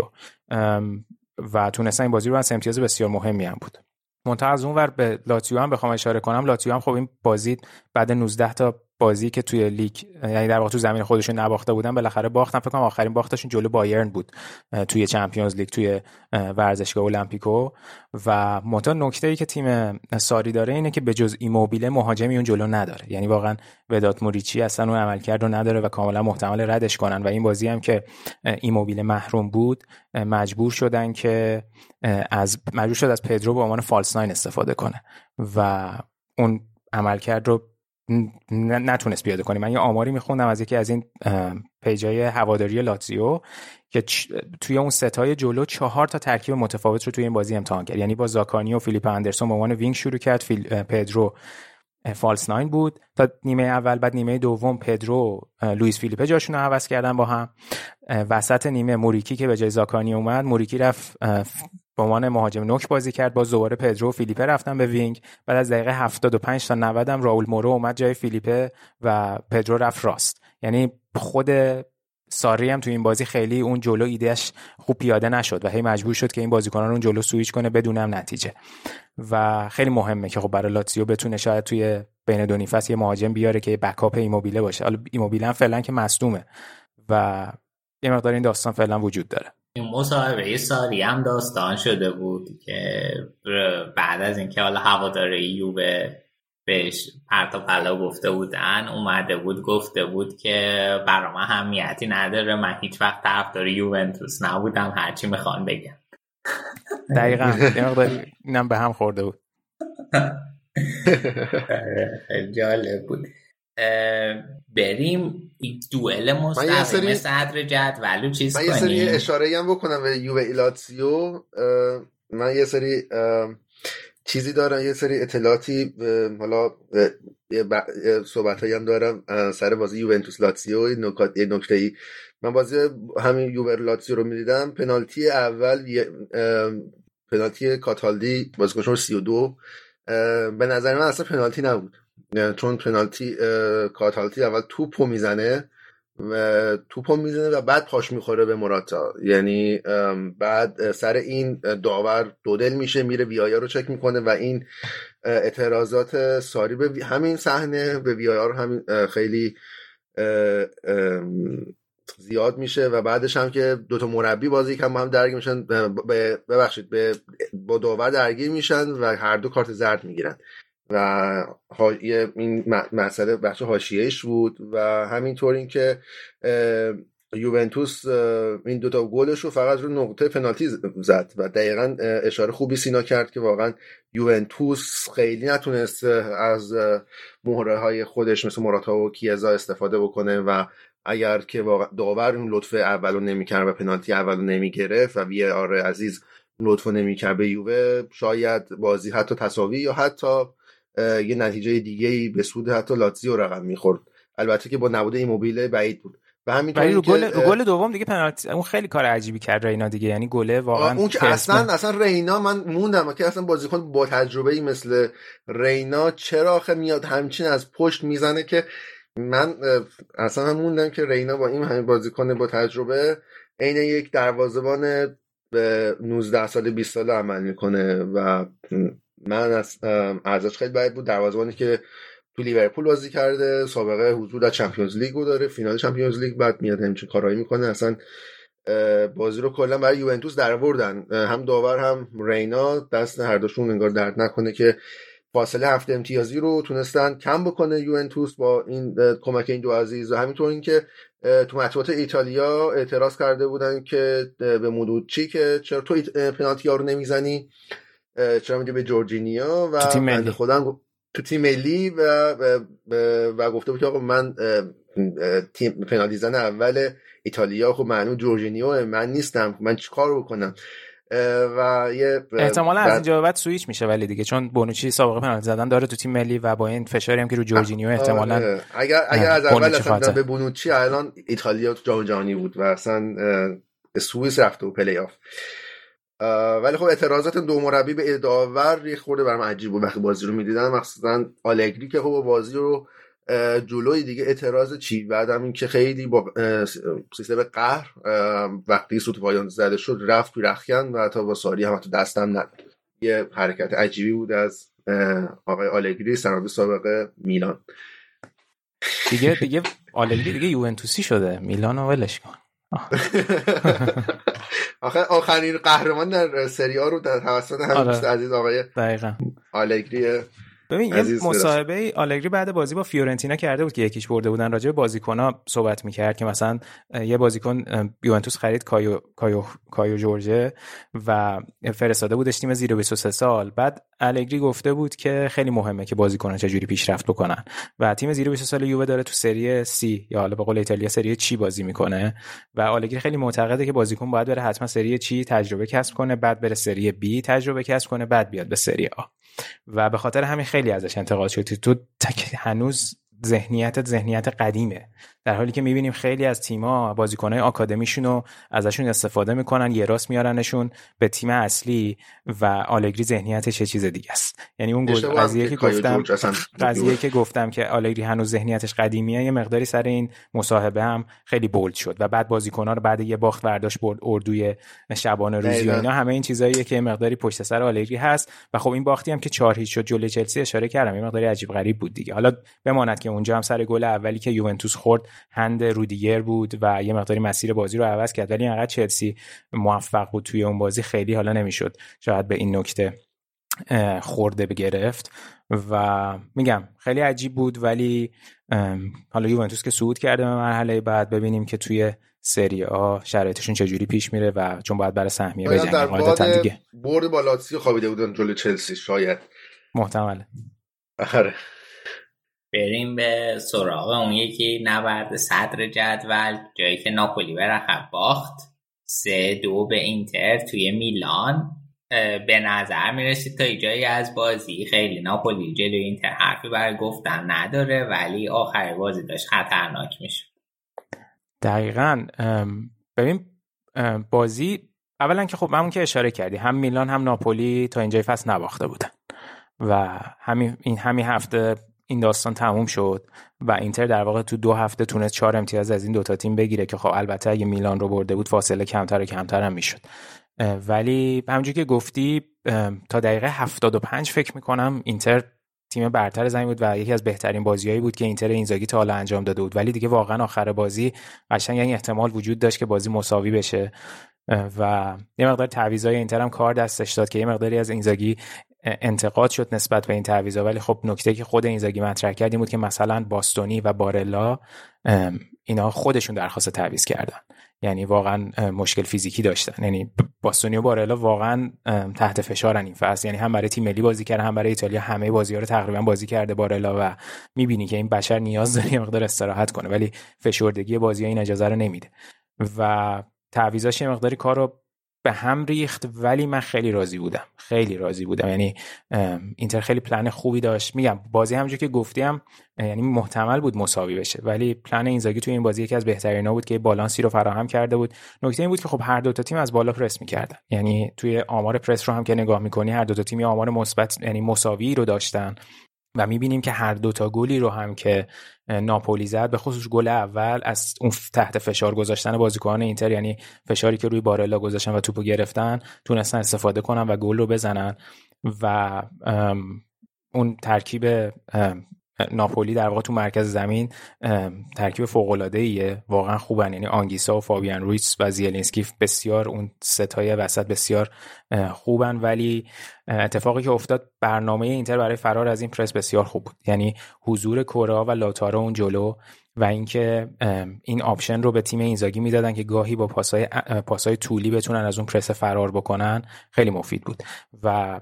و تونستن این بازی رو از امتیاز بسیار مهمی هم بود. منتها از اون ور به لاتزیو هم بخوام اشاره کنم، لاتزیو هم خب این بازی بعد نوزده تا بازی که توی لیگ یعنی در واقع تو زمین خودشون نباخته بودن بالاخره باختن. فکر کنم آخرین باختشون جلو بایرن بود توی چمپیونز لیگ توی ورزشگاه المپیکو و منتها نکته‌ای که تیم ساری داره اینه که به جز ایموبیله مهاجمی اون جلو نداره، یعنی واقعا ودات موریچی اصلا اون عملکرد رو نداره و کاملا محتمل ردش کنن و این بازی هم که ایموبیله محروم بود مجبور شدن که از مجبور شد از پدرو به عنوان فالس ناین استفاده کنه و اون عملکرد رو نتونست پیاده کنه. من یه آماری میخوندم از یکی از این پیجای هواداری لاتزیو که توی اون ستای جلو چهار تا ترکیب متفاوت رو توی این بازی امتحان کرد، یعنی با زاکانی و فیلیپ اندرسون به عنوان وینگ شروع کرد، پدرو فالس ناین بود تا نیمه اول، بعد نیمه دوم پدرو لوئیس فیلیپه جاشون رو عوض کردن با هم، وسط نیمه موریکی که به جای زاکانی اومد موریکی رفت به عنوان مهاجم نوک بازی کرد، باز دوباره پدرو و فیلیپه رفتن به وینگ، بعد از دقیقه هفتاد و پنج تا نود هم راول مورو اومد جای فیلیپه و پدرو رفت راست. یعنی خود ساری هم تو این بازی خیلی اون جلو ایدهش خوب پیاده نشد و هی مجبور شد که این بازیکنان رو اون جلو سویچ کنه بدون هم نتیجه و خیلی مهمه که خب برای لاتزیو بتونه شاید توی بین دو نیمه یه مهاجم بیاره که بکاپ ایموبیله باشه. حالا ایموبیله هم فعلا که مصدومه و یه مقدار این داستان فعلا وجود داره. این مصاحبه ساری هم داستان شده بود که بعد از اینکه حالا هواداری یووه بهش پرت و پلا گفته بودن اومده بود گفته بود که برام اهمیتی نداره، من هیچ وقت طرفدار یوونتوس نبودم، هرچی میخوان بگم. دقیقاً یه مقداری اینم به هم خورده بود. خیلی جالب بود. بریم دوئل مستقیم صدر جدول چیز کنیم. من یه سری اشاره هم بکنم به یووه لاتزیو. من یه سری چیزی دارم، یه سری اطلاعاتی، حالا یه صحبتایی هم دارم سر بازی یوونتوس لاتزیو. نکات یه نکته‌ای من بازی همین یووه لاتزیو رو می‌دیدم، پنالتی اول پنالتی کاتالدی بازیکن سی و دو به نظر من اصلا پنالتی نبود، چون پنالتی کاتالدی اول توپو میزنه و توپو میزنه و بعد پاش میخوره به موراتا، یعنی بعد سر این داور دودل میشه، میره وی آی آر رو چک میکنه و این اعتراضات ساری به همین صحنه به وی آی آر همین خیلی زیاد میشه و بعدش هم که دوتا مربی بازی که هم درگیر میشن، ببخشید به با داور درگیر میشن و هر دو کارت زرد میگیرن و این مسئله بخش حاشیه‌اش بود و همینطور این که یوونتوس این دوتا گلش رو فقط رو نقطه پنالتی زد و دقیقاً اشاره خوبی سینا کرد که واقعا یوونتوس خیلی نتونست از مهره های خودش مثل موراتا و کیزا استفاده بکنه و اگر که داور اون لطف اولو نمی‌کرد و پنالتی اولو نمی‌گرفت و وی آر عزیز لطفو نمی‌کرد به یووه، شاید بازی حتی تساوی یا حتی یه نتیجه دیگه‌ای به سود حتی لاتزیو رقم می‌خورد. البته که با نبود ایموبیله بعید بود. و همینطور رو گل رو گل دوم دیگه پنالتی اون خیلی کار عجیبی کرد رینا دیگه، یعنی گله واقعا اون که اصلا اصلا رینا من موندم که اصلا بازیکن با تجربه‌ای مثل رینا چرا آخه میاد همچین از پشت میزنه که من اصلا موندم که رینا با این همین بازیکن با تجربه عین یک دروازه‌بان به نوزده ساله بیست ساله عمل میکنه و من از ازش خیلی بعید بود. دروازه‌بانی که تو لیورپول بازی کرده، سابقه حضور در چمپیونز لیگ رو داره، فینال چمپیونز لیگ، بعد میاد همچین کارایی میکنه. اصلا بازی رو کلا برای یوونتوس درآوردن، هم داور هم رینا، دست هر دوشون انگار درد نکنه که فاصله هفت امتیازی رو تونستن کم بکنه یوونتوس با این کمک این دو عزیز. و همینطور این که تو مطبوعات ایتالیا اعتراض کرده بودن که به مودوچی که چرا تو پنالتی ها رو نمیزنی، چرا میدی به جورجینیا و بنده خودم تو تیم ملی و و, و گفته بود که آقا من تیم پنالتی زن اول ایتالیا خب معنی جورجینیو من نیستم، من چیکار بکنم؟ و یه احتمالاً از اینجا به بعد سوئیچ میشه ولی دیگه چون بونوچی سابقه پنالتی زدن داره تو تیم ملی و با این فشاری هم که رو جورجینیو احتمالاً اگر اگر از اول اصلا به بونوچی الان ایتالیا تو جام جهانی بود و اصلا سوئیس رفته و پلی آف. ولی خب اعتراضات دو مربی به داور یه خورده برام عجیب بود وقتی بازی رو میدیدن، مخصوصا آلگری که خب بازی رو جلوی دیگه اعتراض چی، بعدم این که خیلی با سیستم قهر وقتی سوت پایان زده شد رفت تو رخکن و حتی با ساری هم حتی دستم نداد. یه حرکت عجیبی بود از آقای آلگری سرمربی سابق میلان. دیگه دیگه آلگری دیگه یوونتوسی شده، میلان رو ولش کن. آخه آخرین قهرمان در سری آ رو در توسط همین دوست عزیز آقای دقیقاً آلگری. ببین یه مصاحبه آلگری بعد بازی با فیورنتینا کرده بود که یکیش برده بودن، راجع به بازیکن‌ها صحبت می‌کرد که مثلا یه بازیکن یوونتوس خرید کایو کایو کایو جورجه و فرستاده بودش تیم زیر بیست و سه سال. بعد آلگری گفته بود که خیلی مهمه که بازیکن‌ها چجوری پیشرفت بکنن و تیم زیر بیست و سه سال یووه داره تو سری سی یا حالا به قول ایتالیا سری چی بازی میکنه و آلگری خیلی معتقده که بازیکن باید بره حتما سری چی تجربه کسب کنه، بعد بره سری بی تجربه کسب کنه، بعد بیاد به سری آ. و به خاطر همین خیلی ازش انتقاد شد. تو هنوز ذهنیتت ذهنیت قدیمه، در حالی که میبینیم خیلی از تیم‌ها بازیکن‌های آکادمیشون رو ازشون استفاده میکنن، یه راست میارنشون به تیم اصلی و آلگری ذهنیتش یه چیز دیگه است. یعنی اون قضیه که گفتم قضیه که گفتم که آلگری هنوز ذهنیتش قدیمیه، یه مقداری سر این مصاحبه هم خیلی بولد شد و بعد بازیکن‌ها رو بعد یه باخت برداشت برد اردوی شبانه روزی و اینا، همه این چیزاییه که مقداری پشت سر آلگری هست. و خب این باختی هم که چهار هیچ شد جلوی چلسی اشاره کردم، یه مقداری عجیب غریب بود دیگه. حالا بماند که اونجا هم سر گل اولی که یوونتوس خورد هند رودیگر بود و یه مقداری مسیر بازی رو عوض کرد، ولی انقدر چلسی موفق بود توی اون بازی خیلی حالا نمیشد شاید به این نکته خورده بگرفت. و میگم خیلی عجیب بود، ولی حالا یوونتوس که صعود کرده به مرحله بعد، ببینیم که توی سری آ شرایطشون چجوری پیش میره و چون باید برای سهمیه بجنگن قاعدتاً دیگه. برد با لاتزیو خوابیده بودن جلوی چلسی شاید، محتمله. آره بریم به سراغ اون یکی نبرد صدر جدول، جایی که ناپولی به رقم باخت سه دو به اینتر توی میلان. به نظر میرسید تا جایی از بازی خیلی ناپولی جلوی اینتر حرفی برای گفتن نداره، ولی آخر بازی داشت خطرناک میشه. دقیقاً. ببین بازی اولا که خب همون که اشاره کردی، هم میلان هم ناپولی تا اینجای فصل نباخته بودن و همین این همین هفته این داستان تموم شد و اینتر در واقع تو دو هفته تونست چهار امتیاز از این دوتا تیم بگیره که خب البته اگه میلان رو برده بود فاصله کمتر و کمتر هم میشد. ولی همونجوری که گفتی تا دقیقه هفتاد و پنج فکر میکنم اینتر تیم برتر زمین بود و یکی از بهترین بازیایی بود که اینتر اینزاگی تا حالا انجام داده بود. ولی دیگه واقعا آخر بازی قشنگ این احتمال وجود داشت که بازی مساوی بشه و یه مقدار تعویضای اینتر هم کار دستش داد که یه مقداری از اینزاگی انتقاد شد نسبت به این تعویضا، ولی خب نکته که خود اینزاگی مطرح کرد این بود که مثلا باستونی و بارلا اینا خودشون درخواست تعویض کردن، یعنی واقعا مشکل فیزیکی داشتن، یعنی باستونی و بارلا واقعا تحت فشارن این فصل، یعنی هم برای تیم ملی بازی کرده هم برای ایتالیا همه بازی‌ها رو تقریبا بازی کرده بارلا و می‌بینی که این بشر نیاز داره یه مقدار استراحت کنه، ولی فشردگی بازی‌ها این اجازه رو نمیده و تعویضاش یه مقداری کارو به هم ریخت. ولی من خیلی راضی بودم، خیلی راضی بودم، یعنی اینتر خیلی پلن خوبی داشت. میگم بازی همونجوری که گفتیم یعنی محتمل بود مساوی بشه، ولی پلن اینزاگی توی این بازی یکی از بهترینا بود که بالانسی رو فراهم کرده بود. نکته این بود که خب هر دو تا تیم از بالا پرس می‌کردن، یعنی توی آمار پرس رو هم که نگاه می‌کنی هر دو تا تیم آمار مثبت یعنی مساوی رو داشتن و می‌بینیم که هر دو تا گلی رو هم که ناپولی زد، به خصوص گل اول، از اون تحت فشار گذاشتن بازیکنان اینتر، یعنی فشاری که روی بارلا گذاشتن و توپو گرفتن، تونستن استفاده کنن و گل رو بزنن و اون ترکیب ناپولی در واقع تو مرکز زمین ترکیب فوق‌العاده‌ایه، واقعا خوبن، یعنی آنگیسا و فابیان رویس و زیلینسکی بسیار اون ستای وسط بسیار خوبن. ولی اتفاقی که افتاد برنامه اینتر برای فرار از این پرس بسیار خوب بود، یعنی حضور کورا و لاتارو اون جلو و اینکه این آپشن رو به تیم اینزاگی میدادن که گاهی با پاسای پاسای طولی بتونن از اون پرس فرار بکنن، خیلی مفید بود. و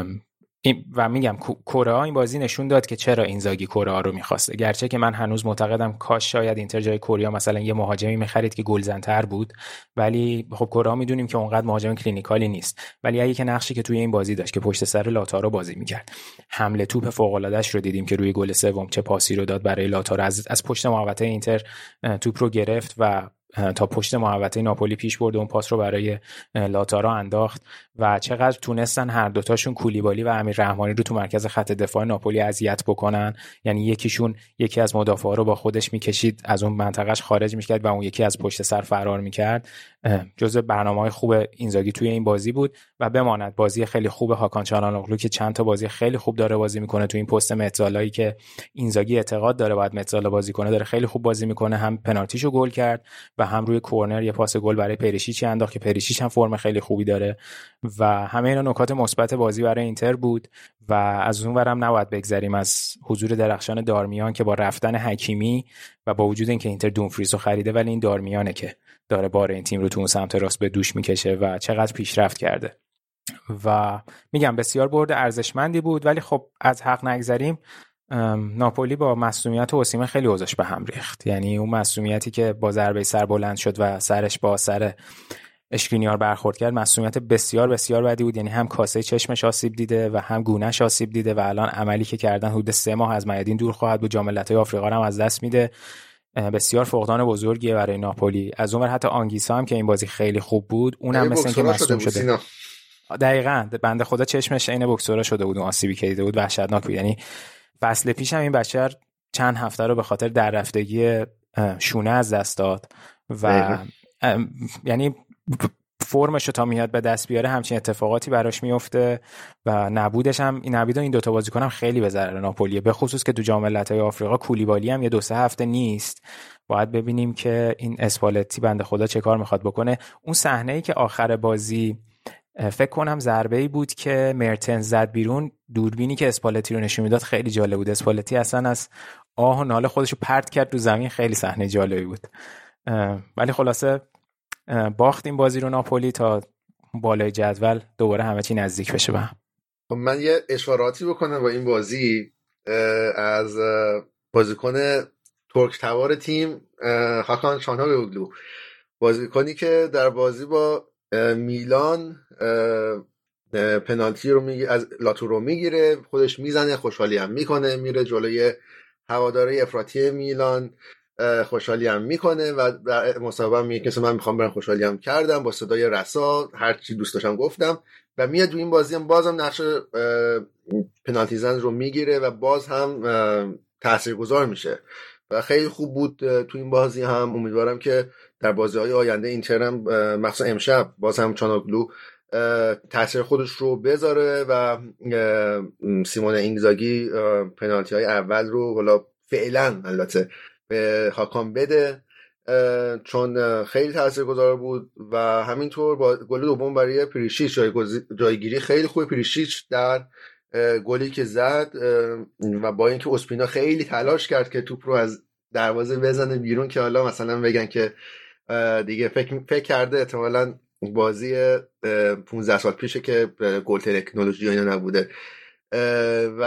و میگم کورا این بازی نشون داد که چرا اینزاگی کورا رو میخواسته، گرچه که من هنوز معتقدم کاش شاید اینتر جای کوریا مثلا یه مهاجمی میخرید که گلزن‌تر بود، ولی خب کورا میدونیم که اونقدر مهاجم کلینیکالی نیست، ولی اگه که نقشی که توی این بازی داشت که پشت سر لاتارو بازی میکرد، حمله توپ فوق‌العاده‌اش رو دیدیم که روی گل سوم چه پاسی رو داد برای لاتارو، از از پشت محوطه اینتر توپ رو گرفت و تا پشت محوطه ناپولی پیش برد و اون پاس رو برای لاتارو انداخت و چقدر تونستن هر دوتاشون کولیبالی و امیر رحمانی رو تو مرکز خط دفاع ناپولی اذیت بکنن، یعنی یکیشون یکی از مدافعا رو با خودش میکشید از اون منطقهش خارج میکرد و اون یکی از پشت سر فرار میکرد. جزء برنامه‌های خوب اینزاگی توی این بازی بود و بماند بازی خیلی خوب هاکان چالهانوغلو که چند تا بازی خیلی خوب داره بازی میکنه تو این پست متزالایی که اینزاگی اعتقاد داره باید متزالا بازی کنه، داره خیلی خوب بازی میکنه، هم پنالتیشو گل کرد و هم روی کورنر یه پاس گل برای پریشیچی انداخت که پریشیچ هم فرم خیلی خوبی داره و همه اینا نکات مثبت بازی برای اینتر بود. و از اون ورم نباید بگذریم از حضور درخشان دارمیان که با رفتن حکیمی و با وجود اینکه اینتر دومفریز رو خریده، ولی این دارمیانه که داره بار این تیم رو تو اون سمت راست به دوش میکشه و چقدر پیشرفت کرده و میگم بسیار برد ارزشمندی بود. ولی خب از حق نگذریم، ناپولی با مصونیت اوسیمن خیلی اوضاعش به هم ریخت، یعنی اون مصونیتی که با ضربه سر بلند شد و سرش با سر اشکرینیار برخورد کرد، مصونیت بسیار بسیار بدی بود، یعنی هم کاسه چشمش آسیب دیده و هم گونه‌اش آسیب دیده و الان عملی که کردن حدود سه ماه از میادین دور خواهد بود، جام ملت‌های آفریقا هم از دست میده. بسیار فقدان بزرگیه برای ناپولی. از اونور حتی آنگیسا هم که این بازی خیلی خوب بود، اونم مثلا که مصدوم شده, شده. دقیقاً بنده خدا چشمش عین بوکسورا شده بود، اون آسیبی که دیده بود وحشتناک بود، یعنی فصل پیش هم این بچه چند هفته رو به خاطر در رفتگی شونه از دست داد و یعنی فرمش رو تا میاد به دست بیاره همچین اتفاقاتی براش میفته و نبودش هم این نبود این دوتا بازیکن هم خیلی به ضرر ناپولیه، به خصوص که تو جام ملت‌های آفریقا کولیبالی هم یه دو سه هفته نیست. باید ببینیم که این اسپالتی بنده خدا چه کار میخواد بکنه. اون صحنه‌ای که آخر بازی فکر کنم ضربه‌ای بود که مرتنز زد بیرون، دوربینی که اسپالتی رو نشون میداد خیلی جالب بود، اسپالتی اصلا از آه و ناله خودش رو پرت کرد رو زمین، خیلی صحنه جالبی بود. ولی خلاصه باخت این بازی رو ناپولی تا بالای جدول دوباره همه چی نزدیک بشه به هم. خب من یه اشاراتی بکنم با این بازی از بازیکن ترک تبار تیم هاکان چالهانوغلو، بازیکنی که در بازی با میلان پنالتی رو میگیره، از لاتارو میگیره، خودش میزنه، خوشحالی هم میکنه، میره جلوی هواداری افراطی میلان خوشحالی هم میکنه و در مصاحبه هم میگه که من میخوام برم خوشحالی هم کردم، با صدای رسا هر چی دوست داشتم گفتم و میاد تو این بازی هم بازم نقش پنالتی زن رو میگیره و باز هم تاثیرگذار میشه و خیلی خوب بود تو این بازی هم. امیدوارم که در بازی‌های آینده اینتر هم مخصوصا امشب باز هم چالهانوغلو تاثیر خودش رو بذاره و سیمون اینزاگی پنالتی‌های اول رو حالا فعلا البته به هاکان بده چون خیلی تاثیرگذار بود و همینطور با گل دوم برای پریشیچ جایگیری خیلی خوب پریشیچ در گلی که زد و با اینکه اسپینا خیلی تلاش کرد که توپ رو از دروازه بزنه بیرون که حالا مثلا بگن که دیگه فکر فکر کرده احتمالاً بازی پانزده سال پیشه که گل تکنولوژی اینا نبوده و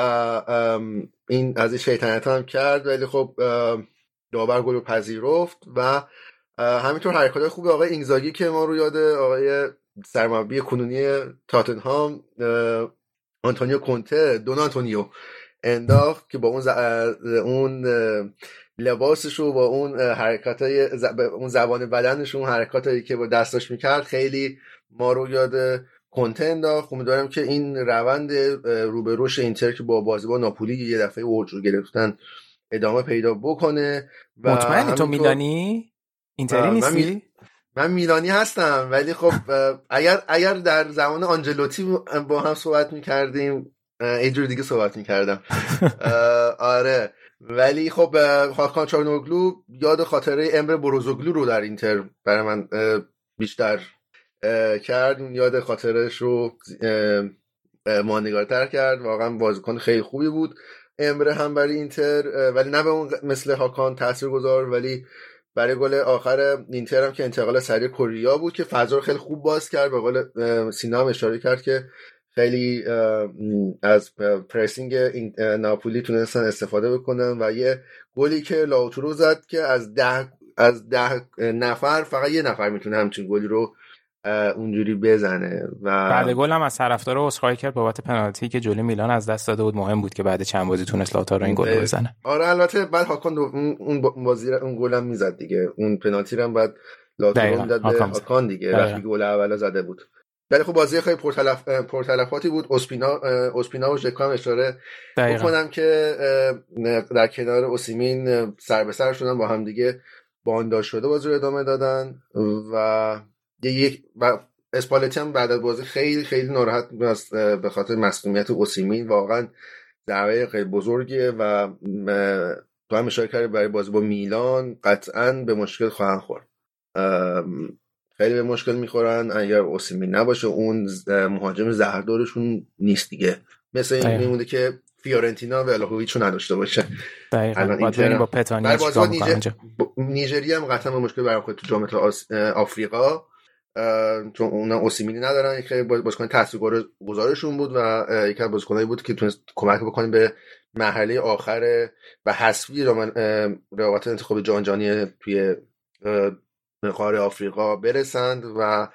این از این شیطنت هم کرد، ولی خب داور گل رو پذیرفت و همینطور حرکات خوب آقای اینگزاگی که ما رو یاد آقای سرمربی کنونی تاتنهام آنتونیو کونته دون آنتونیو انداخت که با اون ز... اون لباسش و با اون حرکاتای ز... اون زبان بدنش و اون حرکاتایی که با دستاش میکرد خیلی ما رو یاد کنته انداخت. امیدوارم که این روند رو به رشد اینتر که با بازی با ناپولی یه دفعه اوج رو گرفتن ادامه پیدا بکنه. و مطمئنی تو میلانی اینتری نیستی؟ من, می... من میلانی هستم، ولی خب اگر اگر در زمان آنجلوتی با هم صحبت میکردیم یه جور دیگه صحبت میکردم. آره، ولی خب هاکان چالهانوغلو یاد خاطره امر بروزوگلو رو در اینتر برای من بیشتر کرد، یاد خاطرش رو ماندگارتر کرد. واقعا بازیکن خیلی خوبی بود امر هم برای اینتر، ولی نه به اون مثل هاکان تاثیرگذار، ولی برای گل آخر اینتر هم که انتقال سریع کوریا بود که فضا رو خیلی خوب باز کرد. به قول سینا هم اشاره کرد که خیلی از پرسینگ ناپولی تونستن استفاده بکنن و یه گلی که لاوتارو زد که از ده از ده نفر فقط یه نفر میتونه همچین گلی رو اونجوری بزنه. و بعد گل هم از طرفدارا عذرخواهی کرد بابت پنالتی که جلوی میلان از دست داده بود. مهم بود که بعد چند بازی تونست لاوتارو این گل بزنه. آره البته بعد هاکان اون بازی اون گلم میزد دیگه، اون پنالتی رو هم بعد لاوتارو میداد به هاکان دیگه وقتی گل اول زده بود. ولی خب بازی خیلی پرتلف پرتلفاتی بود. اسپینا اسپینا و ژکو هم اشاره بکنم که در کنار اوسیمین سر به سر شدن با هم دیگه بانداش شده بازی رو ادامه دادن و یک و اسپالتی هم بعد از بازی خیلی خیلی ناراحت به خاطر مصونیت اوسیمین. واقعا ضربه خیلی بزرگیه و تو هم اشاره کردی برای بازی با میلان قطعاً به مشکل خواهند خورد، خیلی به مشکل میخورن اگر اوسیمین نباشه. اون مهاجم زهردارشون نیست دیگه، مثل این میمونه که فیورنتینا و الهویچ رو نداشته باشه. دقیقاً با با پتانیچ چیکار می‌کنه نیجر... نیجریه هم قطعا به مشکل برخورد تو جام آس... آفریقا، چون اونا اوسیمینی ندارن که بازیکن تاثیرگذارشون بود و یکی از بازیکنایی بود که تونست کمک بکنه به مرحله آخر و حذفی رقابت انتخاب جام جهانی توی قاره آفریقا برسند و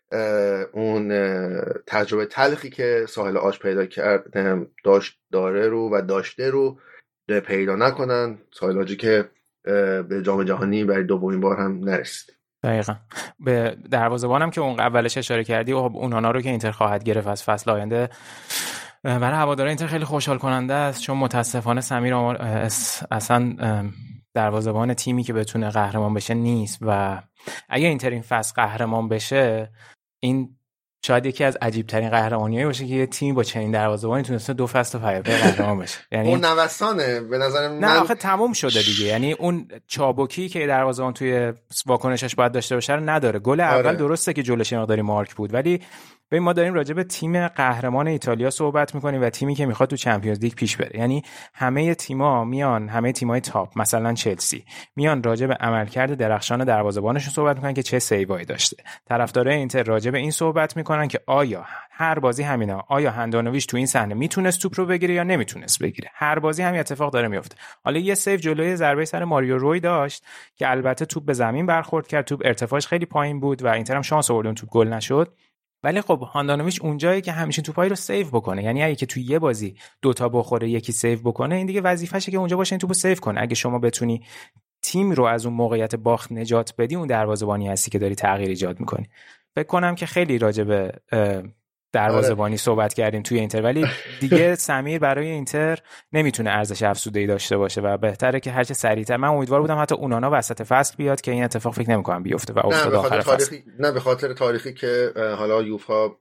اون تجربه تلخی که ساحل آش پیدا کرد داشت داره رو و داشته رو پیدا نکنن. ساحل آجی که به جام جهانی برای دومین بار هم نرسید. دقیقاً. به دروازه‌بانم که اون اولش اشاره کردی و اونانا رو که اینتر خواهد گرفت از فصل آینده برای هواداران اینتر خیلی خوشحال کننده است، چون متاسفانه سمیر اصلا دروازه‌بان تیمی که بتونه قهرمان بشه نیست و اگه اینتر این فصل قهرمان بشه این شاید یکی از عجیب ترین قهرمانیایی باشه که یه تیمی با چنین دروازه‌بانی تونسته دو فصل پی پی قهرمان بشه. یعنی اون نوسانه به نظر من. نه آخه تموم شده دیگه، یعنی اون چابکی که دروازه‌بان توی واکنشش باید داشته باشه رو نداره. گل اول آره. درسته که جلوش مقداری مارک بود، ولی ببین ما داریم راجع به تیم قهرمان ایتالیا صحبت می‌کنیم و تیمی که می‌خواد تو چمپیونز لیگ پیش بره. یعنی همه تیم‌ها میان، همه تیم‌های تاپ مثلا چلسی میان راجع به عملکرد درخشان دروازه‌بانشون صحبت می‌کنن که چه سیوایی داشته. طرفدارای اینتر راجع به این صحبت می‌کنن که آیا هر بازی همینا، آیا هندانویچ تو این صحنه میتونست توپ رو بگیره یا نمیتونست بگیره. هر بازی همین اتفاق داره میفته. حالا یه سیو جلوی ضربه سر ماریو روی داشت که البته توپ به زمین برخورد کرد، توپ ارتفاعش خیلی پایین بود و اینتر هم شانس آورد اون توپ گل نشد. ولی خب هاندانویچ اونجایی که همیشه توپای رو سیو بکنه، یعنی اگه که توی یه بازی دوتا بخوره یکی سیو بکنه، این دیگه وظیفشه که اونجا باشه این توپو سیو کنه. اگه شما بتونی تیم رو از اون موقعیت باخت نجات بدی، اون دروازه‌بانی هستی که داری تغییر ایجاد می‌کنی. فکر کنم که خیلی راجع به دروازه‌بانی صحبت کردیم توی اینتر، ولی دیگه سمیر برای اینتر نمیتونه ارزش افزوده‌ای داشته باشه و بهتره که هرچه سریعتر. من امیدوار بودم حتی اونانا وسط فصل بیاد که این اتفاق فکر نمی‌کنم بیفته و افتاد آخر فصل. نه به خاطر تاریخی که حالا یوفا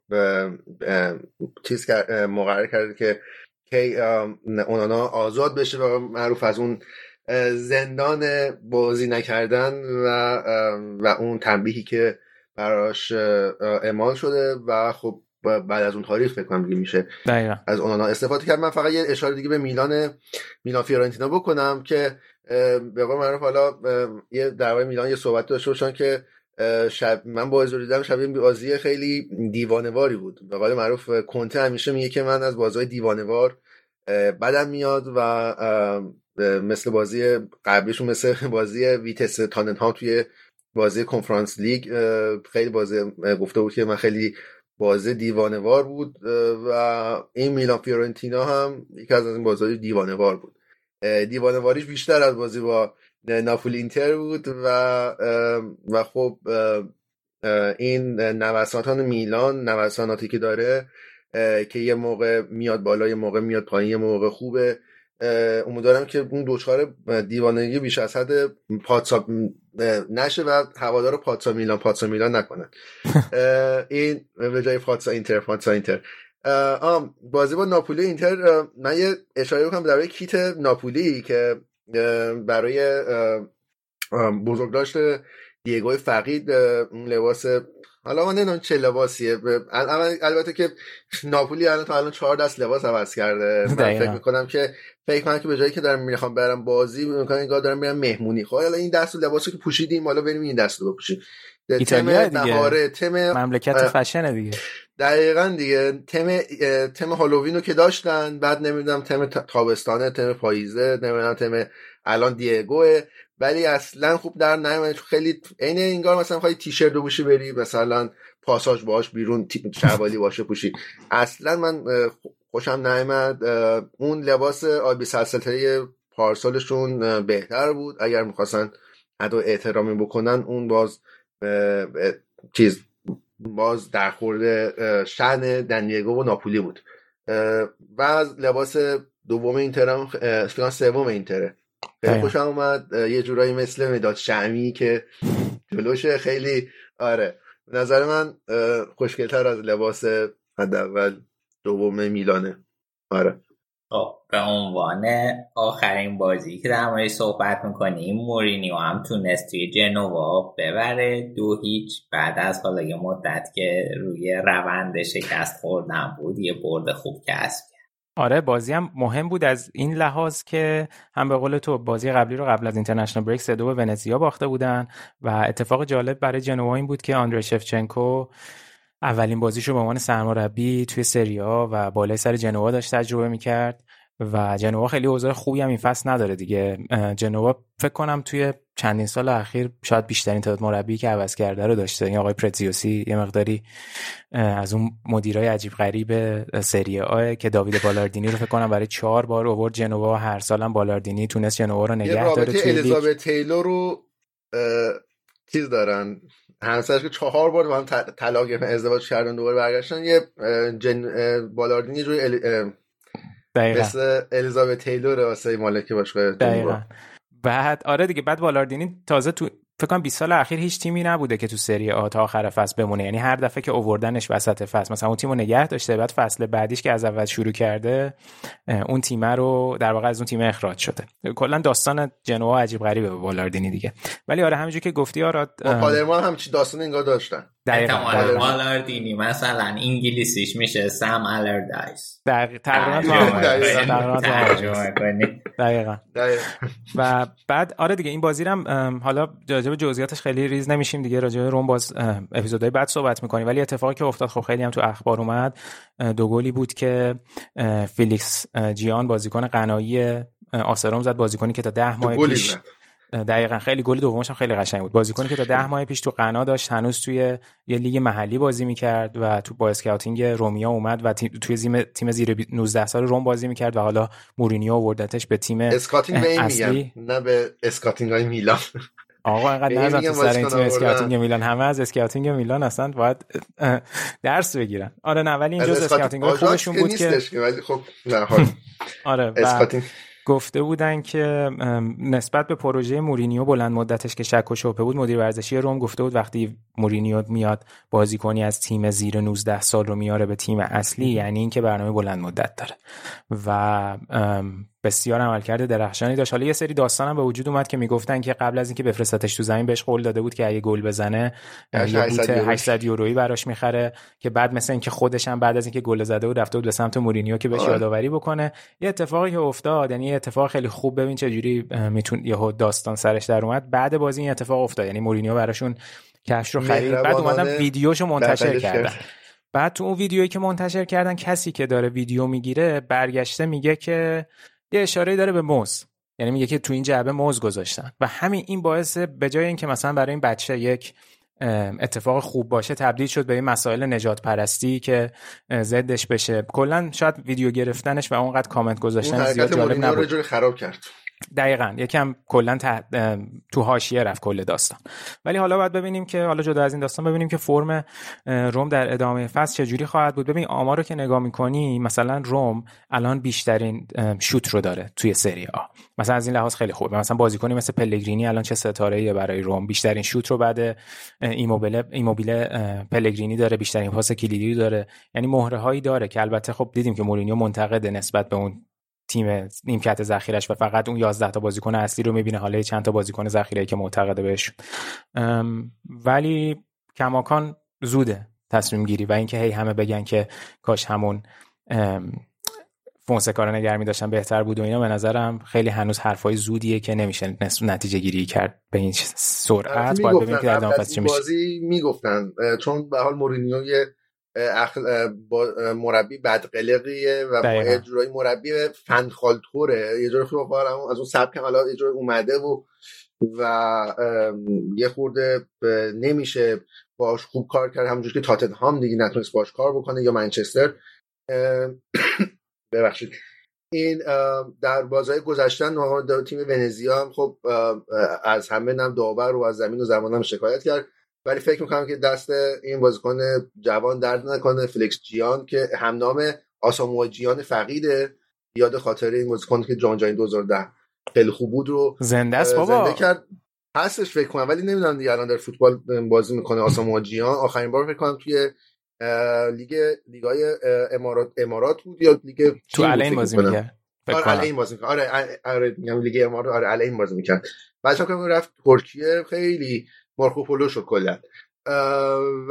چیز مقرر کرده که کی اونانا آزاد بشه و معروف از اون زندان بازی نکردن و و اون تنبیهی که براش اعمال شده و خب بعد از اون تاریخ فکر کنم میشه دقیقاً از اونها استفاده کرد. من فقط یه اشاره دیگه به میلان میلان فیورنتینا بکنم که به قول معروف حالا یه در واقع میلان یه صحبت داشته باشن که شب من بازی رو دیدم، شبیه بازی خیلی دیوانه‌واری بود. به قول معروف کنته همیشه میگه که من از بازی‌های دیوانه‌وار بدم میاد و مثل بازی قبلیشون مثل بازی ویتس تاتنهام توی بازی کنفرانس لیگ خیلی بازی گفته بود که من خیلی بازی دیوانه‌وار بود و این میلان فیورنتینا هم یکی از این بازی‌های دیوانه‌وار بود. دیوانه‌واریش بیشتر از بازی با ناپولی اینتر بود و و خب این نوسانات میلان نوساناتی که داره که یه موقع میاد بالا یه موقع میاد پایین یه موقع خوبه، امیدوارم که اون دوچار دیوانگی بیش از حد پاتسا نشه و هوادار پاتسا میلان پاتسا میلان نکنن. این به جای پاتسا اینتر پاتسا اینتر. آم بازی با ناپولی اینتر من یه اشاره بکنم درباره کیت ناپولی که برای بزرگداشت دیگو فقید اون لباس، حالا من نمیدونم چه لباسیه، البته که ناپولی الان تا الان چهار دست لباس عوض کرده. من فکر میکنم که فکر کنم که به جایی که دارم میخوام برم بازی میکنم انگار دارم میرم مهمونی. خب حالا این دست لباسو که پوشیدیم حالا بریم این دست رو بپوشیم. ایتالیا دیگه نهاره تم مملکت فشنه دیگه. دقیقاً دیگه تم تم هالووین رو که داشتن، بعد نمیدونم تم تابستانه، تم پاییزه، نمیدونم تم الان دیگوه، ولی اصلا خوب در نیومد. خیلی عین انگار مثلا خواهی تیشرت رو بوشی بری مثلا پاساژ باش بیرون شوالی باشه پوشی. اصلا من خوشم نیامد. اون لباس آبی سلسله پارسالشون بهتر بود. اگر می‌خواستن ادای احترامی بکنن اون باز چیز باز در خورد شأن دنیگو و ناپولی بود. و از لباس دوم اینتر هم فکر سوم اینتره خیلی خوشم اومد. یه جورایی مثل مداد شمی که جلوشه خیلی آره نظر من خوشگل‌تر از لباس حداقل دوم میلانه. آره به عنوان آخرین بازی که در موردش صحبت میکنیم، مورینیو هم تونست توی جنوا ببره دو هیچ بعد از حالا یه مدت که روی روند شکست خوردن بود یه برد خوب کسب. آره بازی هم مهم بود از این لحاظ که هم به قول تو بازی قبلی رو قبل از اینترنشنال بریک سه دو به ونزیا باخته بودن و اتفاق جالب برای جنوا این بود که آندری شفچنکو اولین بازیشو به عنوان سرمربی توی سری آ و بالای سر جنوا داشت تجربه میکرد و جنوا خیلی اوضاع خوبی هم این فصل نداره دیگه. جنوا فکر کنم توی چندین سال اخیر شاید بیشترین تعداد مربی که عوض کرده رو داشته. این آقای پرتزیوسی یه مقداری از اون مدیرای عجیب غریب سری آ که داوید بالاردینی رو فکر کنم برای چهار بار آورد جنوا، هر سالم بالاردینی تونست جنوا رو نگه داره. توی الیزابت تیلور رو چیز دارن همسرش که چهار بار با هم طلاق گرفتن ازدواج کردن دوباره برگشتن. یه جن... بالاردینی روی ال... دقیقاً مثل الیزابت تیلور واسه مالک باشگاه دقیقاً. بعد آره دیگه بعد بالاردینی تازه تو فکر کنم بیست سال اخیر هیچ تیمی نبوده که تو سری آ تا آخر فصل بمونه، یعنی هر دفعه که آوردنش وسط فصل مثلا اون تیمو نگه داشته، بعد فصل بعدیش که از اول شروع کرده اون تیم رو در واقع از اون تیم اخراج شده. کلا داستان جنوا عجیب غریبه به بالاردینی دیگه. ولی آره همونجوری که گفتی آراد پالرما هم چی داستان انگار داشتن. دقیقاً بالاردینی مثلا انگلیسیش میشه سم الردایس. دقیقاً دقیقاً. و بعد آره دیگه این بازی هم حالا راجع به جزئیاتش خیلی ریز نمیشیم دیگه، راجع به روم باز اپیزودهای بعد صحبت میکنیم. ولی اتفاقی که افتاد خب خیلی هم تو اخبار اومد، دو گلی بود که فیلیکس جیان بازیکن قنایی آسروم زد، بازیکنی که تا ده ماه پیش دقیقاً خیلی گل دومش هم خیلی قشنگ بود، بازیکنی که تا ده ماه پیش تو غنا داشت هنوز توی یه لیگ محلی بازی میکرد و تو با اسکاوتینگ رومیا اومد و توی تیم تیم زیر نوزده سال روم بازی میکرد و حالا مورینیو آوردتش به تیم اسکاتینگ به این میگم نه به اسکاتینگ های میلان. آقا اینقدر نزن تو سر این تیم اسکاوتینگ میلان، همه از اسکاوتینگ میلان اصلا باید درس بگیرن. آره نه ولی این جزء اسکاوتینگ خوبشون بود که ولی خب نه حال آره اسکاوتینگ گفته بودن که نسبت به پروژه مورینیو بلند مدتش که شک و شبهه بود، مدیر ورزشی روم گفته بود وقتی مورینیو میاد بازیکنی از تیم زیر نوزده سال رو میاره به تیم اصلی، یعنی این که برنامه بلند مدت داره و بسیار عملکرد درخشانی داشت. حالا یه سری داستان هم به وجود اومد که میگفتن که قبل از اینکه بفرستتش تو زمین بهش قول داده بود که اگه گل بزنه یه بوت هشتصد یورویی براش میخره، که بعد مثلا اینکه خودش هم بعد از اینکه گل زده بود رفته بود به سمت مورینیو که بهش یادآوری بکنه. یه اتفاقی که افتاد، یعنی یه اتفاق خیلی خوب، ببین چه جوری میتونه یهو داستان سرش در اومد. بعد بازی این اتفاق افتاد، یعنی مورینیو براشون کفش رو خرید، بعد اومدن ویدیوشو منتشر کردن. بعد تو اون ویدیویی که منتشر کردن کسی که داره ویدیو میگیره برگشته میگه که یه اشاره داره به موز، یعنی میگه که تو این جعبه موز گذاشتن و همین این باعث به جای اینکه مثلا برای این بچه یک اتفاق خوب باشه تبدیل شد به این مسائل نجات پرستی که ضدش بشه. کلا شاید ویدیو گرفتنش و اونقدر کامنت گذاشتن زیاد جالب نبود، رو خراب کرد. دقیقاً یکم کلا تو حاشیه رفت کل داستان. ولی حالا باید ببینیم که حالا جدا از این داستان ببینیم که فرم روم در ادامه فصل چجوری خواهد بود. ببین آمار رو که نگاه می‌کنی، مثلا روم الان بیشترین شوت رو داره توی سری آ، مثلا از این لحاظ خیلی خوبه. مثلا بازیکنی مثل پلگرینی الان چه ستاره‌ایه برای روم، بیشترین شوت رو بعد ایموبیله ایموبیله پلگرینی داره، بیشترین پاس کلیدی داره، یعنی مهره‌هایی داره که البته خب دیدیم که مورینیو منتقد نسبت به اون تیم نیمکت ذخیرش و فقط اون یازده تا بازیکن اصلی رو میبینه، حالا چند تا بازیکن ذخیره‌ای که معتقده بهشون. ولی کماکان زوده تصمیم گیری و اینکه هی همه بگن که کاش همون فونسکا رو نگرمی داشتن بهتر بود و اینا، به نظرم خیلی هنوز حرفای زودیه که نمیشه نتیجه گیری کرد به این سرعت. باید ببینیم که در ادامه فصل چی میشه. بازی میگفتن چون به حال مورینیو یه اخل... مربی بدقلقیه و یه جورایی مربی فنخالتوره، یه جوری خوب از اون سبک حالا یه جوری اومده و و یه خورده نمیشه باش خوب کار کرد، همونجوری که تاتنهام دیگه نتونست باش کار بکنه یا منچستر. ببخشید این در بازهای گذشتن تیم ونزیا هم خب از همه نم داور و از زمین و زمان هم شکایت کرد، ولی فکر میکنم که دست این بازیکن جوان درد نکنه، فلکس جیان که همنام آساموا جیان فقیده، یاد خاطر این بازیکن که جام جهانی دو هزار و ده خیلی خوب بود رو زنده است بابا، زنده کرد هستش فکر کنم، ولی نمیدونم دیگه الان در فوتبال بازی میکنه. آساموا جیان آخرین بار فکر کنم توی لیگ لیگای امارات امارات بود یا لیگ تو الین بازی میکرد. آره الین بازی میکرد. آره آره میگم لیگ امارات، آره الین بازی میکرد. بعدش که رفت ترکیه خیلی مارکوپولو شد کلا و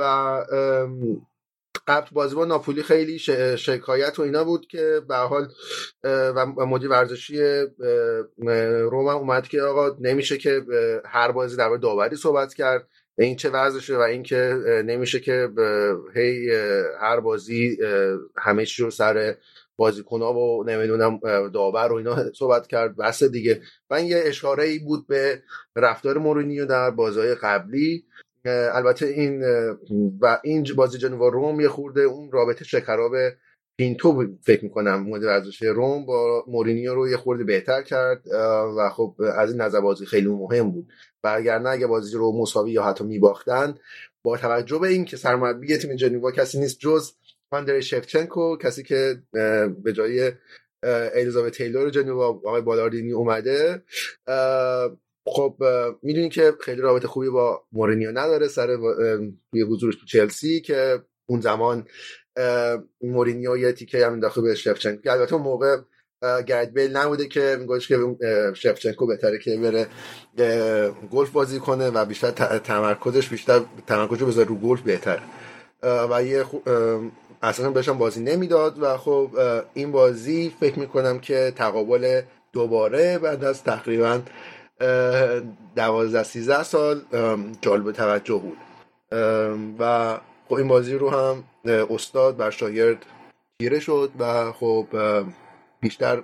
قبل بازی با ناپولی خیلی شکایت و اینا بود که به هر حال و مدیر ورزشی روم اومد که آقا نمیشه که هر بازی درباره داوری صحبت کرد، این چه وضعشه و این که نمیشه که هی هر بازی همه چی رو سر بازیکن‌ها و نمیدونم داور و اینا صحبت کرد بس دیگه. و این یه اشاره‌ای بود به رفتار مورینیو در بازی‌های قبلی. البته این و این بازی جنوا روم یه خورده اون رابطه شکراب پینتو بود فکر می‌کنم مدیر ورزشی روم با مورینیو رو یه خورده بهتر کرد و خب از این نظر بازی خیلی مهم بود. وگرنه اگه بازی رو مساوی یا حتی می‌باختن، با توجه به این که سرمربی تیم جنوا کسی نیست جز آندری شفچنکو، کسی که به جای الیزابت تیلور جنوا آقای بالاردینی اومده، خب میدونین که خیلی رابطه خوبی با مورینیو نداره سر توی حضورش تو چلسی که اون زمان مورینیو یه تیکه هم انداخته به شفچنکو. البته اون موقع گرد بیل نبوده که میگوش که شفچنکو بهتره که بره گلف بازی کنه و بیشتر تمرکزش بیشتر تمرکزش رو بذاره رو گلف بهتره و یه اصلا بهشم بازی نمیداد و خب این بازی فکر میکنم که تقابل دوباره بعد از تقریبا دوازده سیزده سال جالب توجه بود و خب این بازی رو هم استاد بر شاگرد گیره شد و خب بیشتر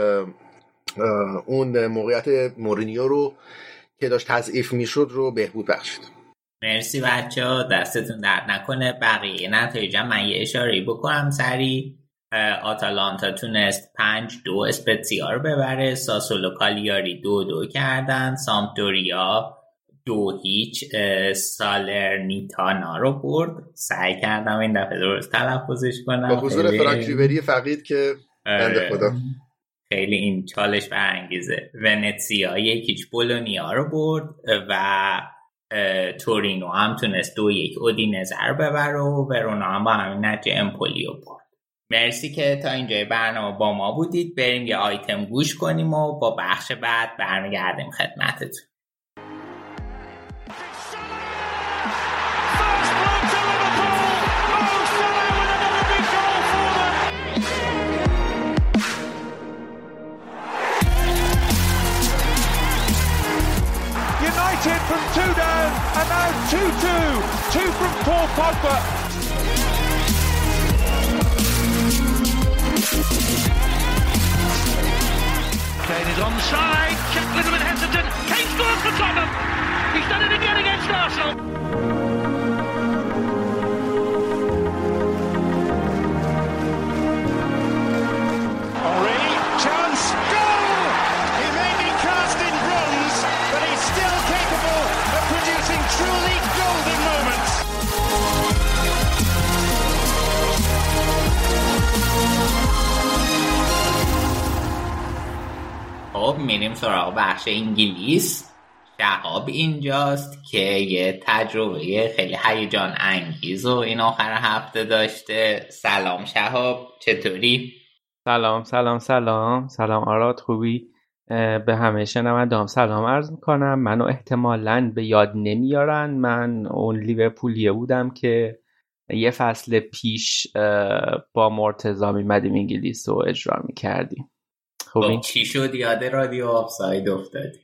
اون موقعیت مورینیو رو که داشت تضعیف میشد رو بهبود بخشید. مرسی بچه‌ها، دستتون درد نکنه. بقیه نتایجم من یه اشاره‌ای بکنم سری. آتالانتا تونست پنج دو اسپتزیا رو ببره، ساسولو کالیاری دو دو کردن، سامپدوریا دو هیچ سالرنیتانا رو برد. سعی کردم این دفعه درست تلفظش کنم با حضور فرانک ریبری فقید که بنده خدا خیلی این چالش برانگیزه. ونتسیا یکیچ بولونیا رو برد و تورینو هم تونست دو یک اودینزه رو ببره و ورونا هم با همین نتیجه امپولی رو برد. مرسی که تا اینجای برنامه با ما بودید. بریم یه آیتم گوش کنیم و با بخش بعد برمیگردیم خدمتتون. United from two down and now two two. Two from Paul Pogba. Kane is onside. Check a little bit hesitant. Kane scores for Tottenham. He's done it again against Arsenal. Henry, chance, goal! He may be cast in bronze, but he's still capable of producing truly golden moments. خب میریم سراغ بخش انگلیس. شهاب اینجاست که یه تجربه خیلی هیجان انگیز و این آخر هفته داشته. سلام شهاب، چطوری؟ سلام سلام سلام سلام آراد، خوبی؟ به همه شنوندهام سلام عرض میکنم. منو احتمالاً به یاد نمیارن، من اون لیورپولیه بودم که یه فصل پیش با مرتضی میمدیم انگلیس رو اجرا میکردیم. خب چی شد یاد رادیو آفساید افتادی؟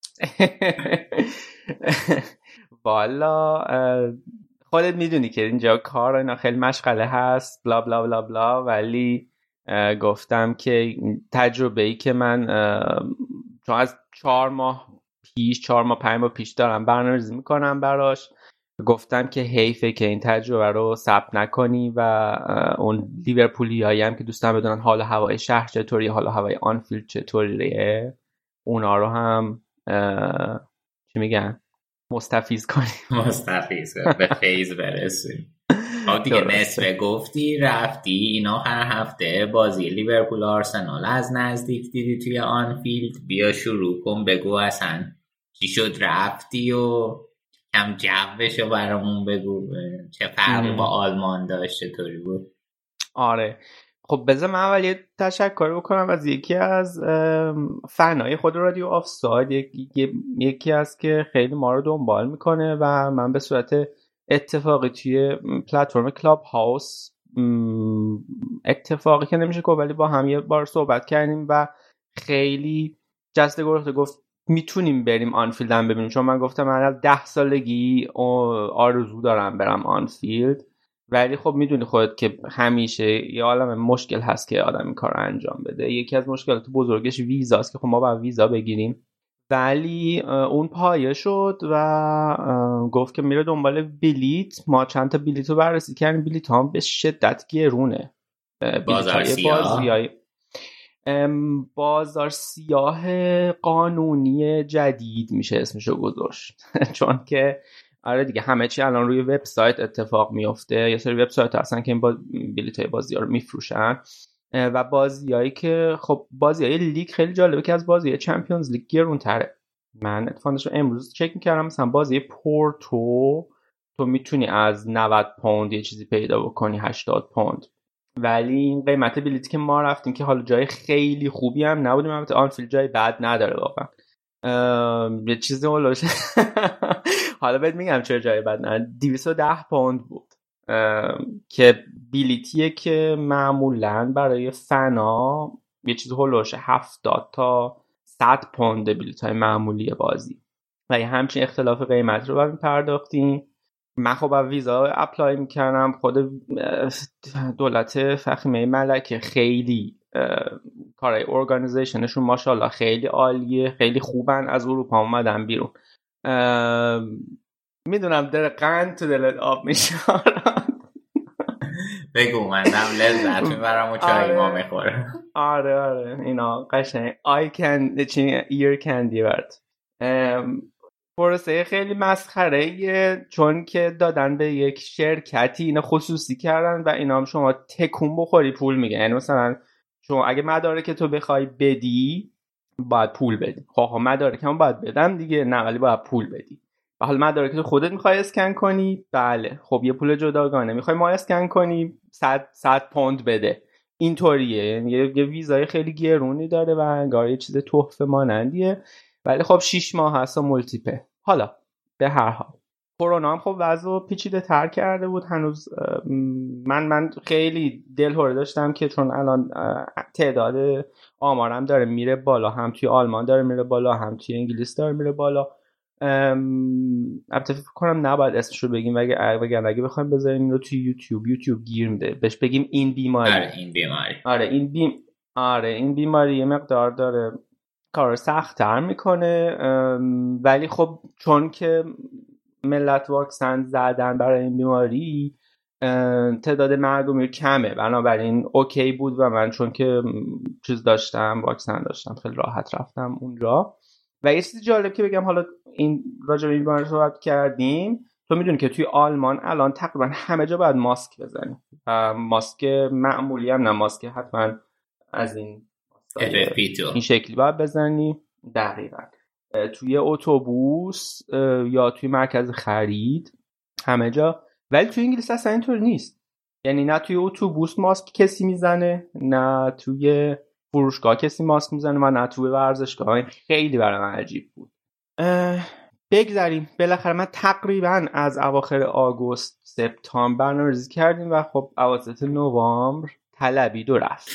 والا خودت میدونی که اینجا کار اینا خیلی مشغله هست بلا بلا بلا بلا، ولی گفتم که تجربه ای که من چون از چهار ماه پیش چهار ماه پنج ماه پیش دارم برنامه‌ریزی میکنم براش، گفتم که حیفه که این تجربه رو ثبت نکنی و اون لیورپولیایی هم که دوستان بدونن حال هوای شهر چطوری، حال هوای آنفیلد چطوریه، اونا رو هم چی میگن مستفیض کنیم مستفیض به فیض برسیم. آه دیگه نصفه گفتی رفتی این آخر هفته بازی لیورپول آرسنال از نزدیک دیدی توی آنفیلد. بیا شروع کن، بگو اصلا چی شد رفتی و کم جوشو برامون بگو، چه فرقی با آلمان داشت، چطوری بود؟ آره خب بذار من اول یه تشکر بکنم از یکی از فنای خود رادیو آفساید، یکی, یکی از که خیلی ما رو دنبال میکنه و من به صورت اتفاقی توی پلتفرم کلاب هاوس، اتفاقی که نمیشه که ولی با هم یه بار صحبت کردیم و خیلی جسته گرفته گفت میتونیم بریم آنفیلد هم ببینیم، چون من گفتم من از ده سالگی آرزو دارم برم آنفیلد، ولی خب میدونی خودت که همیشه یه عالم مشکل هست که آدم این کار رو انجام بده. یکی از مشکلات بزرگش ویزاست که خب ما باید ویزا بگیریم، ولی اون پایه شد و گفت که میره دنبال بلیت. ما چند تا بلیت رو بررسی کردیم، بلیت هم به شدت گرونه. بازار سیاه بازار سیاه قانونی جدید میشه اسمشو گذاشت چون که آره دیگه همه چی الان روی وبسایت اتفاق میفته. یه سری وبسایت هستن که این با... بلیط‌های بازی‌ها رو میفروشن و بازیایی که خب بازیای لیگ خیلی جالبه که از بازی چمپیونز لیگ گرون‌تره. من اتفاقاً امروز چک می‌کردم مثلا بازی پورتو تو میتونی از نود پوند یه چیزی پیدا بکنی، هشتاد پوند، ولی این قیمت بلیطی که ما رفتیم که حالا جای خیلی خوبی هم نبودیم، البته آنفیلد جای بد نداره واقعا، یه چیزی هولوش حالا بهت میگم چرا جای بد نداره، دویست و ده پوند بود که بلیتیه که معمولاً برای فنا یه چیز هولوش هفتاد تا صد پوند بلیط‌های معمولی بازی و یه همچین اختلاف قیمت رو باید پرداختیم. من خب با ویزا اپلای میکردم، خود دولت فخیمه ملکه خیلی کارهای ارگانیزیشنشون ماشاءالله خیلی عالیه، خیلی خوبن، از اروپا اومدن بیرون. میدونم در قند تو دلت آب میشه بگو من دم لذت میبرم و چای ما میخوره. آره آره اینا قشنگ آی کن چی ایر کندی برد. پروسه خیلی مسخره چون که دادن به یک شرکتی، اینا خصوصی کردن و اینا هم شما تکون بخوری پول میگن. یعنی مثلا شما اگه مدارک تو بخوای بدی باید پول بدی، خب مدارک هم باید بدم دیگه، نه ولی باید پول بدی. و حالا مدارک تو خودت میخوای اسکن کنی، بله خب یه پول جداگانه. میخوای ما اسکن کنی صد صد پوند بده، اینطوریه، یعنی یه ویزای خیلی گرونی داره و انگار یه چیز تحفه مانندیه، ولی خب شیش ماه هست و مولتیپه. حالا به هر حال کرونا هم خب وضع پیچیده تر کرده بود. هنوز من من خیلی دلهره داشتم که چون الان تعداد آمارم داره میره بالا، هم توی آلمان داره میره بالا، هم توی انگلیس داره میره بالا. البته فکر کنم نباید اسمش رو بگیم، وگرنه اگه بخوایم بذاریم این رو توی یوتیوب یوتیوب گیر میده، بهش بگیم این بیماری. آره این بیماری آره این بیم آره این بیماری یه مقدار داره کار سخت‌تر میکنه، ولی خب چون که ملت واکسن زدن برای این بیماری تعداد مرگ و میر کمه، بنابراین اوکی بود و من چون که چیز داشتم واکسن داشتم خیلی راحت رفتم اونجا. و یه چیز جالب که بگم، حالا این راجع به این بیماری صحبت کردیم، تو میدونی که توی آلمان الان تقریبا همه جا باید ماسک بزنی، ماسک معمولی هم نه، ماسک حتما از این این شکلی باید بزنی. دقیقاً توی اتوبوس یا توی مرکز خرید همه جا. ولی توی انگلیس اصلا اینطور نیست، یعنی نه توی اتوبوس ماسک کسی میزنه، نه توی فروشگاه کسی ماسک میزنه و نه توی ورزشگاه. این خیلی برای من عجیب بود. بگذاریم بالاخره من تقریبا از اواخر آگوست سپتامبر برنامه‌ریزی کردیم و خب اواسط نوامبر طلبی دو رفت.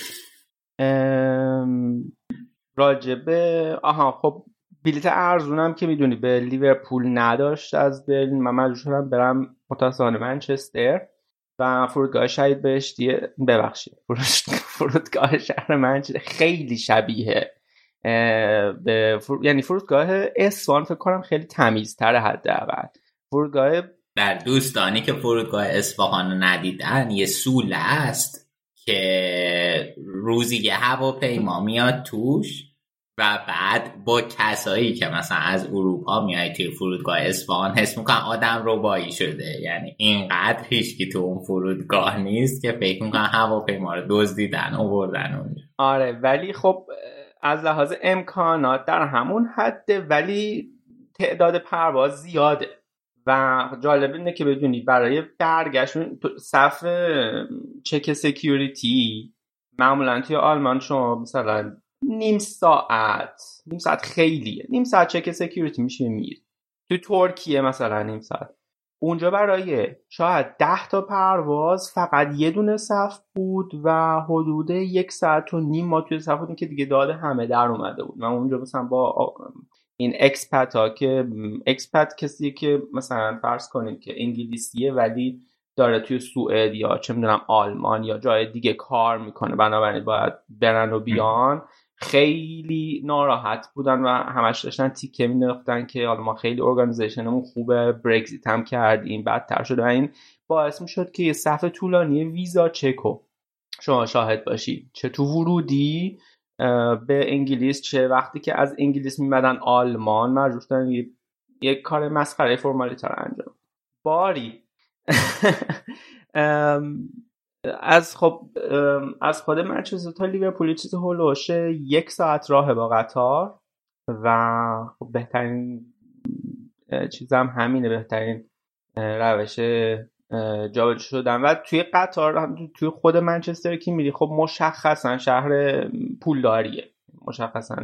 راجبه آها خب بلیت ارزونم که میدونی به لیورپول نداشت از برلین، من مجبور شدم برم متاسفانه منچستر و فرودگاه شهید بهشتی ببخشید فرودگاه شهر منچستر خیلی شبیه به فرو... یعنی فرودگاه اصفهان فکر کنم خیلی تمیزتره حداقل. فرودگاه در دوستانی که فرودگاه اصفهان رو ندیدن یه سوله است که روزی یه هواپیما میاد توش و بعد با کسایی که مثلا از اروپا میاد توی فرودگاه اصفهان حس میکنن آدم ربایی شده، یعنی اینقدر هیچکی تو اون فرودگاه نیست که فکر میکنن هواپیما رو دزدیدن آوردن اونجا. آره ولی خب از لحاظ امکانات در همون حده، ولی تعداد پرواز زیاده و جالب اینه که بدونی برای برگشت صف چک سکیوریتی معمولا توی آلمان شما مثلا نیم ساعت نیم ساعت خیلیه، نیم ساعت چک سکیوریتی میشه میر. تو ترکیه مثلا نیم ساعت، اونجا برای شاید ده تا پرواز فقط یه دونه صف بود و حدود یک ساعت و نیم ما توی صف بودیم که دیگه داده همه در اومده بود. من اونجا مثلا با این اکسپت ها که اکسپت کسی که مثلا فرض کنید که انگلیسیه ولی داره توی سوئد یا چه میدونم آلمان یا جای دیگه کار میکنه، بنابراین باید برن و بیان، خیلی ناراحت بودن و همش داشتن تیکه مینداختن که حالا ما خیلی ارگانیزیشنمون خوبه، برگزیت هم کردیم بدتر شد و این باعث میشد که یه صف طولانی ویزا چکو شما شاهد باشید، چه تو ورودی به انگلیس چه وقتی که از انگلیس میمدن آلمان مجبور شدن یه, یه کار مسخره فرمالیته رو انجام باری. از خب از خود منچستر تا لیورپول چیز هولوش یک ساعت راه با قطار و خب بهترین چیزم همینه، بهترین روش جابجا شدن. و توی قطار توی خود منچستر که میری خب مشخصا شهر پولداریه، مشخصا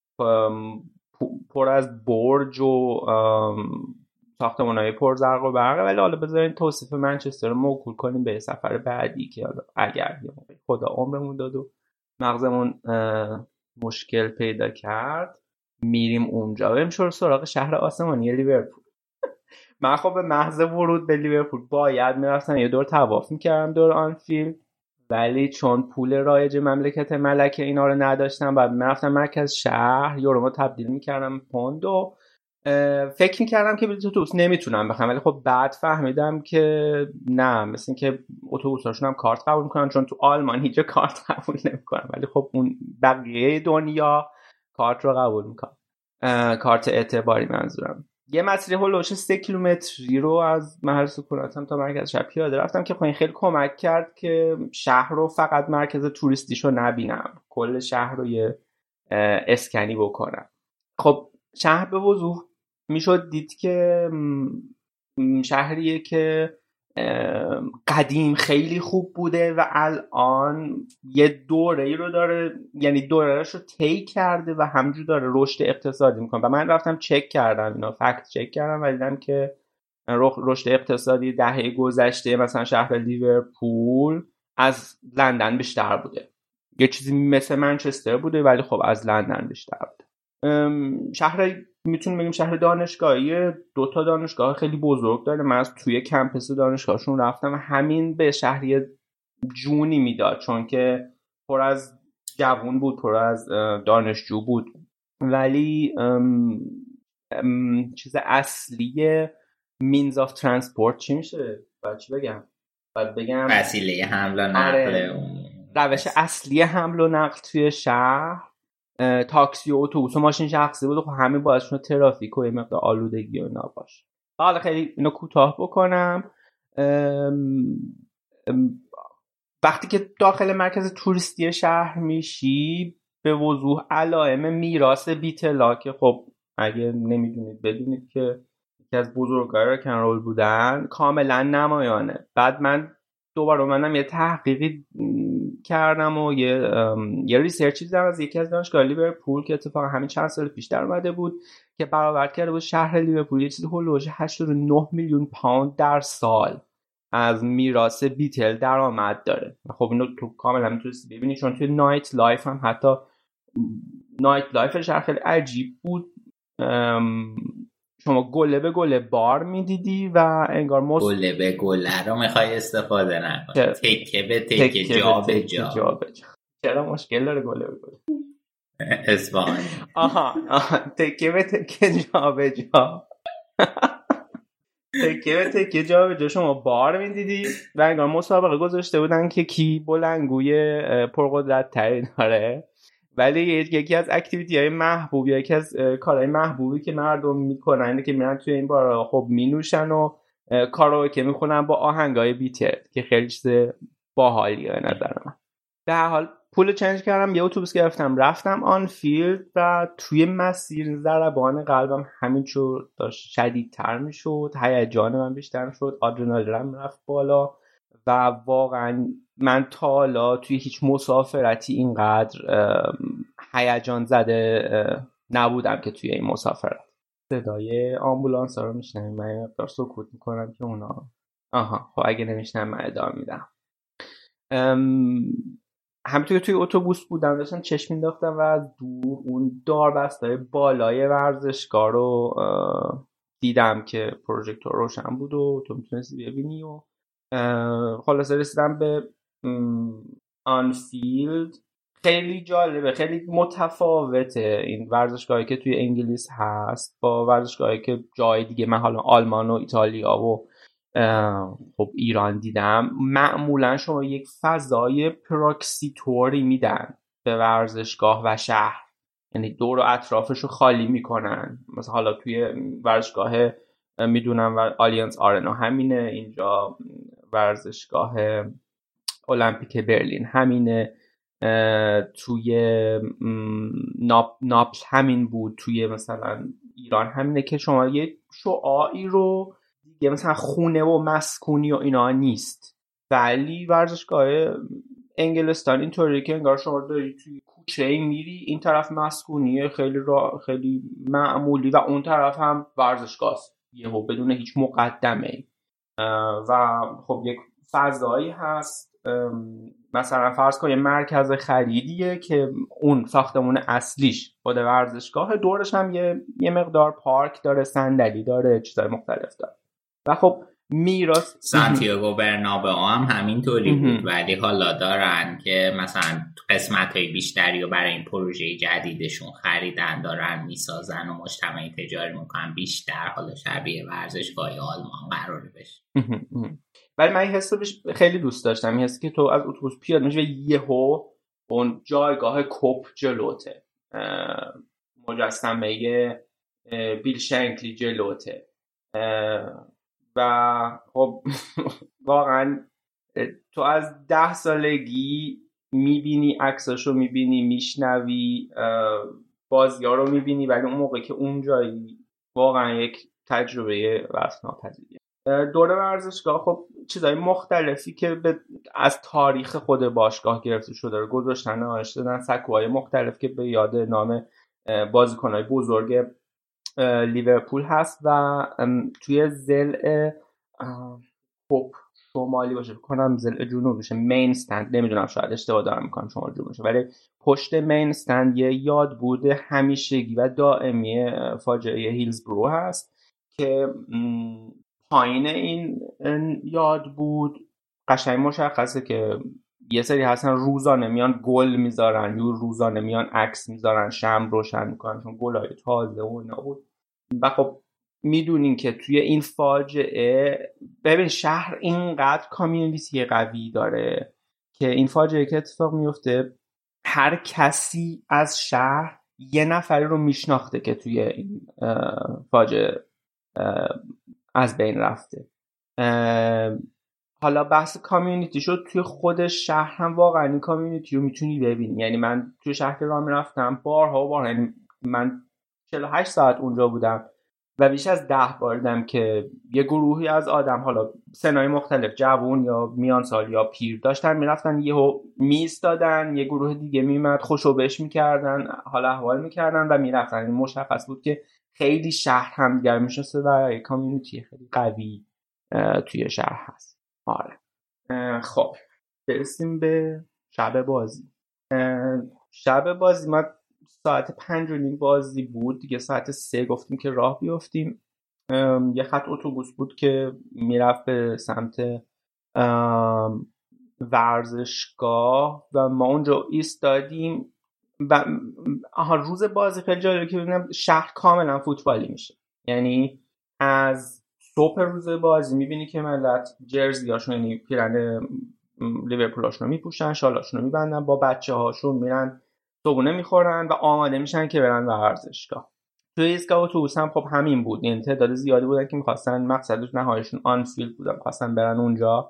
پر از برج و ساختمان‌های پر زرق و برقه، ولی حالا بذارین توصیف منچستر رو موکول کنیم به سفر بعدی که حالا اگر خدا عمرمون داد و مغزمون مشکل پیدا کرد میریم اونجا بریم شروع سراغ شهر آسمانی لیورپول. من خب به محض ورود به لیورپول باید میرفتم یه دور طواف میکردم دور آنفیلد، ولی چون پول رایج مملکت ملکه اینا رو نداشتم بعد میرفتم مرکز شهر یورو تبدیل میکردم پوند و فکر میکردم که بلیط اتوبوس نمیتونم بخرم، ولی خب بعد فهمیدم که نه، مثل این که اتوبوساشون هم کارت قبول میکنن، چون تو آلمان هیچ کارت قبول نمیکنن ولی خب اون بقیه دنیا کارت رو قبول میکنن، کارت اعتباری منظورم. یه مسیر هولوش سه کیلومتری رو از محل سکونتم تا مرکز شهر پیاده رفتم که خب خیلی کمک کرد که شهر رو فقط مرکز توریستیشو نبینم، کل شهر رو یه اسکنی بکنم. خب شهر به وضوح میشد دید که شهریه که قدیم خیلی خوب بوده و الان یه دوره رو داره، یعنی دورهش رو طی کرده و همجور داره رشد اقتصادی میکنه. و من رفتم چک کردم اینا، فکت چک کردم و دیدم که رشد اقتصادی دهه گذشته مثلا شهر لیورپول از لندن بیشتر بوده، یه چیزی مثل منچستر بوده ولی خب از لندن بیشتر بوده. شهر میتونیم بگیم شهر دانشگاهی، دو تا دانشگاه خیلی بزرگ داره. من از توی کمپس دانشگاهشون رفتم و همین به شهری جونی میداد، چون که پر از جوون بود، پر از دانشجو بود. ولی ام ام چیز اصلی means of transport چی میشه؟ باید چی بگم؟ باید بگم وسیله حمل و نقل. روش اصلی حمل و نقل توی شهر تاکسی و اتوبوس و ماشین شخصی بود. خب همین باعث شد ترافیک و یه مقدار آلودگی و اینا باشه. حالا خیلی اینو کوتاه بکنم، ام ام وقتی که داخل مرکز توریستی شهر میشی به وضوح علائم میراث بیتلا که خب اگه نمیدونید بدونید که یکی از بزرگای راک ان رول بودن، کاملا نمایانه. بعد من دوباره اومدم یه تحقیقی کردم و یه یه ریسرچی دیدم از یکی از دانشگاه لیورپول که اتفاقا همین چند سال پیش در اومده بود که برآورد کرده بود شهر لیورپول یه چیزی هولوش هشتاد و نه میلیون پوند در سال از میراث بیتل درآمد داره. خب اینو تو کاملا میتونید ببینید، چون توی نایت لایف هم حتی نایت لایف شهر خیلی عجیب بود. شما گله به گله بار میدیدی و انگار مست... گله به گله رو میخوای استفاده نکنی، تکه به تکه جا به جا. چرا مشکل داره گله به گله؟ اصفهانی. آها آها تکه به تکه جا به جا تکه به تکه جا به جا شما بار میدیدی و انگار مسابقه گذاشته بودن که کی بلندگوی پرقدرت تری داره. ولی یکی از اکتیویتی های محبوب یا یکی از کارهای محبوبی که مردم میکنن اینه که میرن توی این بارا خب مینوشن و کاراوکه میخونن با آهنگای بیتل که خیلی چیز باحالیه به نظر من. در حال پول چنج کردم، یه اتوبوس گرفتم رفتم آن فیلد و توی مسیر ضربان قلبم همینجور داشت شدیدتر میشد، هیجان من بیشتر شد، آدرنالینم رفت بالا و واقعا من تا حالا توی هیچ مسافرتی اینقدر هیجان زده نبودم که توی این مسافرت. صدای آمبولانس ها رو میشنم، من مقدار سکوت میکنم که اونا آها خب اگه نمیشنم من ادامه میدم. همینطور که توی اتوبوس بودم داشتم چشم مینداختم و از دور اون داربستای بالای ورزشگاه رو دیدم که پروژکتور روشن بود و تو میتونستی ببینی و خلاصه رسیدم به آنفیلد. خیلی جالبه، خیلی متفاوته این ورزشگاهی که توی انگلیس هست با ورزشگاهی که جای دیگه من حالا آلمان و ایتالیا و خب ایران دیدم. معمولا شما یک فضای پراکسی توری میدن به ورزشگاه و شهر، یعنی دور و اطرافش رو خالی میکنن. مثلا حالا توی ورزشگاه میدونم و آلیانس آرنا همینه، اینجا ورزشگاه المپیک برلین همینه، توی ناپ ناپل همین بود، توی مثلا ایران همینه که شما یه شعاعی رو دیگه مثلا خونه و مسکونی و اینا نیست. ولی ورزشگاه انگلستان اینطوری که انگار شما داری توی کوچه میری، این طرف مسکونیه خیلی را خیلی معمولی و اون طرف هم ورزشگاه یهو بدون هیچ مقدمه و خب یک فضایی هست. مثلا فرض کن یه مرکز خریدیه که اون ساختمون اصلیش خود ورزشگاه، دورش هم یه یه مقدار پارک داره، صندلی داره، چیزای مختلف داره و خب میراث سانتیاگو برنابئو هم همینطوری بود. ولی حالا دارن که مثلا قسمت‌های بیشتری رو برای این پروژه جدیدشون خریدن، دارن میسازن و مجتمع تجاری میکنن، بیشتر حالا شبیه ورزشگاه آلمان قراره بشه. ولی من این حسو خیلی دوست داشتم، این حسی که تو از اتوبوس پیاده میشی و یهو اون جایگاه کپ جلوته، مجسمه بیل شنکلی جلوته و خب واقعا تو از ده سالگی میبینی عکساشو، میبینی میشنوی بازی‌ها رو میبینی، ولی اون موقع که اونجایی واقعا یک تجربه وصف ناپذیریه. دور ورزشگاه خب چیزای مختلفی که به از تاریخ خود باشگاه گرفته شده رو گذاشتن، نمایش دادن، سکوهای مختلف که به یاد نام بازیکن‌های بزرگ لیورپول هست و توی ضلع خب شمالی باشه کنم ضلع جنوبی باشه مین استند، نمیدونم شاید اشتباه دارم میکنم شمال جنوبی باشه، ولی پشت مین استند یه یاد بود همیشگی و دائمی فاجعه هیلزبرو هست که پایین این یاد بود قشنگ مشخصه که یه سری هستن روزانه میان گل میذارن یا روزانه میان عکس میذارن شمع روشن میکنن چون گلای تازه و اینا بود. و خب میدونین که توی این فاجعه ببین شهر اینقدر کامیونیتی قوی داره که این فاجعه که اتفاق میفته هر کسی از شهر یه نفری رو میشناخته که توی این فاجعه از بین رفته. حالا بحث کامیونیتی شد توی خود شهر هم واقعا این کامیونیتی رو میتونی ببینی. یعنی من توی شهر که راه میرفتم بارها و بارها، یعنی من چهل و هشت ساعت اونجا بودم و بیش از ده بار دیدم که یه گروهی از آدم حالا سنای مختلف جوون یا میان سال یا پیر داشتن میرفتن یهو میایستادن، یه گروه دیگه میمد خوشو بش میکردن حالا احوال میکردن و میرفتن. این مشخص بود که خیلی شهر هم دیگر میشناسه و یه کامیونیتی خیلی قوی توی شهر هست. آره خب برسیم به شب بازی. شب بازی ما ساعت پنج و نیم بازی بود دیگه، ساعت سه گفتیم که راه بیافتیم. یه خط اتوبوس بود که میرفت به سمت ورزشگاه و ما اونجا ایستادیم و آها روز بازی خیلی جالبه که ببینم شهر کاملا فوتبالی میشه. یعنی از صبح روز بازی میبینی که ملت جرزیاشون یعنی پیرن لیورپولاشون رو میپوشن، شالاشون رو میبندن، با بچه هاشون میرن صبحونه میخورن و آماده میشن که برن ورزشگاه. توی ایستگاه اتوبوس هم خب همین بود، یعنی تعداد زیادی بودن که میخواستن مقصدش نهاییشون آنفیلد بودن، میخواستن برن اونجا.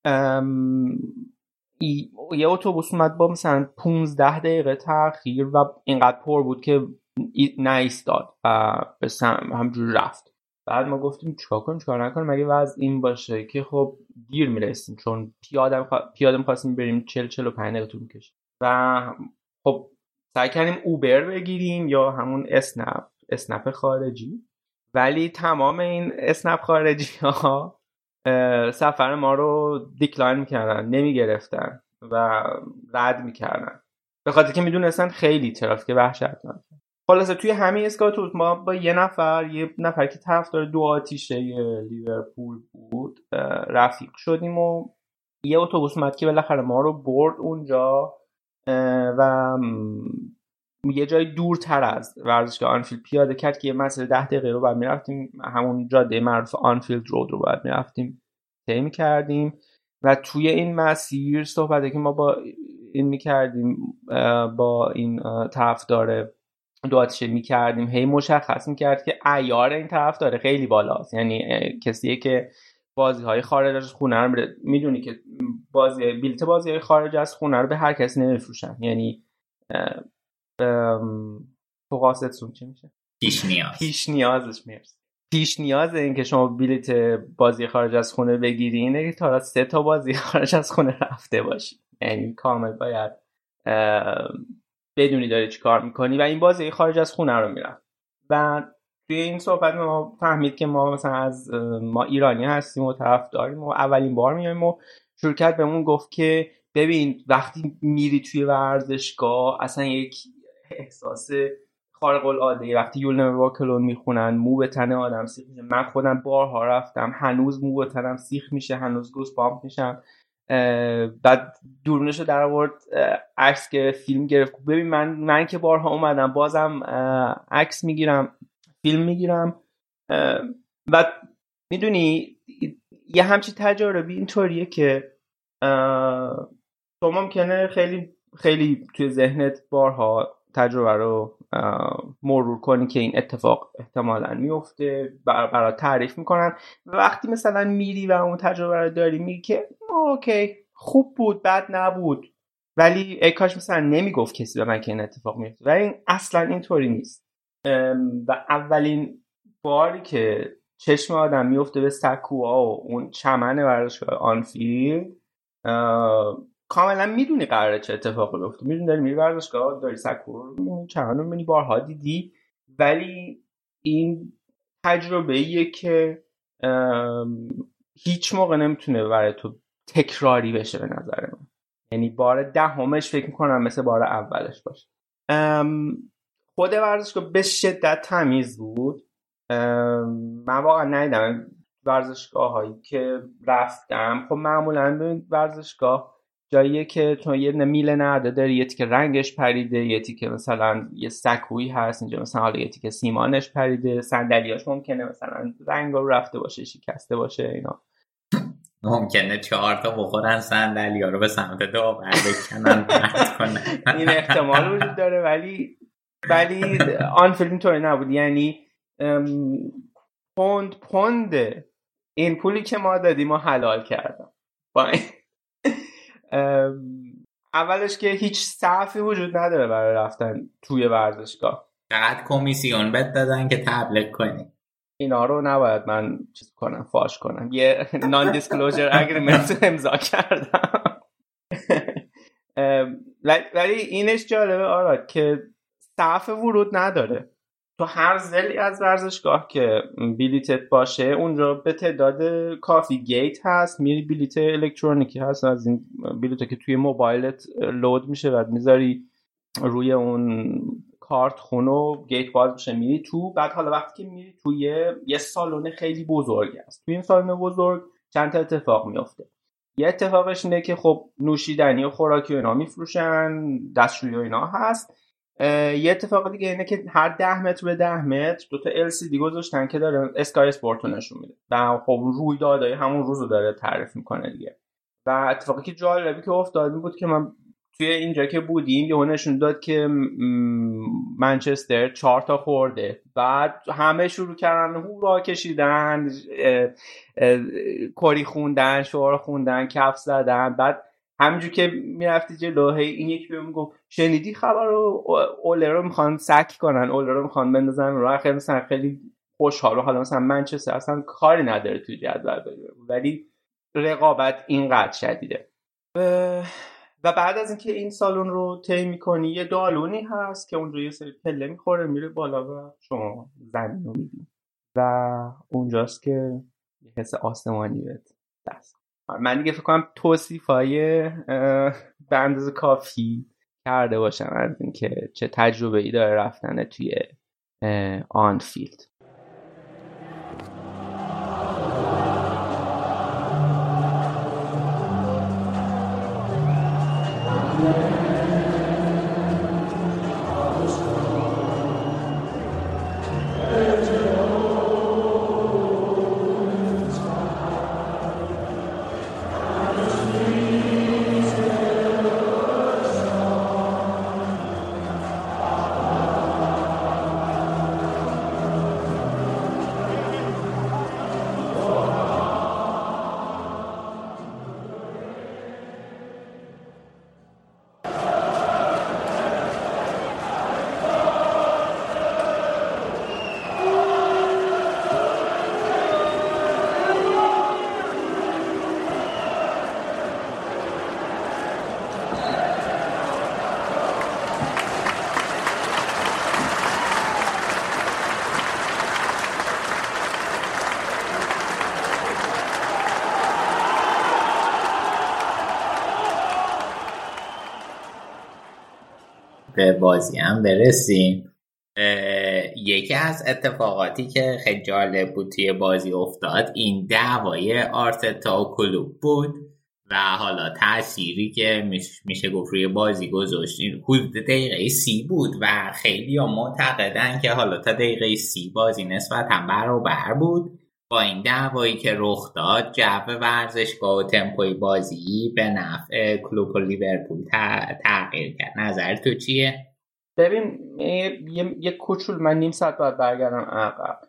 ای... یه اتوبوس اومد با مثلا پونزده دقیقه تاخیر و اینقدر پر بود که نایستاد و به سم همجوری رفت. بعد ما گفتیم چیکار کنیم چیکار نکنیم مگه وضع این باشه که خب دیر میرسیم، چون پیاده خوا... پیاده می‌خواستیم بریم چهل چهل و پنج دقیقه طول می‌کشه و خب سعی کردیم اوبر بگیریم یا همون اسنپ اسنپ خارجی، ولی تمام این اسنپ خارجی ها سفر ما رو دیکلاین میکردن، نمیگرفتن و رد میکردن به خاطر که میدونستن خیلی ترافیک وحشتناک. خلاصه توی همین ایستگاه تو ما با یه نفر یه نفر که طرفدار دو آتیشه لیورپول بود رفیق شدیم و یه اتوبوس اومد که بالاخره ما رو برد اونجا و یه جای دورتر از ورزشگاه آنفیلد پیاده کرد که یه مسیر ده دقیقه رو بعد میرفتیم همون جاده معروف آنفیلد رود رو بعد میرفتیم طی میکردیم و توی این مسیر صحبته که ما با این میکردیم با این طرفدار دو آتیشه میکردیم هی مشخص میکرد که عیار این طرفدار خیلی بالاست. یعنی کسیه که بازی های خارج از خونه رو میدونی که بازی بلیت بازی های خارج از خونه رو به هر کسی نمیفروشن. یعنی فقاستون چی میشه؟ پیش نیاز. پیش نیازش میرسه. پیش نیاز این که شما بلیت بازی خارج از خونه بگیری اینه که تا سه تا بازی خارج از خونه رفته باشی. یعنی کامل باید بدونی داری چی کار میکنی و این بازی خارج از خونه رو میرفت. و توی این صحبت ما فهمید که ما مثلا از ما ایرانی هستیم و طرف داریم و اولین بار میایم و شرکت بهمون گفت که ببین وقتی میری توی ورزشگاه اصلا یک احساس خارق العاده، وقتی یول نور واکلون میخونن مو به تن آدم سیخ میشه. من خودم بارها رفتم هنوز مو به تنم سیخ میشه، هنوز گوز پامپ میشم. بعد دوربینشو در آورد عکس گرفت فیلم گرفت. ببین من من که بارها اومدم بازم عکس میگیرم فیلم میگیرم و میدونی یه همچین تجاربی اینطوریه که تو ممکنه خیلی خیلی توی ذهنت بارها تجربه رو مرور کنی که این اتفاق احتمالاً میفته برای تعریف میکنن و وقتی مثلا میری و اون تجربه رو داری میگی که اوکی خوب بود بد نبود، ولی ای کاش مثلا نمیگفت کسی به من که این اتفاق میفته. ولی این اصلا اینطوری نیست و اولین باری که چشم آدم میفته به سکوها و اون چمن ورزشگاه آنفیلد، کاملا میدونی قراره چه اتفاقی بیفته، میدونی داری میری ورزشگاه، داری سکو رو میبینی، چمن رو میبینی، بارها دیدی، ولی این تجربه ایه که هیچ موقع نمیتونه برای تو تکراری بشه به نظر من. یعنی بار دهمش فکر میکنم مثل بار اولش باشه. خود ورزشگاه به شدت تمیز بود. من واقعا ندیدم ورزشگاه هایی که رفتم، خب معمولا به ورزشگاه جاییه که تو یه میله نرده داری، یه تیکه رنگش پریده، یه تیکه مثلا یه سکویی هست اینجا، مثلا حالا یه تیکه سیمانش پریده، صندلیاش ممکنه مثلا رنگ رو رفته باشه، شکسته باشه، اینا ممکنه چهار تا بخورن صندلی ها رو به سمت داور بکنن پرت کنن. این احتمال وجود داره، ولی ولی آن فیلم طوری نبود. یعنی پوند پوند این پولی که ما دادیم ما حلال کردم. اولش که هیچ صفی وجود نداره برای رفتن توی ورزشگاه، فقط کمیسیون بهت دادن که تبلیغ کنی. اینا رو نباید من چیز کنم، فاش کنم، یه نان دیسکلوزر اگریمنت امضا کردم. ولی اینش جالبه آراد که صف ورود نداره. تو هر ضلعی از ورزشگاه که بلیتت باشه اونجا به تعداد کافی گیت هست، میری بلیت الکترونیکی هست، از این بلیت که توی موبایلت لود میشه، بعد میذاری روی اون کارت خونو، گیت باز میشه، میری تو. بعد حالا وقتی که میری توی یه سالن خیلی بزرگی هست، توی این سالن بزرگ چند تا اتفاق میفته. یه اتفاقش اینه که خب نوشیدنی و خوراکی و اینا میفروشن، دستشویی و اینا هست. یه اتفاق دیگه اینه که هر ده متر به ده متر دوتا ال سی دی گذاشتن که داره اسکای اسپورت رو نشون میده و خب رویدادهای همون روزو داره تعریف میکنه دیگه. و اتفاقی که جالبی که افتاد بود که من توی اینجا که بودیم یهو نشون داد که منچستر چهار تا خورده، بعد همه شروع کردن هورا کشیدن، کری خوندن، شعار خوندن، کف زدن. بعد همینجور که میرفتی جلو این یکی بهم گفت شنیدی خبر رو اوله رو میخوان سک کنن، اوله رو میخوان بندازن رو. خیلی مثلا خیلی خوشحال. حالا مثلا منچستر اصلا کاری نداره توی جدول بگیره، ولی رقابت اینقدر شدیده. و بعد از اینکه این سالن رو طی می‌کنی یه دالونی هست که اونجا یه سری پله میخوره میره بالا و شما زمین رو می‌بینی و اونجاست که یه حس آسمانی بهت دست. من دیگه فکر کنم توصیفای به اندازه کافی کرده باشم از اینکه چه تجربه‌ای داره رفتن توی آنفیلد. به بازی هم برسیم. یکی از اتفاقاتی که خیلی جالب بود توی بازی افتاد این دعوای آرتتا و کلوب بود و حالا تأثیری که میشه گفت روی بازی گذاشت حدود دقیقه سی بود و خیلی ها معتقدن که حالا تا دقیقه سی بازی نسبتاً برابر بود. با این دعوایی که رخ داد جو ورزشگاه و تمپوی بازی به نفع کلوب و لیورپول تغییر کرد. نظر تو چیه؟ ببین یه, یه کوچول من نیم ساعت باید برگردم عقب.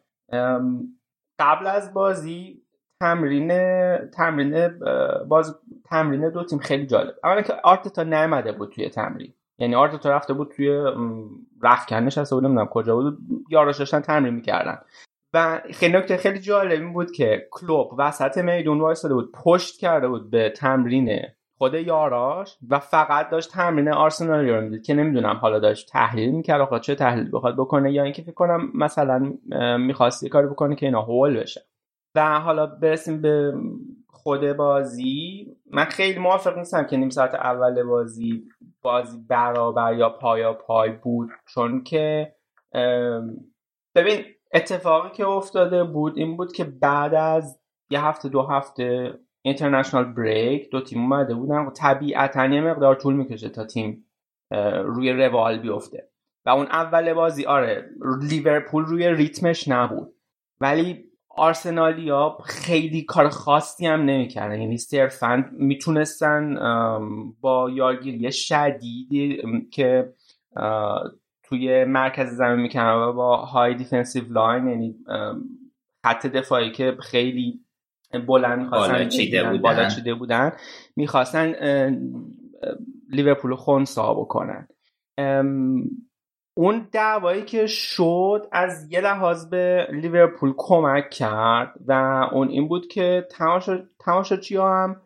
قبل از بازی تمرین تمرین باز تمرین دو تیم خیلی جالب. اولا که آرتتا نمیده بود توی تمرین، یعنی آرتتا رفته بود توی رختکن نشسته بود، نمیدونم کجا بود، یاراش داشتن تمرین میکردن و خیلی نکته خیلی جالب این بود که کلوب وسط میدون وایساده بود، پشت کرده بود به تمرین خود یاراش و فقط داشت تمرین آرسنالی رو میدید که نمیدونم حالا داشت تحلیل میکرد آقا چه تحلیل بخواد بکنه یا اینکه فکر کنم مثلا میخواست یه کاری بکنه که اینا هول بشه. و حالا برسیم به خود بازی. من خیلی موافق نیستم که نیم ساعت اول بازی بازی برابر یا پایا پای بود، چون که ببین اتفاقی که افتاده بود این بود که بعد از یه هفته دو هفته اینترنشنال بریک دو تیم اومده بودن و طبیعتاً یه مقدار طول میکشه تا تیم روی روال بیفته و اون اول بازی آره لیورپول روی ریتمش نبود، ولی آرسنالیا خیلی کار خاصی هم نمیکردن، یعنی صرفاً میتونستن با یارگیری شدیدی که توی مرکز زمین میکنن و با های دیفنسیو لاین، یعنی خط دفاعی که خیلی بلند میخواستن بالا چیده بودن, بالا چیده بودن میخواستن لیورپول رو خنثی بکنن. اون دعوایی که شد از یه لحاظ به لیورپول کمک کرد و اون این بود که تماشا تماشاچی‌ها هم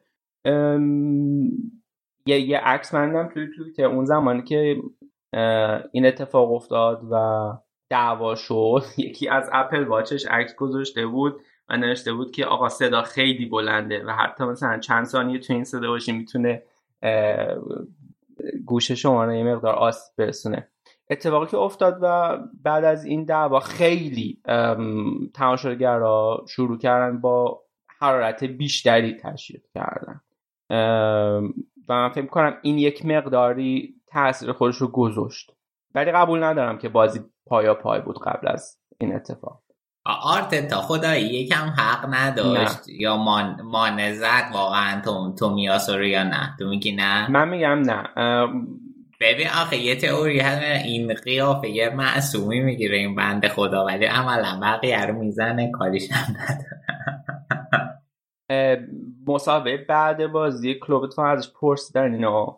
یه یه عکس مندم توی توییتر اون زمانی که این اتفاق افتاد و دعوا شد یکی از اپل واچش عکس گذاشته بود و نوشته بود که آقا صدا خیلی بلنده و حتی مثلا چند ثانیه تو این صدا باشی میتونه گوش شما رو یه مقدار آسیب برسونه. اتفاقی که افتاد و بعد از این دعوا خیلی تماشاگرها شروع کردن با حرارت بیشتری تشویق کردن و من فکر می‌کنم این یک مقداری تاثیر خودش رو گذاشت، ولی قبول ندارم که بازی پایا پای بود قبل از این اتفاق. آرتتا خدایی یکم حق نداشت نه. یا مان مانزد واقعا تو تو میاسو یا نه؟ تو میگی نه؟ من میگم نه. ببین آخه یه تئوری هست این قیافه یه معصومی میگیره این بنده خدا، ولی عملا بقیه رو میزنه کاریش هم نداره. مسابقه بعد بازی کلوب تو ازش پرسیدن اینا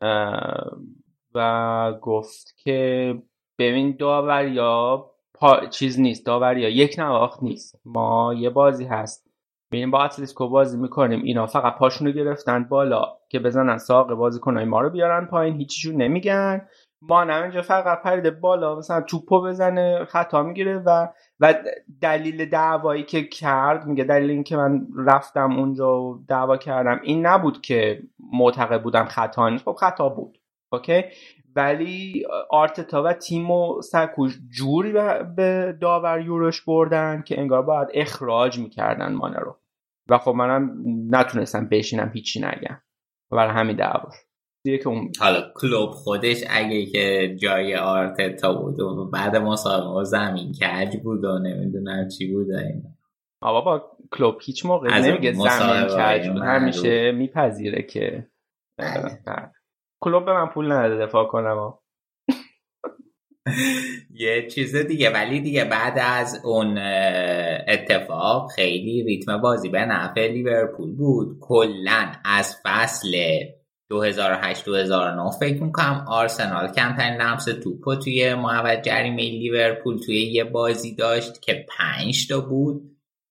و گفت که ببین داوریا پا... چیز نیست، داوریا یک نواخت نیست، ما یه بازی هست ببین با اتلتیکو بازی میکنیم، اینا فقط پاشونو گرفتن بالا که بزنن ساق بازیکنای ما رو بیارن پایین، هیچیشون نمیگن، ما همینجا فقط پریده بالا مثلا توپو بزنه خطا میگیره و و دلیل دعوایی که کرد میگه دلیل این که من رفتم اونجا و دعوا کردم این نبود که معتقد بودم خطا نیست، خب خطا بود اوکی، ولی آرتتا و تیمو سرکوش جوری به داور یورش بردن که انگار باید اخراج میکردن مانه رو و خب منم نتونستم بشینم هیچی نگم برای همین دعوا. که اون حالا کلوب خودش اگه که جای آرتتا بود و بعد مسابقه زمین کج بود و نمیدونم چی بود اینا، آقا با کلوب هیچ موقع نمیگه زمین کج بود، همیشه میپذیره که کلوب به من پول نده دفاع کنم. یه چیز دیگه، ولی دیگه بعد از اون اتفاق خیلی ریتم بازی به نفع لیورپول بود. کلن از فصل دو هزار و هشت دو هزار و نه فکر میکنم آرسنال کمترین لمس توپو توی محوطه جریمه لیورپول توی یه بازی داشت که پنج تا بود.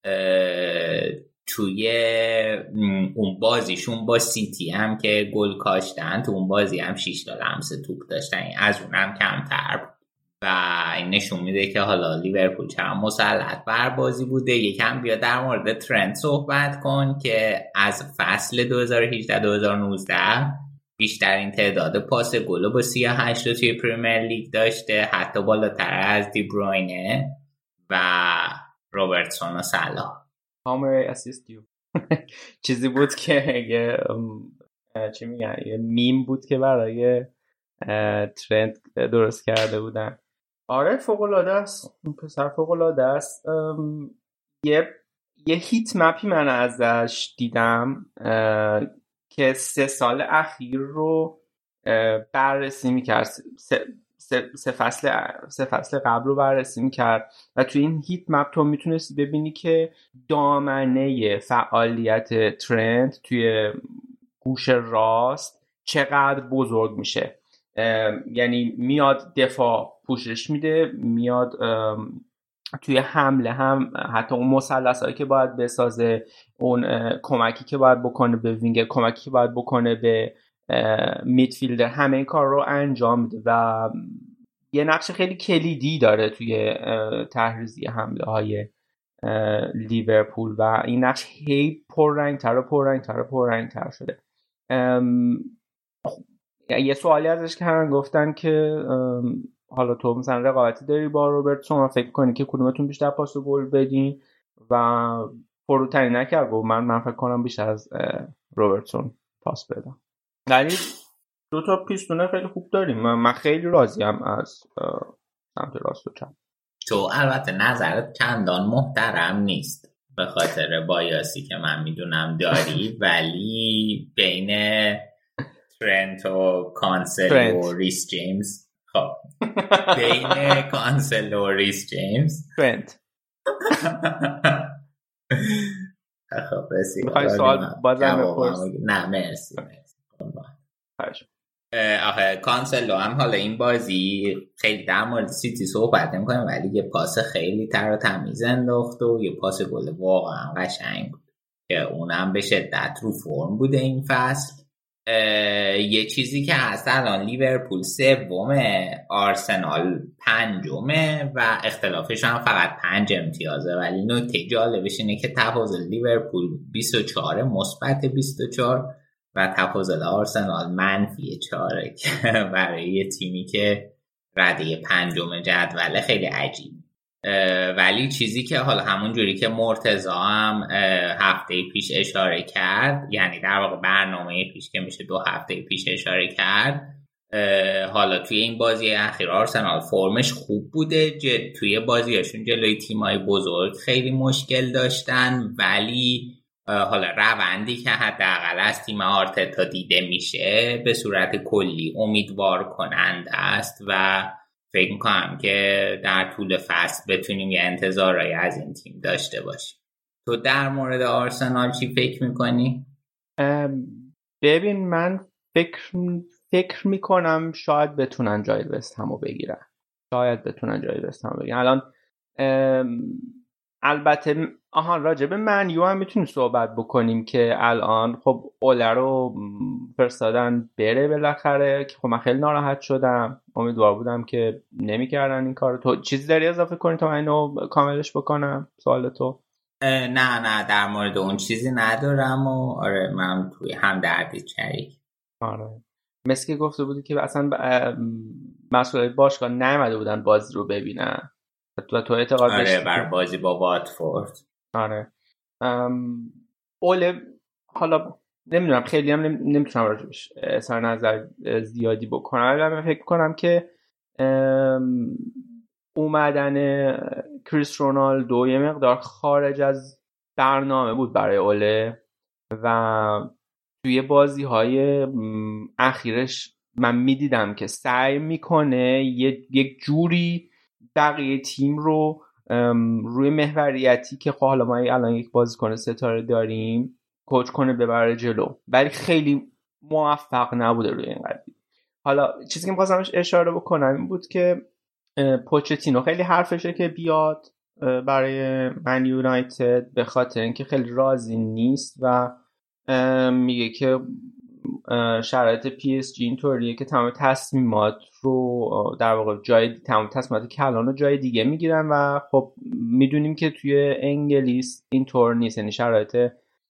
توی اون بازیشون با سیتی هم که گل کاشتن تو اون بازی هم شش تا لمس توپ داشتن، از اونم کمتر بود و این نشون میده که حالا لیورپول چقدر مسلط بر بازی بوده. یکم بیا در مورد ترند صحبت کن که از فصل دو هزار و هجده دو هزار و نوزده بیشترین تعداد پاس گل با سی و هشت توی پریمیر لیگ داشته، حتی بالاتر از دی بروینه و روبرتسون و صلاح. هامر اسیست یو چیزی بود که یه چی میگن یه میم بود که برای ترند درست کرده بودن. آره فوق العاده است اون پسر، فوق العاده است. یه یه هیت مپی من ازش دیدم که سه سال اخیر رو بررسی میکرد، سه, سه, سه فصل سه فصل قبل رو بررسی میکرد و توی این هیت مپ تو میتونستی ببینی که دامنه فعالیت ترند توی گوش راست چقدر بزرگ میشه. یعنی میاد دفاع پوشش میده، میاد توی حمله هم حتی اون مثلثایی که باید بسازه، اون کمکی که باید بکنه به وینگر، کمکی که باید بکنه به میدفیلدر، همه این کار رو انجام میده و یه نقش خیلی کلیدی داره توی تحریزی حمله های لیورپول و این نقش هی پررنگ‌تر و پررنگ‌تر و پررنگ‌تر شده. یه سوالی ازش کردن، گفتن که حالا تو مثلا رقابتی داری با روبرتسون، فکر کنی که کدومتون بیشتر پاس و گل بدین و فروتنی نکرد، گفت من من فکر کنم بیشتر از روبرتسون پاس بدم. ولی دو تا پیستونه خیلی خوب داریم، من خیلی راضیم از سمت راست و چپ. تو البته نظرت چندان محترم نیست به خاطر بایاسی که من میدونم داری، ولی بین ترنت و کانسل و ریس جیمز، خب بین کانسل و ریس جیمز ترنت خب رسید. میخوای سوال بازم بپرس؟ نه مرسی مرسی. آخه کانسلو هم حالا این بازی خیلی در مورد سیتی صحبت نمی‌کنیم، ولی یه پاس خیلی تر و تمیز انداخت و یه پاس گل واقعا قشنگ بود که اونم به شدت رو فرم بوده این فصل. یه چیزی که هست الان لیورپول سومه، آرسنال پنجمه و اختلافش هم فقط پنج امتیازه، ولی نکته جالبش اینه که تفاضل لیورپول بیست و چهار مثبت بیست و چهار و تفاضل آرسنال منفی چهاره که برای یه تیمی که رده پنجم جدول خیلی عجیب. ولی چیزی که حالا همون جوری که مرتضی هم هفته پیش اشاره کرد، یعنی در واقع برنامه پیش که میشه دو هفته پیش اشاره کرد، حالا توی این بازی اخیر آرسنال فرمش خوب بوده، توی بازیاشون جلوی تیمای بزرگ خیلی مشکل داشتن، ولی حالا روندی که حداقل از تیم آرتتا دیده میشه به صورت کلی امیدوار کننده است و فکر میکنم که در طول فصل بتونیم یه انتظارایی از این تیم داشته باشیم. تو در مورد آرسنال چی فکر میکنی؟ ببین من فکر فکر میکنم شاید بتونن جای وست همو بگیرن، شاید بتونن جای وست همو بگیرن. الان البته آها راجب من یو هم میتونیم صحبت بکنیم که الان خب اوله رو فرستادن بره بالاخره که خب من خیلی ناراحت شدم، امیدوار بودم که نمیکردن این کارو. تو چیزی داری اضافه کنی تا من اینو کاملش بکنم سوال تو؟ نه نه در مورد اون چیزی ندارم و آره من توی هم دردی شریک. آره مثل که گفته بودی که اصلا مسئولای باشگاه نیامده بودن بازی رو ببینن و تو اعتقاد داشتی آره بر بازی با واتفورد. آره ام... اوله حالا نمیدونم خیلی هم نمیتونم راجبش اظهار نظر زیادی بکنم، ولی من فکر کنم که ام... اومدن کریس رونالدو یه مقدار خارج از برنامه بود برای اوله و توی بازی های اخیرش من میدیدم که سعی میکنه یک جوری بقیه تیم رو روی محوریتی که حالا ما الان یک بازیکن ستاره داریم کوچ کنه ببره جلو، ولی خیلی موفق نبوده روی این قضیه. حالا چیزی که می‌خواستم اشاره بکنم این بود که پوچتینو خیلی حرفشه که بیاد برای من یونایتد به خاطر اینکه خیلی راضی نیست و میگه که شرایط پی اس جی اینطوریه که تمام تصمیمات رو در واقع جای تمام تصمیمات کلان رو جای دیگه میگیرن و خب میدونیم که توی انگلیس اینطور نیست، یعنی شرایط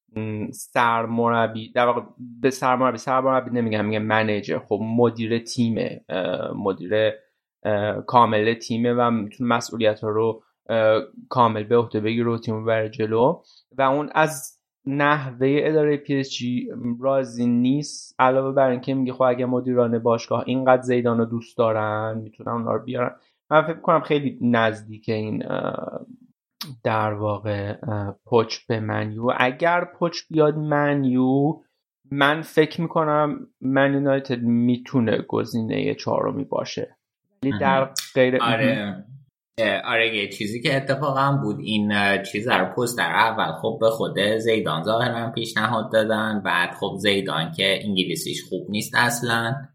سرمربی در واقع به سرمربی سرمربی نمیگم، میگم منیجر، خب مدیر تیمه، مدیر کامل تیمه و میتونه مسئولیت رو کامل به عهده بگیره و تیمو ببره جلو و اون از نحوه اداره پی اس جی راضی نیست، علاوه بر اینکه میگه خب اگه مدیران باشگاه اینقدر زیدان رو دوست دارن میتونن اونا رو بیارن. من فکر کنم خیلی نزدیک این در واقع پوچ به منیو. اگر پوچ بیاد منیو من فکر میکنم من یونایتد میتونه گزینه چهارمی باشه، ولی در غیر آره آره یه چیزی که اتفاقا بود این چیز رو پست در اول خب به خود زیدان ظاهرا پیشنهاد دادن، بعد خب زیدان که انگلیسیش خوب نیست اصلا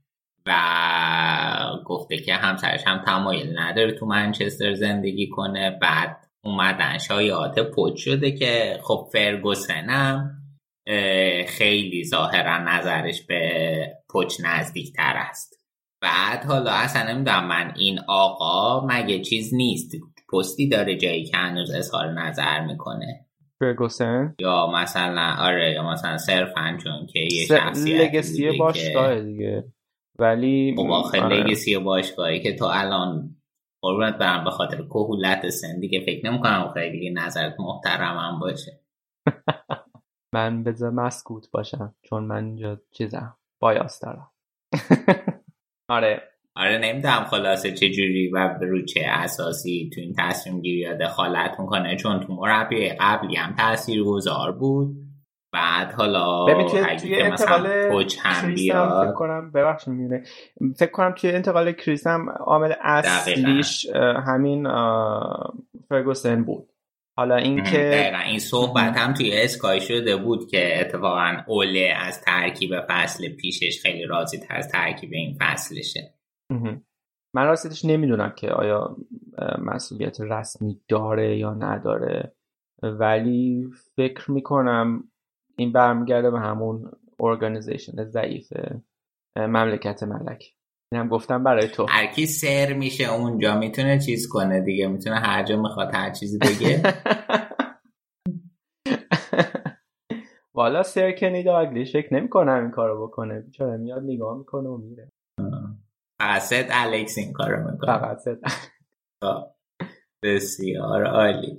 و گفته که همسرش هم تمایل نداره تو منچستر زندگی کنه. بعد اومدن شایعات پوچ شده که خب فرگوسن هم خیلی ظاهرا نظرش به پوچ نزدیک تر است. بعد حالا اصلا نمیدونم من این آقا مگه چیز نیست، پستی داره جایی که هنوز اظهار نظر میکنه فرگوسن، یا مثلا آره یا مثلا صرفاً چون که یه شخصیت لگسی باشگاه دیگه، ولی با خیلی لگسی باشگاهی که تو الان قربونت برم به خاطر کهولت سن دیگه فکر نمی‌کنم خیلی نظرت محترمم باشه. من بذار مسکوت باشم چون من اینجا چیزم بایاس دارم. آره آره نمیدونم خلاصه چه جوری و رو چه اساسی تو این تصمیم گیری دخالت میکنه، چون تو مربی قبلی هم تاثیرگذار بود. بعد حالا ببین توی, توی انتقال کوچ هم بیاد فکر کنم ببخشید میونه فکر کنم توی انتقال کریس هم عامل اصلیش همین فرگوسن بود. حالا این که دقیقا این صحبت هم توی اسکای شده بود که اتفاقا اوله از ترکیب فصل پیشش خیلی راضی تر از ترکیب این فصلشه. من راستش نمیدونم که آیا مسئولیت رسمی داره یا نداره، ولی فکر میکنم این برمیگرده به همون ارگانیزیشن ضعیف مملکت ملک. اینم گفتم برای تو هر کی سر میشه اونجا میتونه چیز کنه دیگه، میتونه هر جا میخواد هر چیزی بگه. والا سر کنی داگلیش فکر نمیکنم این کارو بکنه، بیچاره میاد نگاه میکنه و میره. فقط الکس این کارو میکنه. فقط بسیار عالی.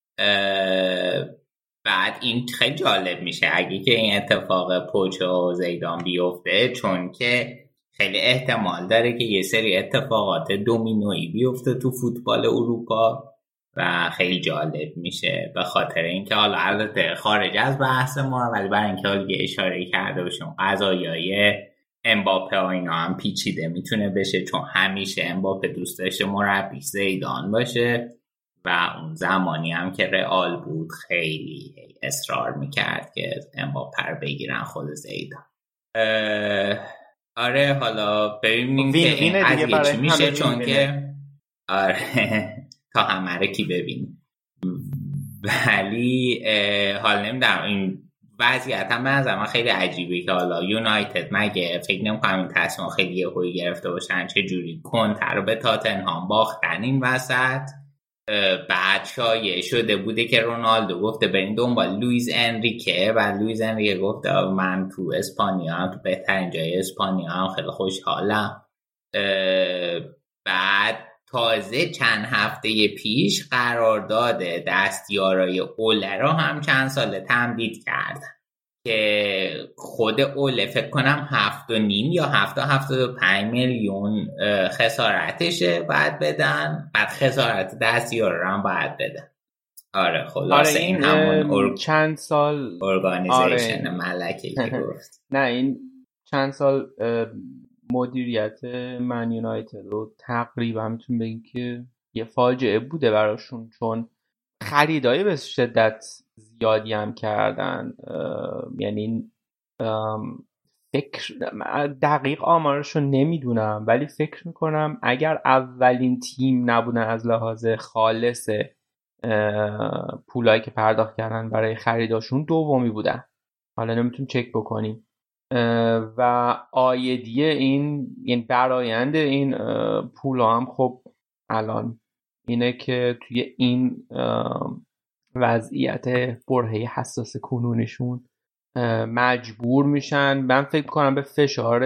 بعد این خیلی جالب میشه اگه که این اتفاق پوچ و زیدان بیفته، چون که خیلی احتمال داره که یه سری اتفاقات دومینویی بیفته تو فوتبال اروپا و خیلی جالب میشه به خاطر اینکه حالا البته خارج از بحث ما، ولی برای اینکه حالا اشاره کرده باشم قضایای امباپه و اینا هم پیچیده میتونه بشه، چون همیشه امباپه دوست داشته مربی زیدان باشه و اون زمانی هم که رئال بود خیلی اصرار میکرد که امباپه رو بگیرن خود زیدان. آره حالا ببینیم که این قضیه چی میشه، چون که آره تا همه رو کی ببینیم. ولی حال نمیدونم این وضعیت هم به نظر من خیلی عجیبه که حالا یونایتد مگه فکر نمی‌کنم این تصمیم خیلی یهویی گرفته باشن، چه جوری کنته رو به تاتنهام باختن این وسط. بعد شایعه شده بوده که رونالدو گفته بریم دنبال لوئیس انریکه و لوئیس انریکه گفته من تو اسپانیا هم تو بهترین جای اسپانیا هم خیلی خوشحالم. بعد تازه چند هفته پیش قرارداد دستیارای اوله رو هم چند ساله تمدید کردن که خود اوله فکر کنم هفت و نیم یا هفت و هفتاد و پنج میلیون خسارتشه باید بدن، بعد خسارت دستیار رو هم باید بدن. آره خلاصه آره این همون ار... چند سال ارگانیزیشن آره. ملکه که گفت. نه این چند سال مدیریت من یونایتد رو تقریبا میتونم بگیم که یه فاجعه بوده براشون، چون خریدای به شدت زیادی هم کردن. یعنی فکر دقیق آمارشو نمیدونم ولی فکر میکنم اگر اولین تیم نبودن از لحاظ خالص پولایی که پرداخت کردن برای خریداشون دومی بودن. حالا نمیتونم چک بکنیم. و آیدی این یعنی برآیند این پولا هم خب الان اینه که توی این وضعیت برهه حساس کنونشون مجبور میشن، من فکر کنم به فشار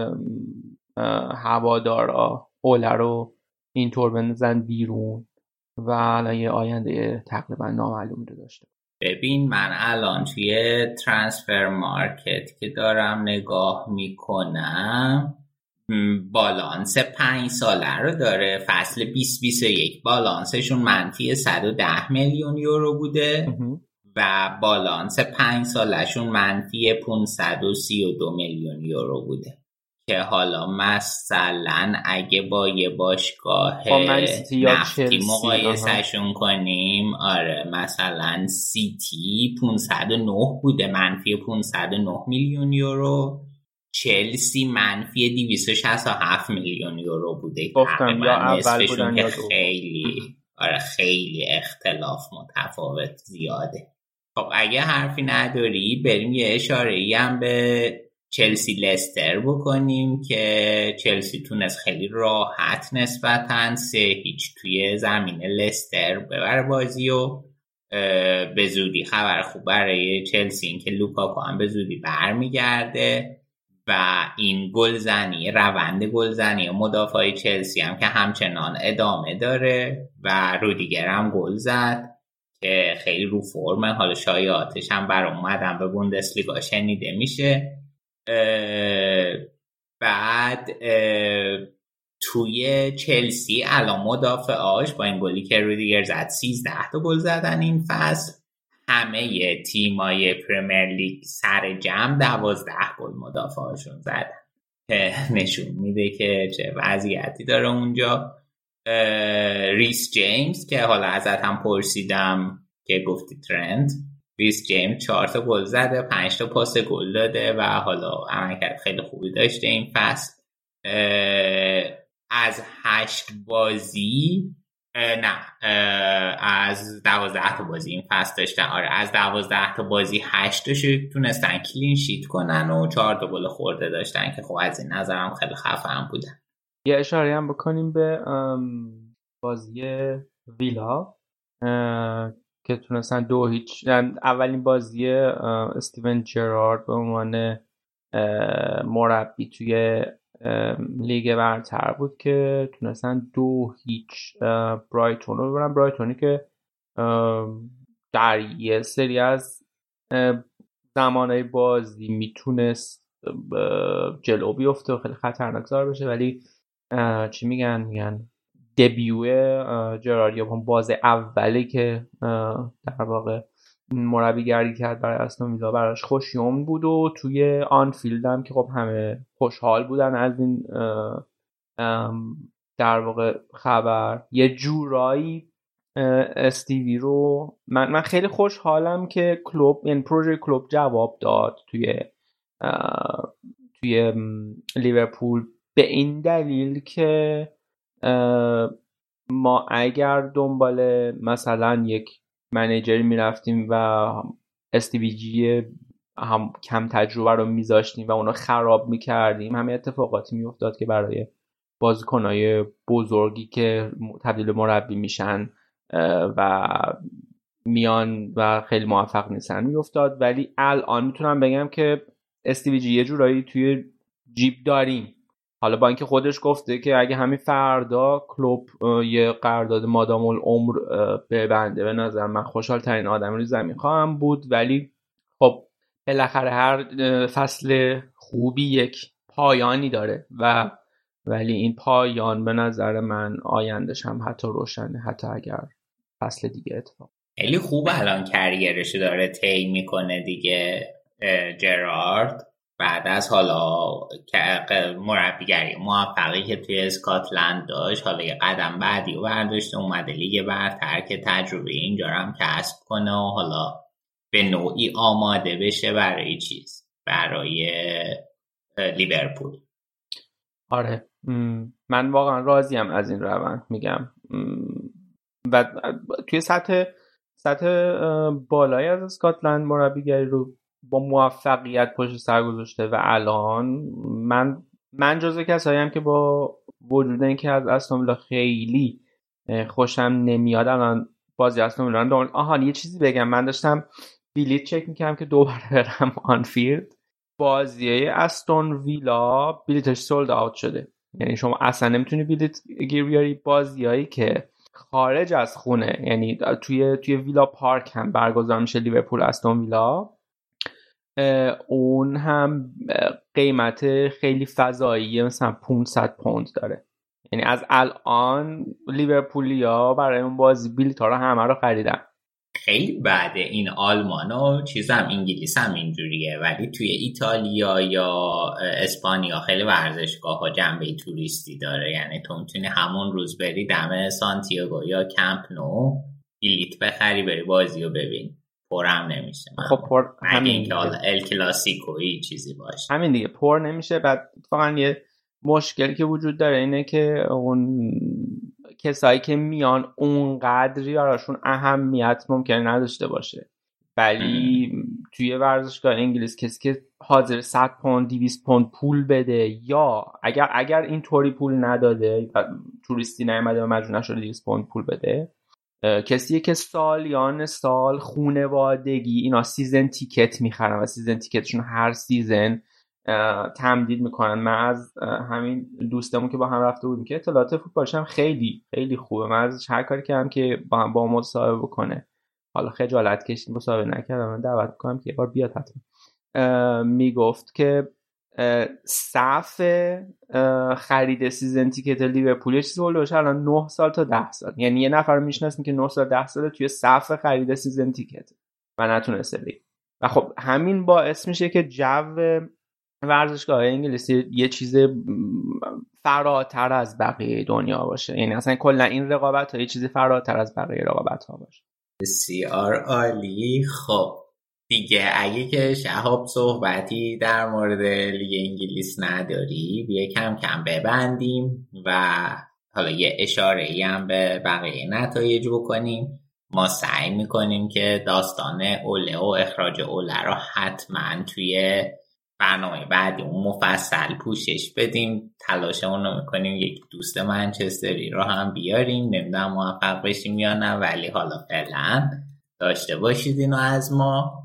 هوادارا اوله رو اینطور بندازن بیرون و الان یه آینده تقریبا نامعلومی رو داشته. ببین من الان توی ترانسفر مارکت که دارم نگاه میکنم بالانس پنج ساله رو داره، فصل بیست بیست و یک بالانسشون منفی صد و ده میلیون یورو بوده و بالانس پنج سالشون منفی پانصد و سی و دو میلیون یورو بوده که حالا مثلا اگه با یه باشگاه نفتی مقایسهشون کنیم، آره مثلا سیتی پانصد و نه بوده منفی پانصد و نه میلیون یورو، چلسی منفی دویست و شصت و هفت میلیون یورو بوده. گفتم یا اول بودن یا دو. خیلی آره خیلی اختلاف متفاوت زیاده. خب اگه حرفی نداری بریم یه اشاره‌ای هم به چلسی لستر بکنیم که چلسی تونست خیلی راحت نسبتاً سه هیچ توی زمین لستر ببره بازی و به زودی خبر خوب برای چلسی این که لوکاکو هم به زودی برمیگرده و این گلزنی روند گلزنی مدافع چلسی هم که همچنان ادامه داره و رودیگر هم گل زد که خیلی رو فرمه. حالا شایعاتش هم بر اومدن به بوندسلیگا شنیده میشه. بعد توی چلسی الان مدافعاش با این گلی که رودیگر زد سیزده تا گل زدن این فصل. همه تیمای پرمیر لیگ سر جمع دوازده گل مدافعاشون زدن که نشون میده که چه وضعیتی داره اونجا. ریس جیمز که حالا ازت هم پرسیدم که گفتی ترند، ریس جیمز چهار تا گل زده، پنج تا پاس گل داده و حالا عملکرد خیلی خوبی داشته این فصل. از هشت بازی نه از دوازده تا بازی این فصل داشتن. آره از دوازده تا بازی هشت تاشو تونستن کلین شیت کنن و چهار تا گل خورده داشتن که خب از این نظرم خیلی خفن بودن. یه اشاره هم بکنیم به بازی ویلا که تونستن دو هیچ، یعنی اولین بازی استیون جرارد به عنوان مربی توی لیگ برتر بود که تونستن دو هیچ برایتون رو ببرن. برایتونی که در یه سری از زمانهای بازی میتونست جلو بیفته و خیلی خطرناک زار بشه، ولی چی میگن میگن دبیو جرارد یا باز اولی که در واقع مربیگری کرد برای استون ویلا براش خوشیوم بود و توی آنفیلد هم که خب همه خوشحال بودن از این در واقع خبر. یه جورایی استیوی رو من من خیلی خوشحالم که کلوب این پروژه کلوب جواب داد توی توی لیورپول، به این دلیل که ما اگر دنبال مثلا یک منیجری میرفتیم و استیوی جی هم کم تجربه رو میذاشتیم و اونا خراب میکردیم، همه اتفاقاتی میافتاد که برای بازیکنای بزرگی که تبدیل مربی میشن و میان و خیلی موفق نیستن میافتاد. ولی الان میتونم بگم که استیوی جی یه جورایی توی جیب داریم. حالا با اینکه خودش گفته که اگه همین فردا کلوب یه قرارداد مادام العمر ببنده به نظر من خوشحال ترین آدم روی زمین خواهم بود، ولی خب بالاخره هر فصل خوبی یک پایانی داره و ولی این پایان به نظر من آیندهش هم حتی روشنه، حتی اگر فصل دیگه اتفاق. خیلی خوب الان کریرشو داره طی میکنه دیگه جرارد، بعد از حالا مربیگری موفقی که توی اسکاتلند داشت، حالا یه قدم بعدی رو برداشته اومده لیگ برتر که تجربه اینجا هم کسب کنه و حالا به نوعی آماده بشه برای چیز برای لیورپول. آره من واقعا راضیم از این روند میگم و توی سطح سطح بالای از اسکاتلند مربیگری رو با موفقیت پشت سر گذاشته و الان من من جزو کسایی هم که با وجود اینکه از استون ویلا خیلی خوشم نمیاد الان بازی استون ویلا رو آها یه چیزی بگم. من داشتم بلیت چک میکردم که دوباره برم آنفیلد، بازی استون ویلا بلیتش سولد آوت شده، یعنی شما اصلا نمیتونی بلیت گیر بیاری. بازیایی که خارج از خونه یعنی توی توی ویلا پارک هم برگزار میشه لیورپول استون ویلا، اون هم قیمت خیلی فضاییه، مثلا پانصد پوند داره. یعنی از الان لیورپولیا برای اون بازی بلیط‌ها رو همه رو خریدن. خیلی بعد این آلمان و چیزم انگلیس هم اینجوریه، ولی توی ایتالیا یا اسپانیا خیلی ورزشگاه ها جنبه توریستی داره، یعنی تو میتونی همون روز بری دم سانتیاگو یا کمپ نو بلیط بخری بری بازی رو ببین. پرم نمیشه. خب پر همین که حالا ال کلاسیکویی چیزی باشه همین دیگه پر نمیشه. بعد اتفاقا یه مشکلی که وجود داره اینه که اون کسایی که میان اونقدر یاراشون اهمیت ممکنه نداشته باشه، ولی توی ورزشگاه انگلیس کسی که حاضر صد پوند دویست پوند پول بده، یا اگر اگر این طوری پول نداده توریستی نیامده و مجبور نشده دویست پوند پول بده، کسیه که سالیان سال خونوادگی اینا سیزن تیکت میخرن و سیزن تیکتشون هر سیزن تمدید میکنن. من از همین دوستمون که با هم رفته بودیم که اطلاعات فوتبالش هم خیلی خیلی خوبه، من ازش هر کاری کردم که با هم با مصاحبه بکنه، حالا خجالت کشید مصاحبه نکردم، من دعوت میکنم که یه بار بیاد حتما. میگفت که صف خرید سیزن تیکت لیورپول یه چیزی هولوش الان نه سال تا ده سال، یعنی یه نفر میشناسیم که نه سال ده سال توی صف خرید سیزن تیکت و نتونسته بگیره. و خب همین باعث میشه که جو ورزشگاه انگلیسی یه چیز فراتر از بقیه دنیا باشه، یعنی اصلا کلا این رقابت ها یه چیزی فراتر از بقیه رقابت ها باشه. بسیار عالی. خب دیگه اگه که شهاب صحبتی در مورد لیگ انگلیس نداری بیا کم کم ببندیم و حالا یه اشاره ای هم به بقیه نتایج بکنیم. ما سعی میکنیم که داستان اوله و اخراج اوله رو حتما توی برنامه بعدی اون مفصل پوشش بدیم، تلاشمون رو میکنیم یک دوست منچستری رو هم بیاریم، نمیدونم موفق بشیم یا نه، ولی حالا فعلا داشته باشید اینو از ما.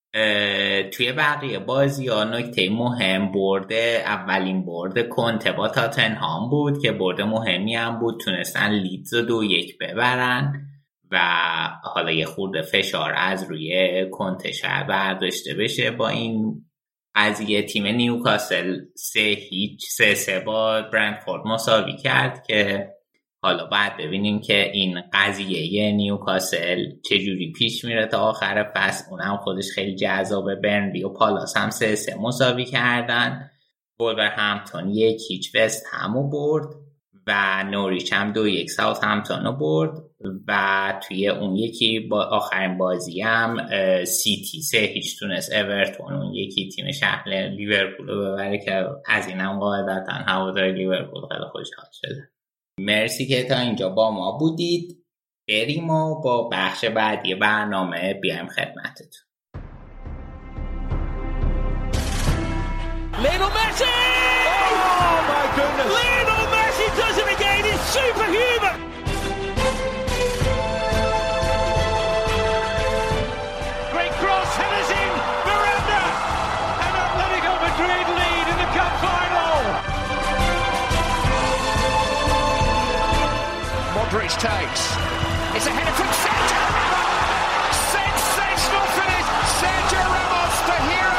توی بقیه بازی ها نکته مهم برده اولین برده کنته با تاتنهام بود که برده مهمی هم بود، تونستن لیدز رو دو یک ببرن و حالا یه خورده فشار از روی کنته شاید برداشته بشه با این قضیه. تیم نیوکاسل سه هیچ سه سه با برنتفورد مساوی کرد که حالا باید ببینیم که این قضیه نیوکاسل چجوری پیش میره تا آخر فصل. اونم خودش خیلی جذابه. برنلی و پالاس هم سه سه مساوی کردن، وولورهمپتون یک هیچ وست همو برد و نوریچ هم دو یک ساوت همتون رو برد و توی اون یکی با آخرین بازی هم سیتی سه هیچ تونست اورتون اون یکی تیم شهر لیورپول رو ببره که از این هم قاعدتا هوادار لیورپول خیلی خوشحال شده. مرسی که تا اینجا با ما بودید. بریم و با بخش بعدی برنامه بیایم خدمتتون. Lionel Messi! Oh my goodness! Lionel Messi does it again! He's superhuman! Great cross, headers in, Miranda! And Atletico Madrid lead in the cup final! Modric takes. It's a header from Sergio Ramos! Sensational finish! Sergio Ramos, the hero!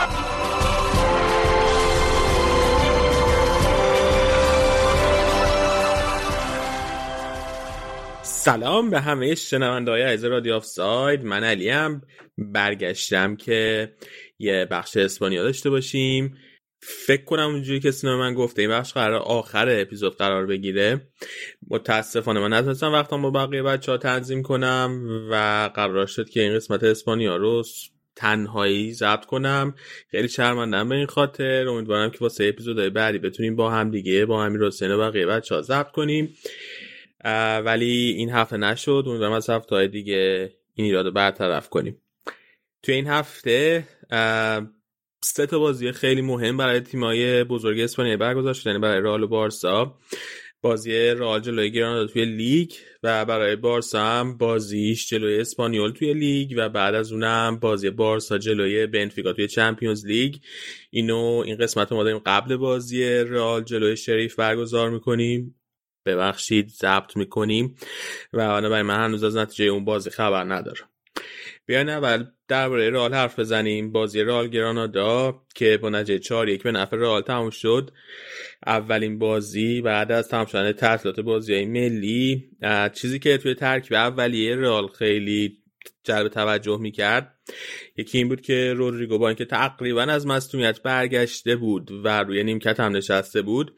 سلام به همه شنونده‌های عزیز رادیو آفساید. من علیم، برگشتم که یه بخش اسپانیا داشته باشیم. فکر کنم اونجوری که سینا من گفته این بخش قرار آخر اپیزود قرار بگیره. متاسفانه من نتونستم وقتم با بقیه بچه‌ها تنظیم کنم و قرار شد که این قسمت اسپانیا رو تنهایی ضبط کنم. خیلی شرمندم به این خاطر. امیدوارم که واسه اپیزودهای بعدی بتونیم با هم دیگه با همین حسین و بقیه بچه‌ها ضبط کنیم، ولی این هفته نشد. امیدوارم از هفته‌های دیگه این ایراد رو برطرف کنیم. توی این هفته سه تا بازی خیلی مهم برای تیم‌های بزرگ اسپانیا برگزار شد، یعنی برای رئال و بارسا بازی رئال جلوی گرانادا توی لیگ و برای بارسا هم بازیش جلوی اسپانیول توی لیگ و بعد از اونم بازی بارسا جلوی بنفیکا توی چمپیونز لیگ. اینو این قسمت ما داریم قبل بازی رئال جلوی شریف برگزار می‌کنیم. ببخشید ضبط میکنیم و آنها برای من هنوز از نتیجه اون بازی خبر ندارم. بیاین اول درباره رئال حرف بزنیم. بازی رئال گرانادا که با نتیجه چهار یک به نفع رئال تموم شد. اولین بازی بعد از تمام شدن تعطیلات بازی‌های ملی. چیزی که توی ترکیب اولیه رئال خیلی جلب توجه میکرد یکی این بود که رودریگو با اینکه تقریبا از مصدومیت برگشته بود و روی نیمکت هم نشسته بود،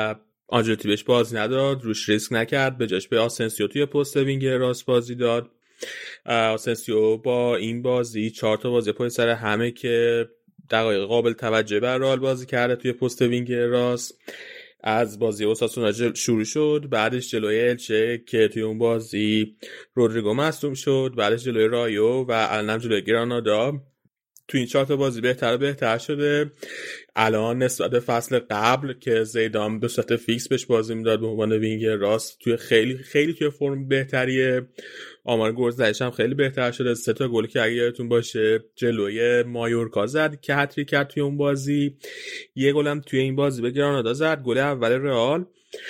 آنجلوتی بهش بازی نداد، روش ریسک نکرد، به جاش به آسنسیو توی پست وینگر راست بازی داد آسنسیو با این بازی چهار تا بازی پشت سر همه که دقایق قابل توجه بر رئال بازی کرده توی پست وینگ راست. از بازی اوساسونا شروع شد، بعدش جلوی الچه که توی اون بازی رودریگو مصدوم شد، بعدش جلوی رایو و الان جلوی گرانادا. توی این چهار تا بازی بهتر بهتر شده. الان نسبت به فصل قبل که زیدان به صورت فیکس بهش بازی میداد به عنوان وینگ راست توی خیلی خیلی توی فرم بهتریه. آمار گل زدش هم خیلی بهتر شده. سه تا گلی که اگه یادتون باشه جلوی مایورکا زد که هتریک کرد توی اون بازی. یه گل هم توی این بازی به گرانادا زد، گل اول رئال.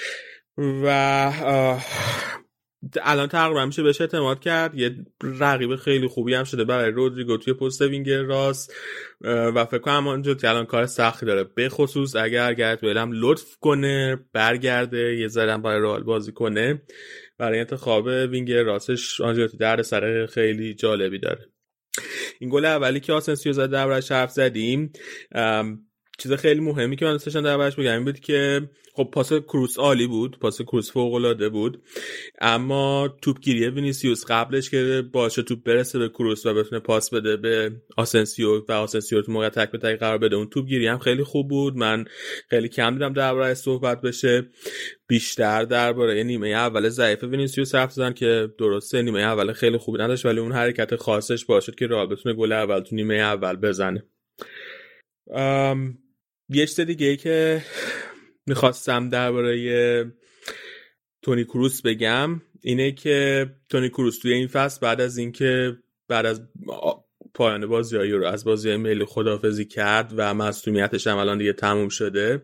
و الان تقریبا میشه بهش اعتماد کرد. یه رقیب خیلی خوبی هم شده برای رودریگو توی پست وینگ راست و فکر کنم اونجا که الان کار سختی داره، به خصوص اگر گرت بیل هم لطف کنه برگرده یه ذره برای رئال بازی کنه. برای انتخاب وینگ راستش آنجلوتی درد سر خیلی جالبی داره. این گل اولی که آسنسیو زد دربارش حرف زدیم. چیز خیلی مهمی که من دوست داشتم دربارش بگم این بود که خب پاس کروس عالی بود، پاس کروس فوق العاده بود، اما توپگیری وینیسیوس قبلش که باشه توپ برسه به کروس و بتونه پاس بده به آسنسیو و آسنسیو تو موقع تک به تک قرار بده، اون توپگیری هم خیلی خوب بود. من خیلی کم دیدم درباره‌اش صحبت بشه، بیشتر درباره نیمه اول ضعیف وینیسیوس حرف زدن که درسته نیمه اول خیلی خوبی نداشت ولی اون حرکت خاصش باعث که رئال بتونه گل اول تو نیمه اول بزنه. ام یه چیز دیگه ای که میخواستم درباره تونی کروس بگم اینه که تونی کروس توی این فصل بعد از اینکه بعد از پایان بازی‌های یورو از بازی ملی خداحافظی کرد و مصدومیتش هم الان دیگه تموم شده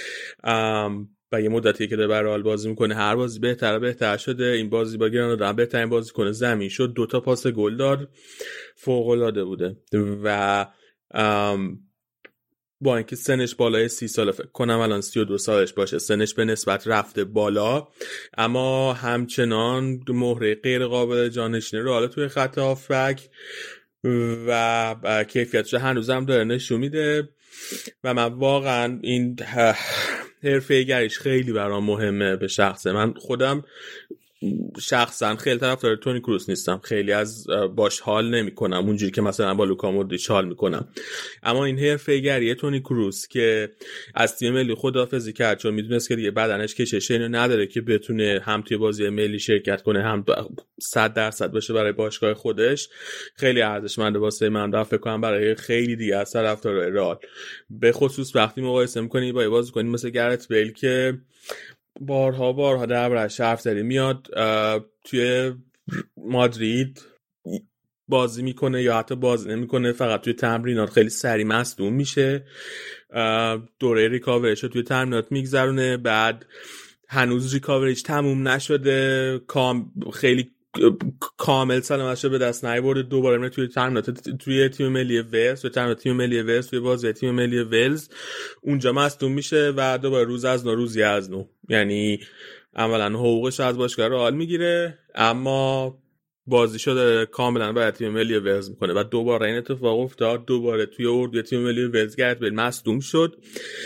و یه مدتی که داره برای رئال بازی میکنه، هر بازی بهتر و بهتر شده. این بازی با گرانادا بهترین بازیکن زمین شد، دو تا پاس گل داد، فوق العاده بوده و با اینکه سنش بالای سی ساله، فکر کنم الان سی و دو سالش باشه، سنش به نسبت رفته بالا، اما همچنان مهره غیر قابل جانشینی رو حالا توی خط هافبک و کیفیتش هنوزم داره نشون میده و من واقعا این حرفه‌ای‌گریش خیلی برام مهمه. به شخصه من خودم شخصا خیلی طرفدار تونی کروس نیستم، خیلی از باش حال نمی‌کنم اونجوری که مثلا با لوکا مودریچ حال می‌کنم، اما این حرفه‌ای‌گری تونی کروس که از تیم ملی خداحافظی کرد چون میدونست که دیگه بدنش کشش اینو نداره که بتونه هم توی بازی ملی شرکت کنه هم صد درصد بشه برای باشگاه خودش، خیلی ارزشمنده واسه من و فکر کنم برای خیلی دیگه از طرفدارای رئال، به خصوص وقتی مقایسه می‌کنی با بازیکن مثل گرت بیل که بارها بارها دربارش حرف زدیم، میاد توی مادرید بازی میکنه یا حتی بازی نمیکنه، فقط توی تمرینات خیلی سریع مصدوم میشه، دوره ریکاوریش رو توی تمرینات میگذرونه، بعد هنوز ریکاوریش تموم نشده، کام خیلی کامل سلامتش رو به دست نیاورده، دوباره میره توی تمرینات توی تیم ملی ولز، توی تمرینات تیم ملی ولز، توی بازی تیم ملی ولز اونجا مصدوم میشه و دوباره روز از نو روزی از نو، یعنی اولا حقوقش از باشگاه رئال میگیره اما بازیشو داره کاملا برای تیم ملی ولز میکنه و دوباره این اتفاق افتاد، دوباره توی اردوی تیم ملی ولز گرت بیل مصدوم شد،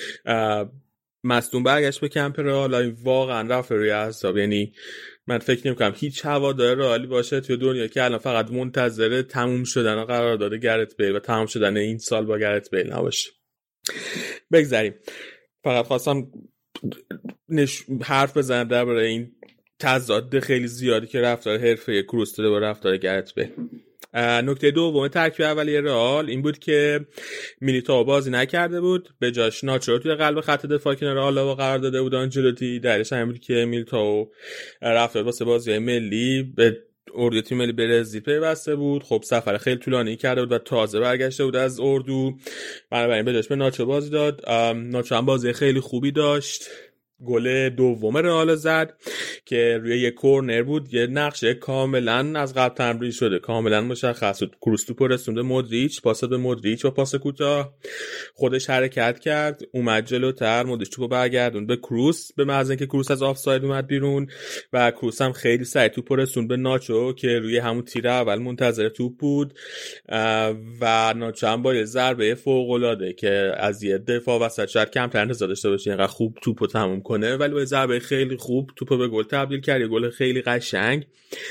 مصدوم برگشت به کمپ رئال، واقعا رفت روی اعصاب. یعنی من فکر نمی‌کنم هیچ هوادار رئالی باشه توی دنیا که الان فقط منتظر تموم شدن و قرارداد گرت بیل و تموم شدن این سال با گرت بیل نباشه. بگذاریم، فقط خواستم نش... حرف بزنم درباره این تضاد خیلی زیادی که رفتار حرفه‌ای کروس داره با رفتار گرت بیل. نکته دوم ترکیب اولیه رئال این بود که میلیتائو بازی نکرده بود، به جاش ناچو توی قلب خط دفاع کنار آلاوا قرار داده بود آنجلوتی. دلیلش همین بود که میلیتائو رفته واسه بازی ملی به اردو تیم ملی برزیل پیوسته بود، خب سفر خیلی طولانی کرده بود و تازه برگشته بود از اردو، بنابراین به جاش به ناچو بازی داد. ناچو هم بازی خیلی خوبی داشت، گل دوم رئال زد که روی یک کورنر بود، یه نقشه کاملا از قبل تمرین شده، کاملا مشخص بود. کروس توپو رسونده مودریچ، پاس به مودریچ با پاس کوتاه خودش حرکت کرد، اومد جلوتر، مودریچ توپو برگردوند به کروس، به محض اینکه کروس از آفساید اومد بیرون و کروس هم خیلی سریع توپو رسوند به ناچو که روی همون تیر اول منتظر توپ بود و ناچو هم با یه ضربه فوق العاده که از یه دفاع وسط شاید کمتر انتظار داشته باشه اینقدر خوب توپو تموم کنه، ولی با ضربه خیلی خوب توپو به گل تبدیل کرد، یه گل خیلی قشنگ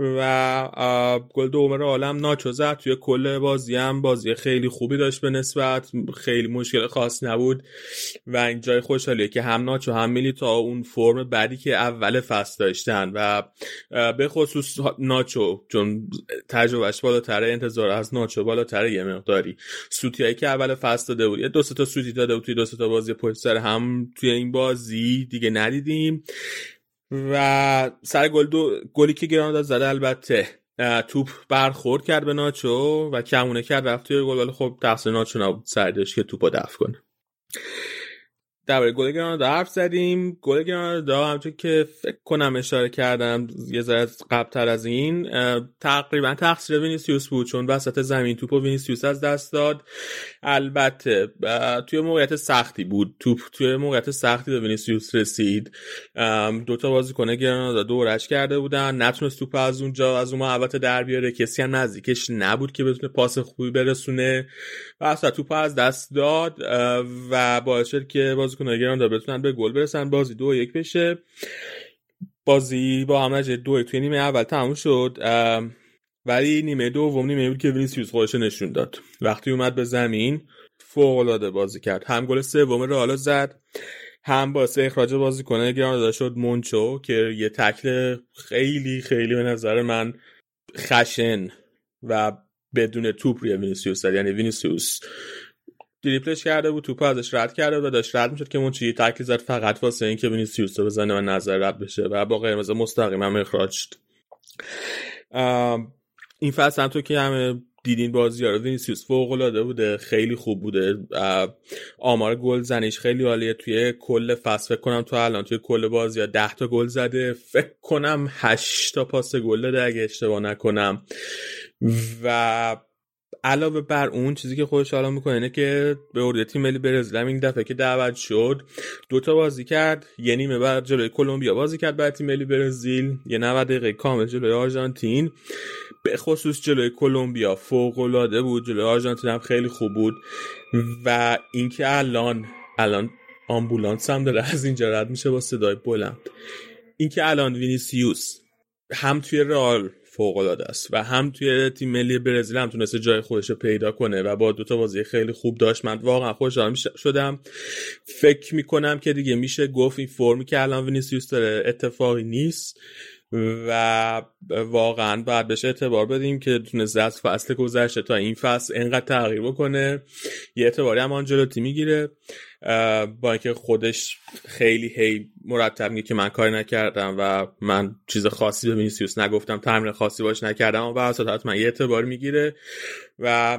و گل دوم رئال ناچو زد. توی کل بازی هم بازی خیلی خوبی داشت، به نسبت خیلی مشکل خاص نبود و این جای خوشحالیه که هم ناچو هم میلیتائو اون فرم بعدی که اول فصل داشتن و به خصوص ناچو چون تجربهش بالاتره، انتظار از ناچو بالاتره یه مقداری. سوتیایی که اول فصل داده بود، یه دو سه تا سوتی داده بود توی دو سه تا بازی پشت سر هم، توی این بازی دیگه ندیدیم. و سر گل دو گلی که گرانادا زده البته توپ برخورد کرد به ناچو و کمونه کرد رفت توی گل، ولی خب تقصیر ناچو نبود، سردش که توپو دفع کنه. درباره گل گرانادا حرف زدیم. گل گرانادا همونطور که فکر کنم اشاره کردم یه ذره قبل‌تر از این تقریبا تقصیر وینیسیوس بود، چون وسط زمین توپو وینیسیوس از دست داد. البته توی موقعیت سختی بود، توپ توی موقعیت سختی به وینیسیوس رسید. دو تا بازیکن گرانادا دورش کرده بودن، نتونست توپ از اونجا از اون محوطه در بیاره، کسی هم نزدیکش نبود که بتونه پاس خوبی برسونه و اصلا توپ از دست داد و باعث شد که بازیکن‌های گرانادا بتونن به گل برسن، بازی دو یک بشه. بازی با هم نتیجه دو یک توی نیمه اول تموم شد، ولی نیمه دوم نیمه بود که وینیسیوس خودش نشون داد. وقتی اومد به زمین فوق‌العاده بازی کرد، هم گل سوم رئال زد، هم واسه اخراج بازیکن گرانادا شد مونچو که یه تکل خیلی خیلی به نظر من خشن و بدون توپ روی وینیسیوس زد. یعنی وینیسیوس دریبلش کرده بود، توپ ازش رد کرده بود و داشت رد میشد که مونچو یه تکل زد فقط واسه این که وینیسیوس رو بزنه و نظر رد بشه و با قرمز مستقیم هم اخراج شد. این فصل هم تو که همه دیدین بازی ها رو، وینیسیوس فوق العاده بوده، خیلی خوب بوده. آمار گل زنیش خیلی عالیه. توی کل فصل فکر کنم تو الان توی کل بازی ها ده تا گل زده، فکر کنم هشت تا پاس گل داده اگه اشتباه نکنم. و علاوه بر اون چیزی که خودش حالا میکنه اینه که به اردوی تیم ملی برزیل این دفعه که دعوت شد دوتا بازی کرد، یه نیمه بعد جلوی کلمبیا بازی کرد برای تیم ملی برزیل، یه نود دقیقه کامل جلوی آرژانتین. به خصوص جلوی کلمبیا فوق العاده بود، جلوی آرژانتین هم خیلی خوب بود. و اینکه الان الان آمبولانس هم داره از اینجا رد میشه با صدای بلند، اینکه الان وینیسیوس هم توی رئال فوق العاده است و هم توی تیم ملی برزیل هم تونسته جای خودش رو پیدا کنه و با دو تا بازی خیلی خوب داشت. من واقعا خوشحال شدم. فکر میکنم که دیگه میشه گفت این فرمی که الان وینیسیوس داره اتفاقی نیست و واقعا باید بهش اعتبار بدیم که تونسته از فصل گذشته تا این فصل اینقدر تغییر بکنه. یه اعتباری هم آنجلوتی میگیره با اینکه خودش خیلی هی مرتب میگه که من کاری نکردم و من چیز خاصی به وینیسیوس نگفتم، تمرین خاصی باش نکردم، و واسه حتما یه اعتبار میگیره و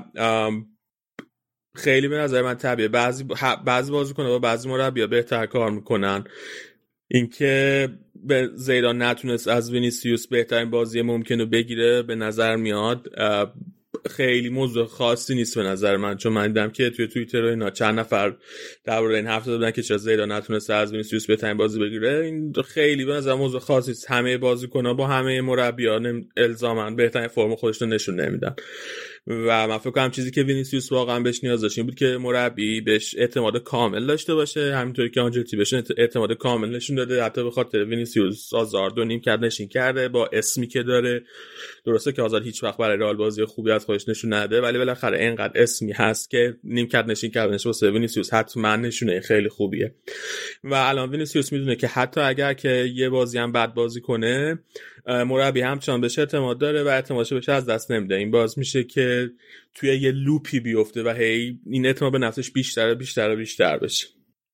خیلی به نظر من طبیعیه بعضی بعضی بازیکن‌ها با بعضی مربی‌ها بهتر کار میکنن. اینکه به زیدان نتونست از وینیسیوس بهترین بازی ممکنه بگیره به نظر میاد خیلی موضوع خاصی نیست به نظر من، چون من دیدم که توی توییتر و اینا چند نفر درباره این حرف زدن که چرا زیدان نتونسته از وینیسیوس بهترین بازی بگیره. این خیلی به نظر موضوع خاصی نیست. همه بازیکن‌ها با همه مربیان الزاما بهترین فرم خودشون نشون نمیدن و من فکر کنم چیزی که وینیسیوس واقعا بهش نیاز داشت این بود که مربی بهش اعتماد کامل داشته باشه، همینطوری که آنجلوتی بهش اعتماد کامل نشون داده. حتی به خاطر وینیسیوس آزارد و نیم کرد نشین کرده با اسمی که داره. درسته که آزارد هیچ وقت برای رئال بازی خوبی از خودش نشون نده، ولی بالاخره اینقدر اسمی هست که نیم کرد نشین کردنش واسه وینیسیوس حتما نشونه خیلی خوبیه. و الان وینیسیوس میدونه که حتی اگر که یه بازی هم بد بازی کنه مربی همچنان بهش اعتماد داره و اعتمادش بهش از دست نمیده. این باز میشه که توی یه لوپی بیفته و هی این اعتماد به نفسش بیشتر و بیشتر و بیشتر بشه.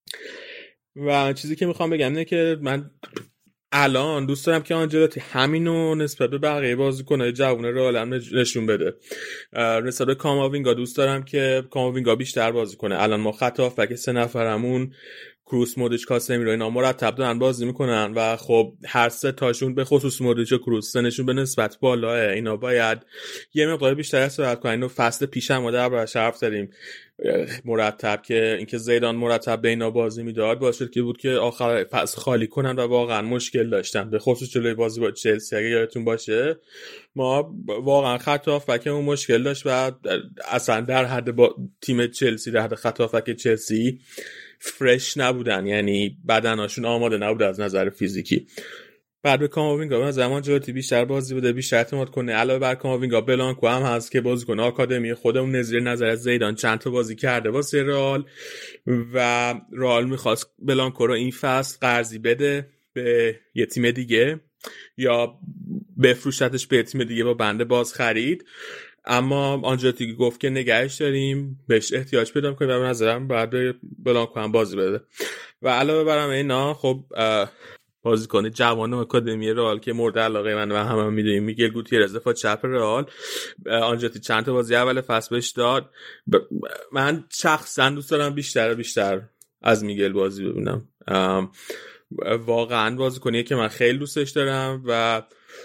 و چیزی که میخوام بگم اینه که من الان دوست دارم که آنجلوتی همینو نسبت به بقیه بازیکن‌های جوان رئال هم نشون بده. نسبت به کاماوینگا دوست دارم که کاماوینگا بیشتر بازی کنه. الان ما خط هافبک سه نفرمون کروس، مودریچ، کاسمیرو اینا مرتب دارن بازی میکنن و خب هر سه تاشون به خصوص مودریچ و کروس سنشون به نسبت بالاه، اینا باید یه مقدار بیشتر استراحت کنن. اینو فصل پیش هم ما دربارش حرف زدیم مرتب که اینکه زیدان مرتب به اینا بازی میداد باشه که بود که آخر فصل خالی کنن و واقعا مشکل داشتن، به خصوص جلوی بازی با چلسی اگه یادتون باشه ما واقعا خط هافبکمون مشکل داشت و اصلا در حد با تیم چلسی در حد خط هافبک چلسی فرش نبودن، یعنی بدناشون آماده نبود از نظر فیزیکی. بعد به کاماوینگا به زمان جاتی بیشتر بازی بده، بیشتر اعتماد کنه. علاوه بر کاماوینگا بلانکو هم هست که بازیکن آکادمی خودمون نظیر نظر از زیدان چند تا بازی کرده واسه رئال و رئال میخواست بلانکو رو این فصل قرضی بده به یه تیم دیگه یا بفروشتش به تیم دیگه با بنده باز خرید، اما آنجلوتی گفت که نگهش داریم، بهش احتیاج پیدا می‌کنیم و به نظرم باید به بلانکو هم بازی بده. و علاوه بر اینا خب بازیکن جوان آکادمی رئال که مورد علاقه من و همه هم میدونیم میگل گوتیرز دفاع چپ رئال، آنجلوتی چند تا بازی اول فصل بهش داد. من شخصا دوست دارم بیشتر بیشتر از میگل بازی ببینم، واقعا بازیکنیه که من خیلی دوستش دارم و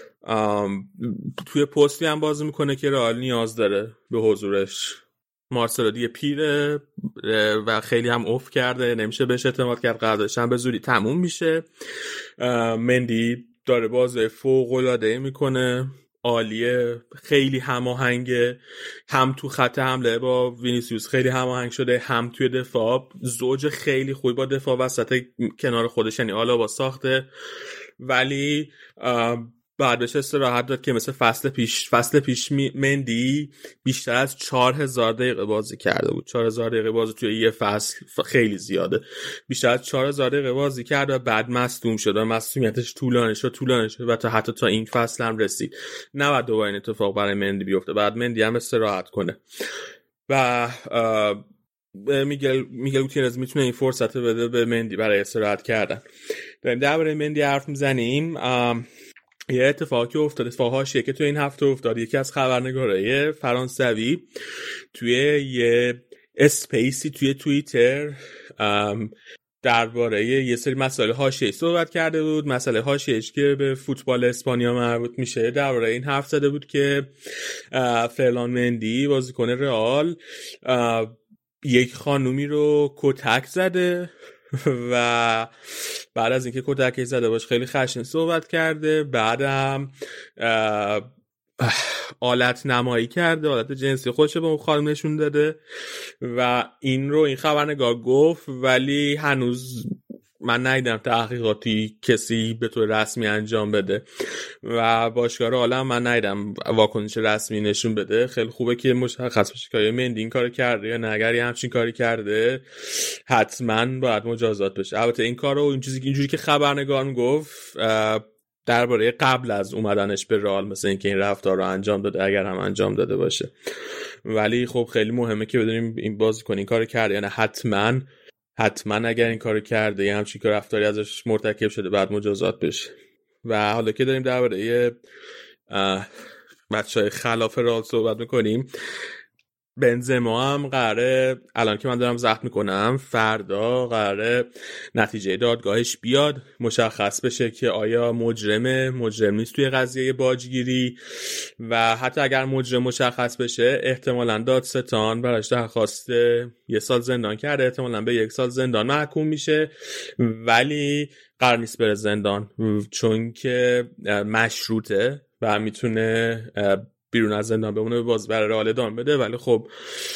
توی پستی هم بازی میکنه که رئال نیاز داره به حضورش. مارسلو دیگه پیره و خیلی هم اوف کرده، نمیشه بهش اعتماد کرد، قراردادش هم به زودی تموم میشه. مندی داره بازی فوق العاده میکنه، عالیه، خیلی هماهنگه، هم تو خط حمله با وینیسیوس خیلی هماهنگ شده، هم توی دفاع زوج خیلی خوبی با دفاع وسط کنار خودش یعنی آلابا ساخته. ولی بعد بهش استراحت داد که مثل فصل پیش فصل پیش مندی بیشتر از چهار هزار دقیقه بازی کرده بود. چهار هزار دقیقه بازی توی یه فصل خیلی زیاده. بیشتر از چهار هزار دقیقه بازی کرد و بعد مصدوم شد و مصدومیتش طولانی شد طولانی شد و تا حتی تا این فصل هم رسید. نباید دوباره این اتفاق برای مندی بیفته. بعد مندی هم استراحت کنه و میگل میگل گوتیرز میتونه این فرصت بده به مندی برای استراحت کردن. داریم درباره مندی حرف میزنیم. یه اتفاقی افتاد، اتفاق حاشیه که توی این هفته افتاد. یکی از خبرنگارای فرانسوی توی یه اسپیسی توی توییتر درباره یه سری مسائل حاشیه‌ای صحبت کرده بود. مسئله حاشیه‌ایش که به فوتبال اسپانیا مربوط میشه درباره این حرف زده بود که فرلان مندی بازیکن رئال یک خانومی رو کتک زده و بعد از اینکه کتک زده باش خیلی خشن صحبت کرده، بعدم آلت نمایی کرده، آلت جنسی خودش به اون خانم نشون داده و این رو این خبرنگار گفت، ولی هنوز من ندیدم تحقیقاتی کسی به طور رسمی انجام بده و باشگاه رئال من ندیدم واکنش رسمی نشون بده. خیلی خوبه که مشخص بشه که مندی این کارو کرده یا نه. اگر همچین کاری کرده حتما باید مجازات بشه. البته این کارو این چیزی اینجوری که خبرنگار گفت درباره قبل از اومدنش به رئال مثلا اینکه این رفتار رو انجام داده، اگر هم انجام داده باشه. ولی خب خیلی مهمه که بدونیم این بازیکن این کارو کرده یا نه. حتما حتما اگر این کارو کرده یا همچین کار رفتاری ازش مرتکب شده بعد مجازات بشه. و حالا که داریم درباره بچهای خلاف رئال صحبت میکنیم، بنزما هم قراره الان که من دارم ضبط میکنم فردا قراره نتیجه دادگاهش بیاد، مشخص بشه که آیا مجرمه مجرم نیست توی قضیه باجگیری و حتی اگر مجرم مشخص بشه احتمالاً دادستان براش درخواست یه سال زندان کرده، احتمالاً به یک سال زندان محکوم میشه، ولی قرار نیست بره زندان چون که مشروطه و میتونه بیرون از زندان بمونه، باز برای رئال ادامه بده. ولی خب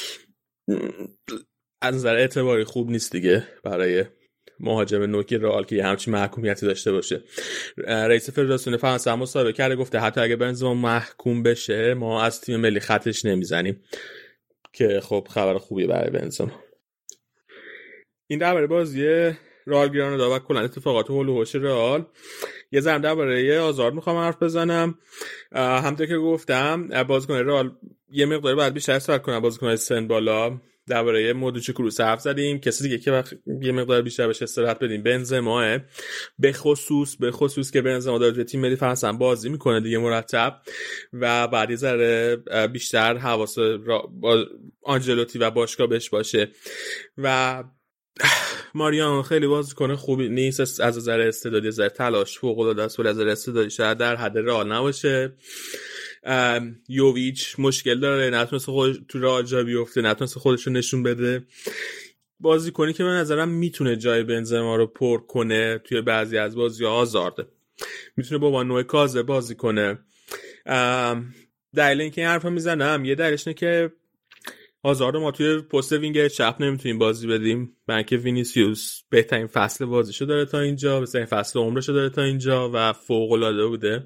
از نظر اعتباری خوب نیست دیگه برای مهاجم نوک رئال که همچین محکومیتی داشته باشه. رئیس فدراسیون فرانسه هم مصاحبه کرده، گفته حتی اگه بنزما محکوم بشه ما از تیم ملی خطش نمیزنیم، که خب خبر خوبی برای بنزما. این درباره بازی رئال گرانادا و کلا اتفاقات هول و هوش رئال. یه ذره درباره آزار میخوام حرف بزنم. همونطور که گفتم بازیکن رئال یه مقدار بعد بیشتر استراحت کنه، بازیکن سن بالا. درباره مودریچ کروس حرف زدیم. کسی دیگه که وقت یه مقدار بیشتر بهش استراحت بدیم بنزما، به خصوص به خصوص که بنزما داره تیم ملی فرانسه بازی میکنه دیگه مرتب و بعد یه ذره بیشتر حواس آنجلوتی و باشگاه بهش باشه. و ماریانو خیلی بازیکن خوبی نیست از نظر استعدادی، از نظر تلاش فوق العاده است، ولی از نظر استعدادی شاید در حد رئال نباشه. یوویچ مشکل داره، نتونست خودش تو رئال جا بیفته، نتونست خودش رو نشون بده. بازیکنی که به نظرم میتونه جای بنزما رو پر کنه توی بعضی از بازی‌ها آزارده، میتونه با نوع کازه بازی کنه. دلیل اینکه این حرفو میزنم یه دلیلش اینه که آزارد ما توی پست وینگر چپ نمیتونیم بازی بدیم، برای اینکه وینیسیوس بهترین فصل بازیشو داره تا اینجا، بهترین فصل عمرشو داره تا اینجا و فوق العاده بوده.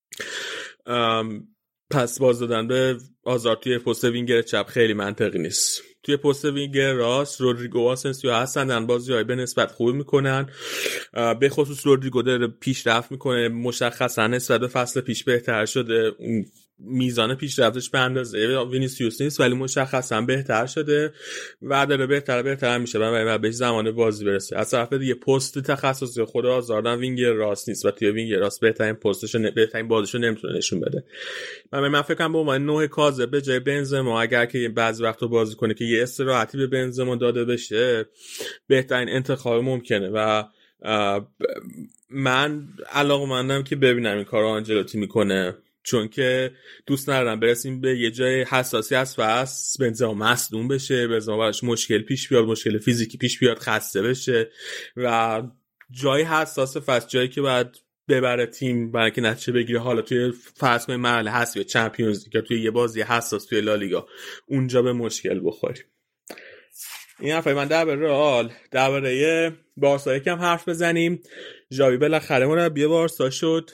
پس باز دادن به آزارد توی پست وینگر چپ خیلی منطقی نیست. توی پست وینگر راست رودریگو و آسنسیو هستن، دارن بازی‌های به نسبت خوب میکنن، به خصوص رودریگو داره پیشرفت میکنه، مشخصا نسبت به فصل پیش بهتر شده، میزان پیشرفتش به اندازه وینیسیوس نیست ولی مشخصا بهتر شده و داره بهتر بهتر میشه و بهش زمان بازی برسه. از طرف دیگه پست تخصصی خود آزاردن وینگر راست نیست و توی وینگر راست بهترین پستش بهترین بازیشو نمیتونه نشون بده. من من فکر کنم به عنوان نوع کاذب به جای بنزما اگر که بعضی وقتا بازی کنه که یه استراحتی به بنزما داده بشه بهترین انتخاب ممکنه و من علاقه‌مندم که ببینم این کارو آنجلوتی میکنه، چون که دوست ندارم برسیم به یه جای حساسی از فصل بنزما مصدوم بشه، بنزما براش مشکل پیش بیاد، مشکل فیزیکی پیش بیاد، خسته بشه و جای حساس فصل، جایی که باید ببره تیم برای که نتیجه بگیره، حالا توی فرض کنیم مرحله حذفی چمپیونز لیگ یا توی یه بازی حساس توی لالیگا اونجا به مشکل بخوریم. این حرفای من درباره رئال. درباره بارسا یکم حرف بزنیم. ژاوی بالاخره مربی بارسا شد.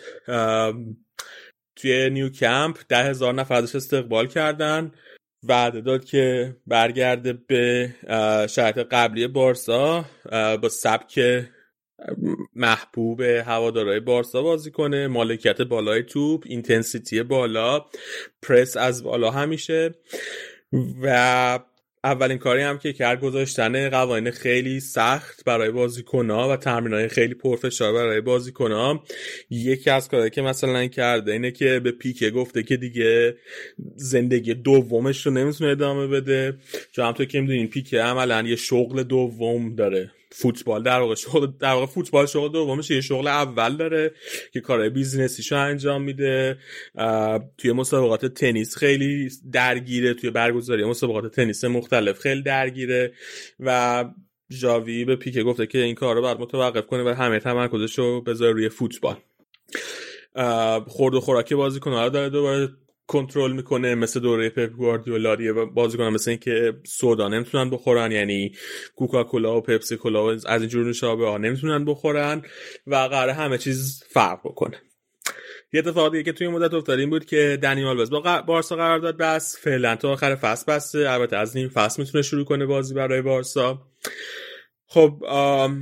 توی نیو کمپ ده هزار نفر ازش استقبال کردن، وعده داد که برگرده به شرایط قبلی بارسا با سبک محبوب هوادارهای بارسا بازی کنه، مالکیت بالای توپ، اینتنسیتی بالا، پرس از بالا همیشه و اولین کاری هم که کرد گذاشتن قوانین خیلی سخت برای بازیکن‌ها و تمرین‌های خیلی پرفشار برای بازیکن‌ها. یکی از کارهایی که مثلا کرده اینه که به پیکه گفته که دیگه زندگی دومش رو نمیتونه ادامه بده، چون همونطور که می‌دونین پیکه عملاً یه شغل دوم داره. فوتبال در واقع شغل در واقع فوتبال شغل دومش، یه شغل اول داره که کارهای بیزینسیشو انجام میده. توی مسابقات تنیس خیلی درگیره، توی برگزاری مسابقات تنیس مختلف خیلی درگیره و ژاوی به پیکه گفته که این کارو باید متوقف کنه و همه تمرکزشو بذاره روی فوتبال. خورد و خوراکی بازیکن‌ها رو داره دوباره کنترل میکنه، مثل دوره پپ گواردیولا دیگه بازیکن‌ها مثل این که سودا نمیتونن بخورن، یعنی کوکاکولا و پپسی کولا و از این جور نوشابه‌ها نمیتونن بخورن و قراره همه چیز فرق بکنه. یه اتفاق دیگه که توی مدت افتاد این بود که دنی آلوز با بارسا قرارداد بست، فعلا تا آخر فصل بسته، البته از نیم فصل میتونه شروع کنه بازی برای بارسا. خب آم...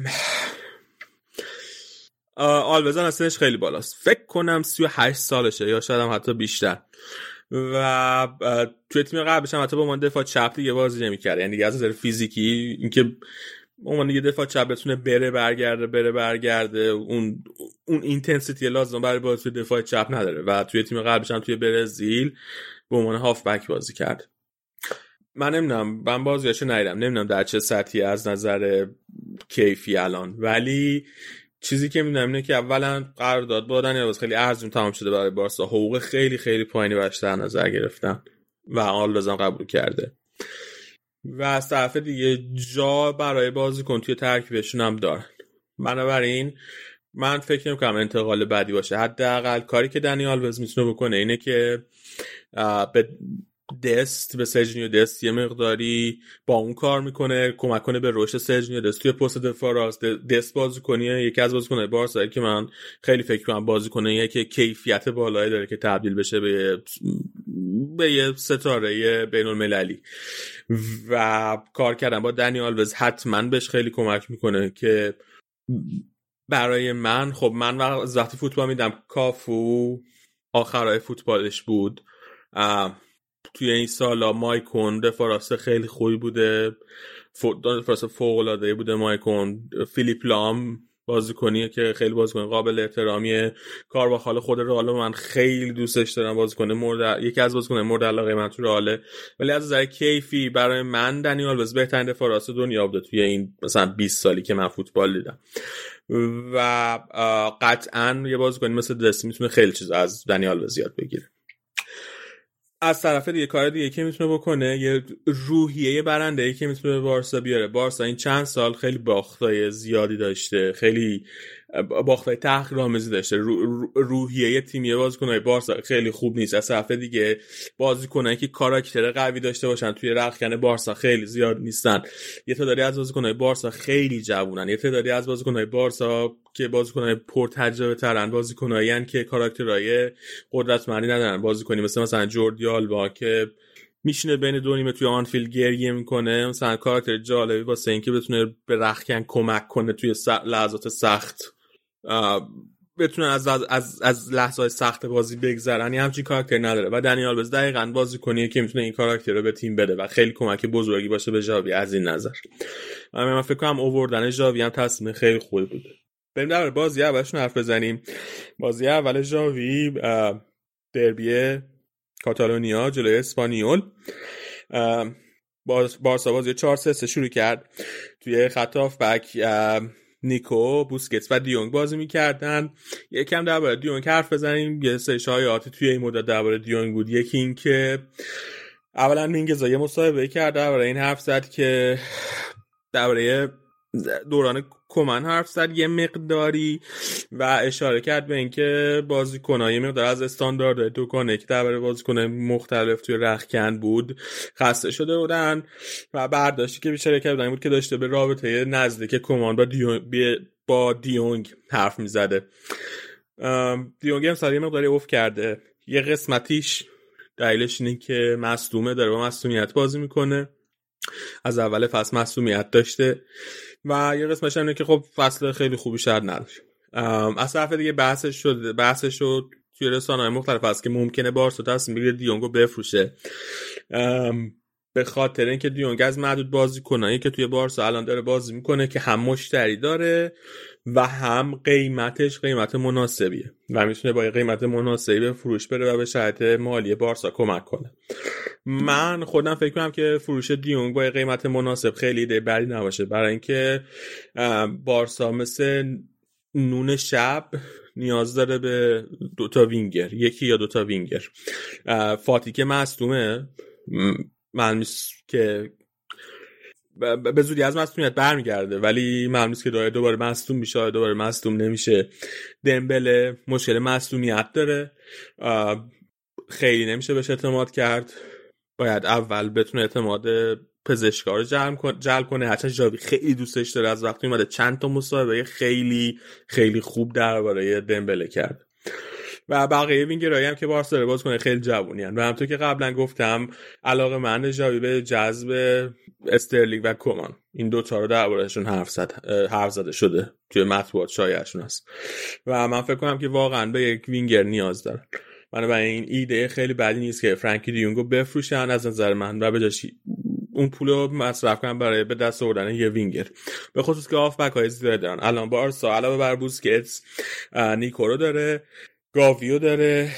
آلوز هم سنش خیلی بالاست، فکر کنم سی و هشت سالشه یا شاید هم حتی بیشتر و توی تیم قبلش هم حتی با من دفاع چپ دیگه بازی نمی‌کرد، یعنی دیگه از نظر فیزیکی اینکه اون دیگه دفاع چپ بتونه بره برگرده بره برگرده اون اون اینتنسیتی لازم برای بازی دفاع چپ نداره و توی تیم قبلش هم توی برزیل به عنوان هافبک بازی کرد. من نمیدونم، من بازیاشو ندیدم، نمیدونم در چه سطحی از نظر کیفی الان، ولی چیزی که میدونم اینه که اولا قرارداد با دنی آلوز خیلی ارزون تمام شده برای بارسا، حقوق خیلی خیلی پایینی براش در نظر گرفتن و آلوز هم قبول کرده و از طرف دیگه جا برای بازیکن توی ترکیبشون هم دارن. بنابراین من فکر نمی‌کنم انتقال بعدی باشه. حداقل کاری که دنی آلوز میتونه بکنه اینه که به دست به سرجینیو دست یه مقداری با اون کار میکنه، کمک کنه به رشد سرجینیو دست توی پست دفاع راست. دست بازیکنیه یکی از بازیکن‌های بارسا که من خیلی فکر کنم بازیکنیه که کیفیت بالایی داره که تبدیل بشه به به یه ستاره بین‌المللی و کار کردن با دنی آلوز حتما بهش خیلی کمک میکنه که برای من خب من وقتی فوتبال میدم کافو آخرای فوتبالش بود، توی این سالا مایکون دفاع راست خیلی خوبی بوده، دفاع راست فوق‌العاده بوده مایکون. فیلیپ لام بازیکنیه که خیلی بازیکن قابل احترامیه. کارواخال خود رئال من خیلی دوستش دارم، بازیکن مورد یکی از بازیکن‌های مورد علاقه من تو رئال، ولی از نظر کیفی برای من دنی آلوز بهترین دفاع راست دنیا بوده توی این مثلا بیست سالی که من فوتبال دیدم و قطعاً یه بازیکن مثل دست میتونه خیلی چیز از دنی آلوز یاد بگیره. از طرف دیگه کار دیگه که میتونه بکنه یه روحیه برنده‌ای که میتونه به بارسا بیاره. بارسا این چند سال خیلی باختای زیادی داشته، خیلی باختای تحقیرآمیزی داشته. رو، روحیه تیمی بازیکن‌های بارسا خیلی خوب نیست. از طرف دیگه بازیکنایی که کاراکتر قوی داشته باشن توی رختکن بارسا خیلی زیاد نیستن. یه تعدادی از بازیکن‌های بارسا خیلی جوونن، یه تعدادی از بازیکن‌های بارسا که بازیکن‌های پرتجربه ترن، بازیکنایین که کاراکترهای قدرتمندی ندارن. بازیکنی مثل مثلا جوردی آلبا که میشینه بین دو نیمه توی آنفیلد گریه میکنه، مثلا کاراکتر جالبی واسه اینکه بتونه به رختکن کمک کنه توی لحظات سخت، بتونه از از از لحظات سخت بازی بگذرن. یه همچین کاراکتر نداره و دنی آلوز دقیقاً بازیکنیه که میتونه این کاراکتر رو به تیم بده و خیلی کمک بزرگی باشه به ژاوی از این نظر. من فکر کنم آوردن ژاوی هم تصمیم خیلی خوبی بوده. بریم در بازی اولشون حرف بزنیم. بازی اول ژاوی دربی کاتالونیا جلوی اسپانیول. بارسا بازی چهار سه شروع کرد. توی خط هافبک نیکو، بوسکتس و دیونگ بازی میکردن. یکم درباره دیونگ حرف بزنیم. یه سری شایعات توی این مدت درباره دیونگ بود. یکی این که اولا مینگزا یه مصاحبه کرد درباره این حرف زد که درباره دوران کومن حرف زد یه مقداری و اشاره کرد به اینکه بازیکن‌ها یه مقدار از استاندارد دوگانه که درباره بازیکن مختلف توی رختکن بود خسته شده بودن و برداشتی که بیشتر کرده این بود که داشته به رابطه نزدیک کومان با دیونگ با دیونگ حرف می‌زده. دیونگ هم سال یه مقداری اوف کرده. یه قسمتیش دلیلش اینه که مصدومه، داره با مصدومیت بازی میکنه. از اول فصل مصدومیت داشته و یه قسمتش اینه که خب فصل خیلی خوبی شاید نداشت. از طرف دیگه بحثش شد بحثش شد توی رسانه‌های مختلف هست که ممکنه بارسا تصمیم بگیره دیونگو بفروشه به خاطر اینکه دیونگ از معدود بازیکنایی که توی بارسا الان داره بازی میکنه که هم مشتری داره و هم قیمتش قیمت مناسبیه و میتونه با قیمت مناسبی به فروش بره و به شرایط مالی بارسا کمک کنه. من خودم فکر کنم که فروش دیونگ با قیمت مناسب خیلی ایده بدی نباشه، برای اینکه بارسا مثل نون شب نیاز داره به دوتا وینگر، یکی یا دوتا وینگر. فاتی که مصدومه، معلوم نیست که به زودی از مصدومیت برمیگرده ولی معلوم نیست که دوباره دوباره مصدوم میشه، دوباره مصدوم نمیشه. دمبله مشکل مصدومیت داره، خیلی نمیشه بهش اعتماد کرد. باید اول بتونه اعتماد پزشکا رو جلب کنه. هرچند ژاوی خیلی دوستش داره، از وقتی اومده چند تا مصاحبه خیلی خیلی خوب درباره دمبله کرد. و بقیه وینگرایی هم که بارسا داره بازیکن خیلی جوونیان و همونطور که قبلا گفتم علاقه من ژاوی به جذب استرلینگ و کومان، این دو تا رو دربارهشون حرف زد حرف زده شده توی مطبوعات شایعشون هست و من فکر کنم که واقعا به یک وینگر نیاز داره. بنابراین این ایده خیلی بدی نیست که فرانکی دیونگو بفروشن از نظر من و به جاش اون پولو مصرف کنن برای به دست آوردن یه وینگر، به خصوص که هافبک های زیاد دارن. الان بارسا علاوه بر بوسکتس نیکو رو داره، گاویو داره،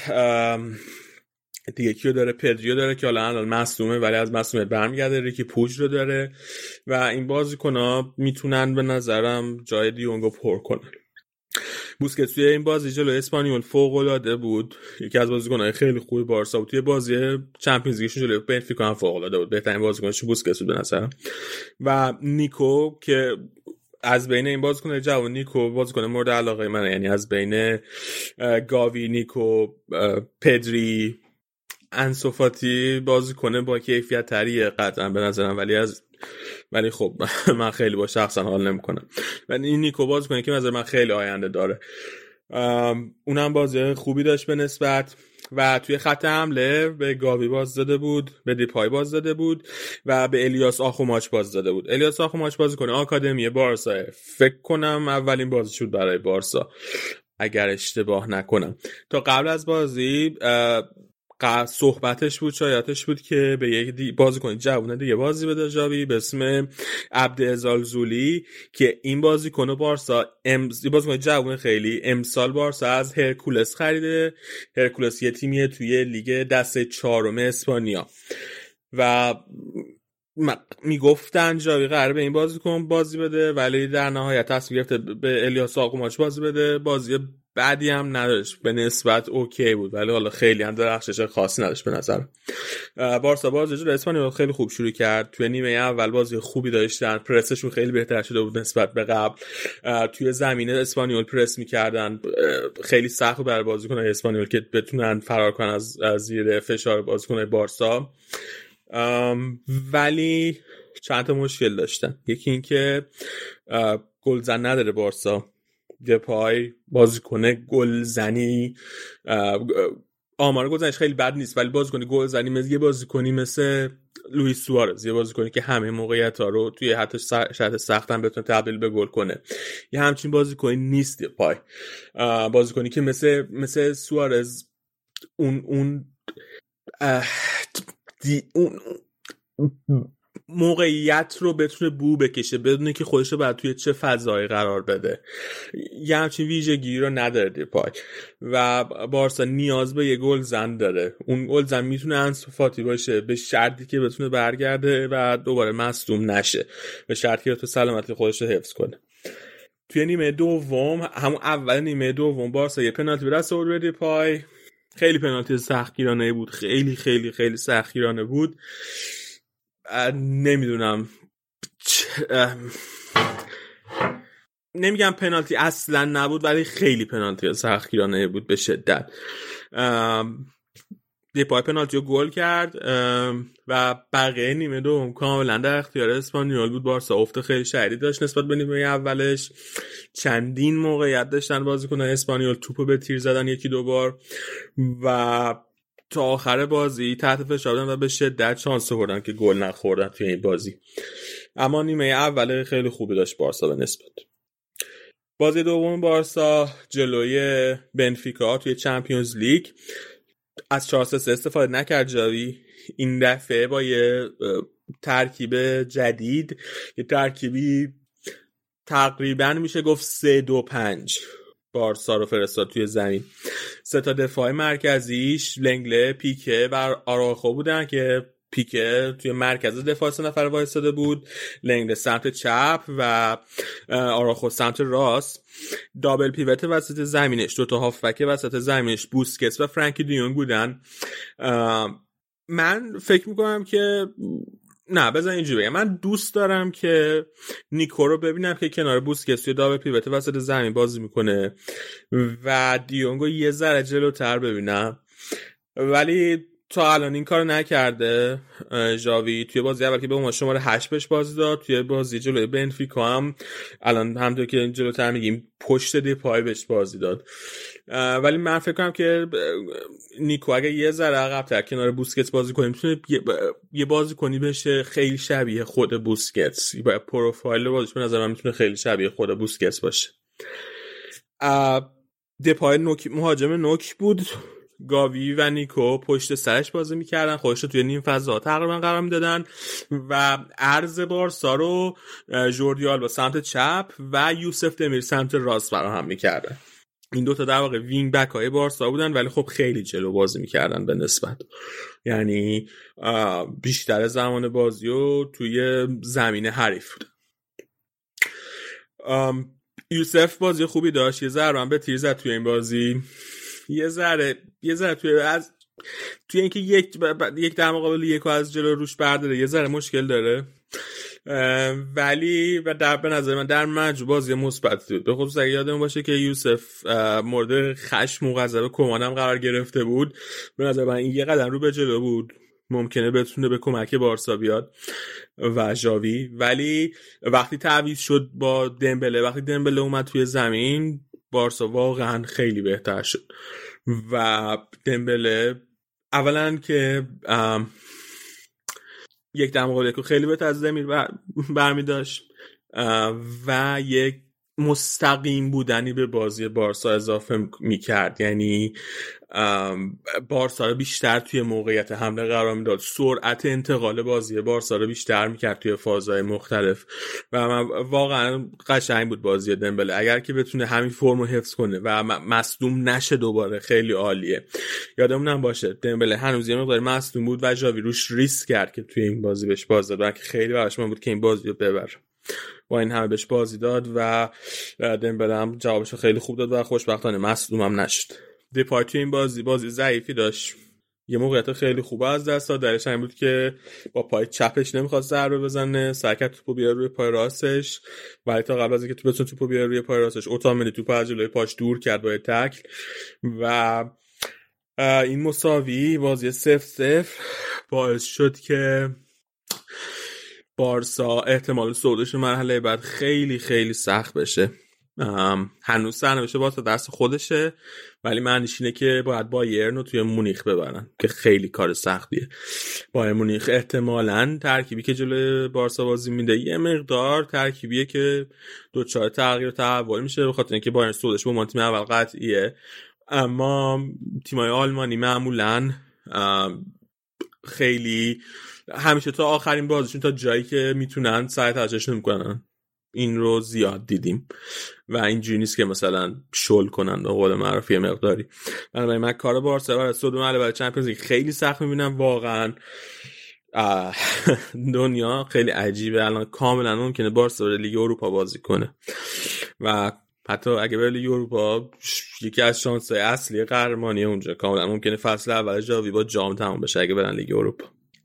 دیگه کیو داره، پدریو داره که الان الان مصدومه ولی از مصدومیت برمیگرده، ریکی پوج رو داره و این بازیکن‌ها میتونن به نظرم جای دیونگو پر کنن. بوسکتس توی این بازی جلوی اسپانیول فوق‌العاده بود، یکی از بازیکن‌های خیلی خوبی بارسا بود. توی بازی چمپیونز لیگ جلوی بنفیکا هم فوق‌العاده بود، بهترین بازیکنش بوسکتس بود به نظرم. و نیکو که از بین این بازیکن جوان، نیکو بازیکن مورد علاقه منه، یعنی از بین گاوی، نیکو، پدری، انسو فاتی بازیکن با کیفیت تریه قطعا به نظرم، ولی از ولی خب من خیلی با شخصا حال نمیکنم. ولی این نیکو بازیکنه که نظر من خیلی آینده داره. اونم بازی خوبی داشت به نسبت و توی خط حمله به گاوی باز داده بود، به دیپای باز داده بود و به الیاس آخوماچ باز داده بود. الیاس آخوماچ بازیکن آکادمی بارسا، فکر کنم اولین بازی شد برای بارسا اگر اشتباه نکنم. تا قبل از بازی صحبتش بود، شایعاتش بود که به یک بازیکن جوون دیگه بازی بده ژاوی به اسم عبدالزالزولی که این بازیکن بارسا امز بازیکن جوون خیلی امسال بارسا از هرکولس خریده. هرکولس یه تیمیه توی لیگ دسته چهارم اسپانیا و میگفتن جاوی قراره به این بازیکن بازی بده ولی در نهایت تصمیم گرفته به الیاس آقوماچ بازی بده. بازی بعدی هم نداشت، به نسبت اوکی بود ولی حالا خیلی هم درخشش خاصی نداشت به نظر. بارسا بازی جلوی اسپانیول خیلی خوب شروع کرد، توی نیمه اول بازی خوبی داشتن، پرسشون خیلی بهتر شده بود نسبت به قبل، توی زمین اسپانیول پرس میکردن، خیلی سخت برای بازیکن‌های اسپانیول که بتونن فرار کنن از زیر فشار بازیکن‌های بارسا، ولی چند تا مشکل داشتن. یکی این که گلزن نداره بارسا، دپای بازیکن گلزنی، آمار گلزنیش خیلی بد نیست ولی بازیکن گلزنی مثل یه بازیکنی مثل لوئیس سوارز، یه بازیکنی که همه موقعیت‌ها رو توی حتی شرط سخت هم بتونه تبدیل به گل کنه، یه همچین بازیکنی نیست دپای. بازیکنی که مثل مثل سوارز اون اون دی اون موقعیت رو بتونه بو بکشه بدونه که خودش رو باید توی چه فضایی قرار بده، یه همچین ویژگی رو نداره دیپای و بارسا نیاز به یه گل زن داره. اون گل زن میتونه انسو فاتی باشه به شرطی که بتونه برگرده و دوباره مصدوم نشه، به شرطی که تو سلامتی خودش رو حفظ کنه. توی نیمه دوم، همون اول نیمه دوم، بارسا یه پنالتی به دست آورد دیپای، خیلی پنالتی سختگیرانه بود، خیلی خیلی خیلی سختگیرانه بود. نمیدونم نمیگم پنالتی اصلا نبود ولی خیلی پنالتی سختگیرانه بود به شدت. دیپای پنالتی رو گل کرد و بقیه نیمه دوم کاملا در اختیار اسپانیول بود. بارسا افت خیلی شدیدی داشت نسبت به نیمه اولش، چندین موقعیت داشتن بازیکنان اسپانیول، توپو به تیر زدن یکی دو بار و تا آخر بازی تحت فشار بودن و به شدت شانس آوردن که گل نخوردن توی این بازی. اما نیمه اول خیلی خوبی داشت بارسا به نسبت. بازی دوم بارسا جلوی بنفیکا توی چمپیونز لیگ از چهار سه سه استفاده نکرد جاوی. این دفعه با یه ترکیب جدید، یه ترکیبی تقریبا میشه گفت سه دو پنج بارسا رو فرستاد توی زمین. سه تا دفاع مرکزیش لنگله، پیکه و آراخو بودن که پیکه توی مرکز دفاع سه نفر وایساده بود، لنگله سمت چپ و آراخو سمت راست. دابل پیوت وسط زمینش، دو تا هافبک وسط زمینش بوسکتس و فرانکی دیونگ بودن. من فکر میکنم که نه بذار اینجوری بگم، من دوست دارم که نیکو رو ببینم که کنار بوسکتس توی دابل پیوت وسط زمین بازی میکنه و دیونگو یه ذره جلوتر ببینم، ولی تا الان این کار نکرده ژاوی. توی بازی اول که به اون شماره هشت بهش بازی داد، توی بازی جلوی بنفیکا هم الان همونطور که جلوتر میگیم پشت دیپای بهش بازی داد، ولی من فکر کنم که نیکو اگه یه ذره عقب‌تر کنار بوسکتس بازی کنیم میتونه یه بازی کنی بشه خیلی شبیه خود بوسکتس. پروفایل بازیش به نظر من میتونه خیلی شبیه خود بوسکتس باشه. دیپای نوک مهاجم نوک بود، گاوی و نیکو پشت سرش بازی میکردن، خودش رو توی نیم فضا تقریبا قرار میدادن و عرض بارسا رو ژوردی آلبا سمت چپ و یوسف دمیر سمت راست فراهم میکردن. این دوتا در واقع وینگ بک های بارسا بودن ولی خب خیلی جلو بازی میکردن به نسبت، یعنی بیشتر زمان بازی رو توی زمین حریف بودن. یوسف بازی خوبی داشت، یه ذره هم به تیر زد توی این بازی، یه ذره یه ذره توی از توی اینکه یک ب... یک در مقابل یک از جلو روش برداره یه ذره مشکل داره، ولی و در به نظر من در مجموع بازی مثبت بود. به خصوص اگه یادمون باشه که یوسف مورد خشم و غضب کومان هم قرار گرفته بود، به نظر من این یه قدم رو به جلو بود، ممکنه بتونه به کمک بارسا بیاد و ژاوی. ولی وقتی تعویض شد با دمبله، وقتی دمبله اومد توی زمین، بارسا واقعا خیلی بهتر شد و دمبله اولا که یک در مقابل یک خیلی بهتر از دمیر بر برمی داشت و یک مستقیم بودنی به بازی بارسا اضافه میکرد. یعنی بارسا رو بیشتر توی موقعیت حمله قرار میداد، سرعت انتقال بازی بارسا رو بیشتر میکرد توی فازهای مختلف و واقعا قشنگ بود بازی دمبله. اگر که بتونه همین فرمو حفظ کنه و مصدوم نشه دوباره خیلی عالیه. یادمونم باشه دمبله هنوز یه مقدار مصدوم بود و ژاوی روش ریسک کرد که توی این بازی بهش باز داد و که خیلی براش مهم بود که این بازی رو ببره. با این همه بهش بازی داد و دمبله هم جوابش خیلی خوب داد و خوشبختانه مصدوم هم نشد. دیپای توی این بازی بازی ضعیفی داشت، یه موقعیت خیلی خوب از دست داد. درش این بود که با پای چپش نمیخواد ضربه بزنه، سعی کرد توپو بیاره روی پای راستش، ولی تا قبل از اینکه توپ بتونه توپو بیاره روی پای راستش اوتامنی توپو از جلوی پاش دور کرد با تکل و این مساوی بازی صفر صفر باعث شد که بارسا احتمال صعودش مرحله بعد خیلی خیلی سخت بشه. هنوز سرنوشت بارسا دست خودشه، ولی معنیش اینه که باید بایرن رو توی مونیخ ببرن که خیلی کار سختیه. بایرن مونیخ احتمالاً ترکیبی که جلوی بارسا بازی میده یه مقدار ترکیبیه که دوچار تغییر و تحول میشه، به خاطر اینکه بایرن صعودش به عنوان تیم اول قطعیه. اما تیمای آلمانی معمولاً خیلی همیشه تا آخرین بازیشون تا جایی که میتونن سعی تلاششون میکنن. این رو زیاد دیدیم و اینجوری نیست که مثلا شل کنن به قول معروف یه مقداری. بنابراین من کار بارسا برای صعود مرحله برای چمپیونز لیگ خیلی سخت میبینم. واقعا دنیا خیلی عجیبه، الان کاملا ممکنه بارسا برای لیگ اروپا بازی کنه و حتی اگه بره لیگ اروپا یکی از شانس‌های اصلی قهرمانی اونجا کاملا ممکنه فصل اول ژاوی با جام تموم بشه اگه برن لیگ اروپا.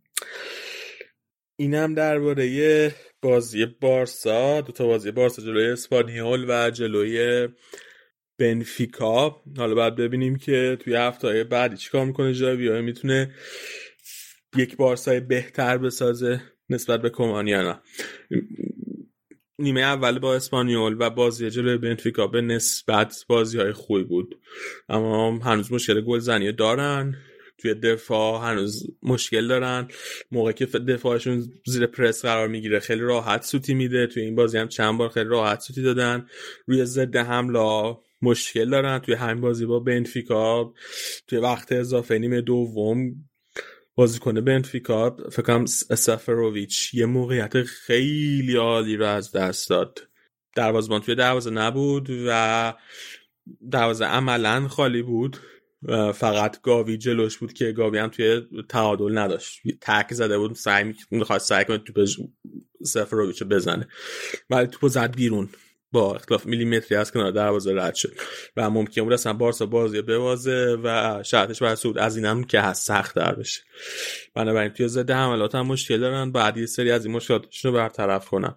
اینم درباره بازی بارسا، دو تا بازی بارسا جلوی اسپانیول و جلوی بنفیکا. حالا بعد ببینیم که توی هفته‌های بعدی چیکار میکنه ژاوی، آیا میتونه یک بارسای بهتر بسازه نسبت به کومان یا نه. نیمه اول با اسپانیول و بازی جلوی بنفیکا به نسبت بازی‌های خوبی بود، اما هنوز مشکل گلزنی دارن. توی دفاع هنوز مشکل دارن، موقعی که دفاعشون زیر پرس قرار میگیره خیلی راحت سوتی میده. توی این بازی هم چند بار خیلی راحت سوتی دادن. روی ضد حمله مشکل دارن. توی همین بازی با بنفیکا توی وقت اضافه نیمه دوم بازیکن بنفیکا فکر کنم سفروویچ یه موقعیت خیلی عالی رو از دست داد. دروازه‌بان توی دروازه نبود و دروازه عملاً خالی بود، فقط گاوی جلوش بود که گاوی هم توی تعادل نداشت، تک زده بود، سعی می‌خواد سعی کنه توپ سفروویچ رو بزنه ولی توپو زد بیرون، با اختلاف میلیمتری از کنار دروازه رد شد و ممکن بود اصلا بارسا بازی ببازه و شرطش برای صعود از اینم که هست سخت در بشه. بنابراین توی ضد حملات هم مشکل دارن، بعد یه سری از این مشکلاتشون رو برطرف کنن.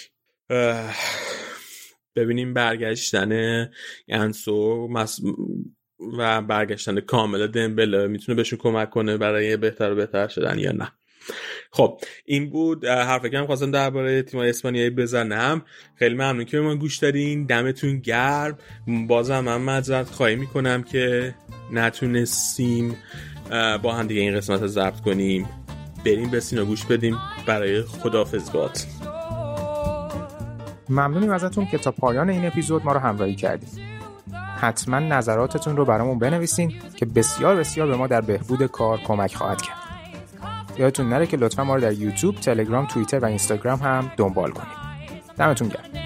ببینیم برگشتن انسو مس... و برگشتن کامل دمبله میتونه بهشون کمک کنه برای بهتر و بهتر شدن یا نه. خب این بود حرفی که من خواستم درباره تیم‌های اسپانیایی بزنم. خیلی ممنون که به من گوش دادین، دمتون گرم. بازم من معذرت خواهی میکنم که نتونستیم با هم دیگه این قسمت رو ضبط کنیم. بریم به سینا گوش بدیم برای خداحافظ بات. ممنونیم ازتون که تا پایان این اپیزود ما رو همراهی کردید. حتما نظراتتون رو برامون بنویسین که بسیار بسیار به ما در بهبود کار کمک خواهد کرد. یادتون نره که لطفا ما رو در یوتیوب، تلگرام، توییتر و اینستاگرام هم دنبال کنید. دمتون گرم.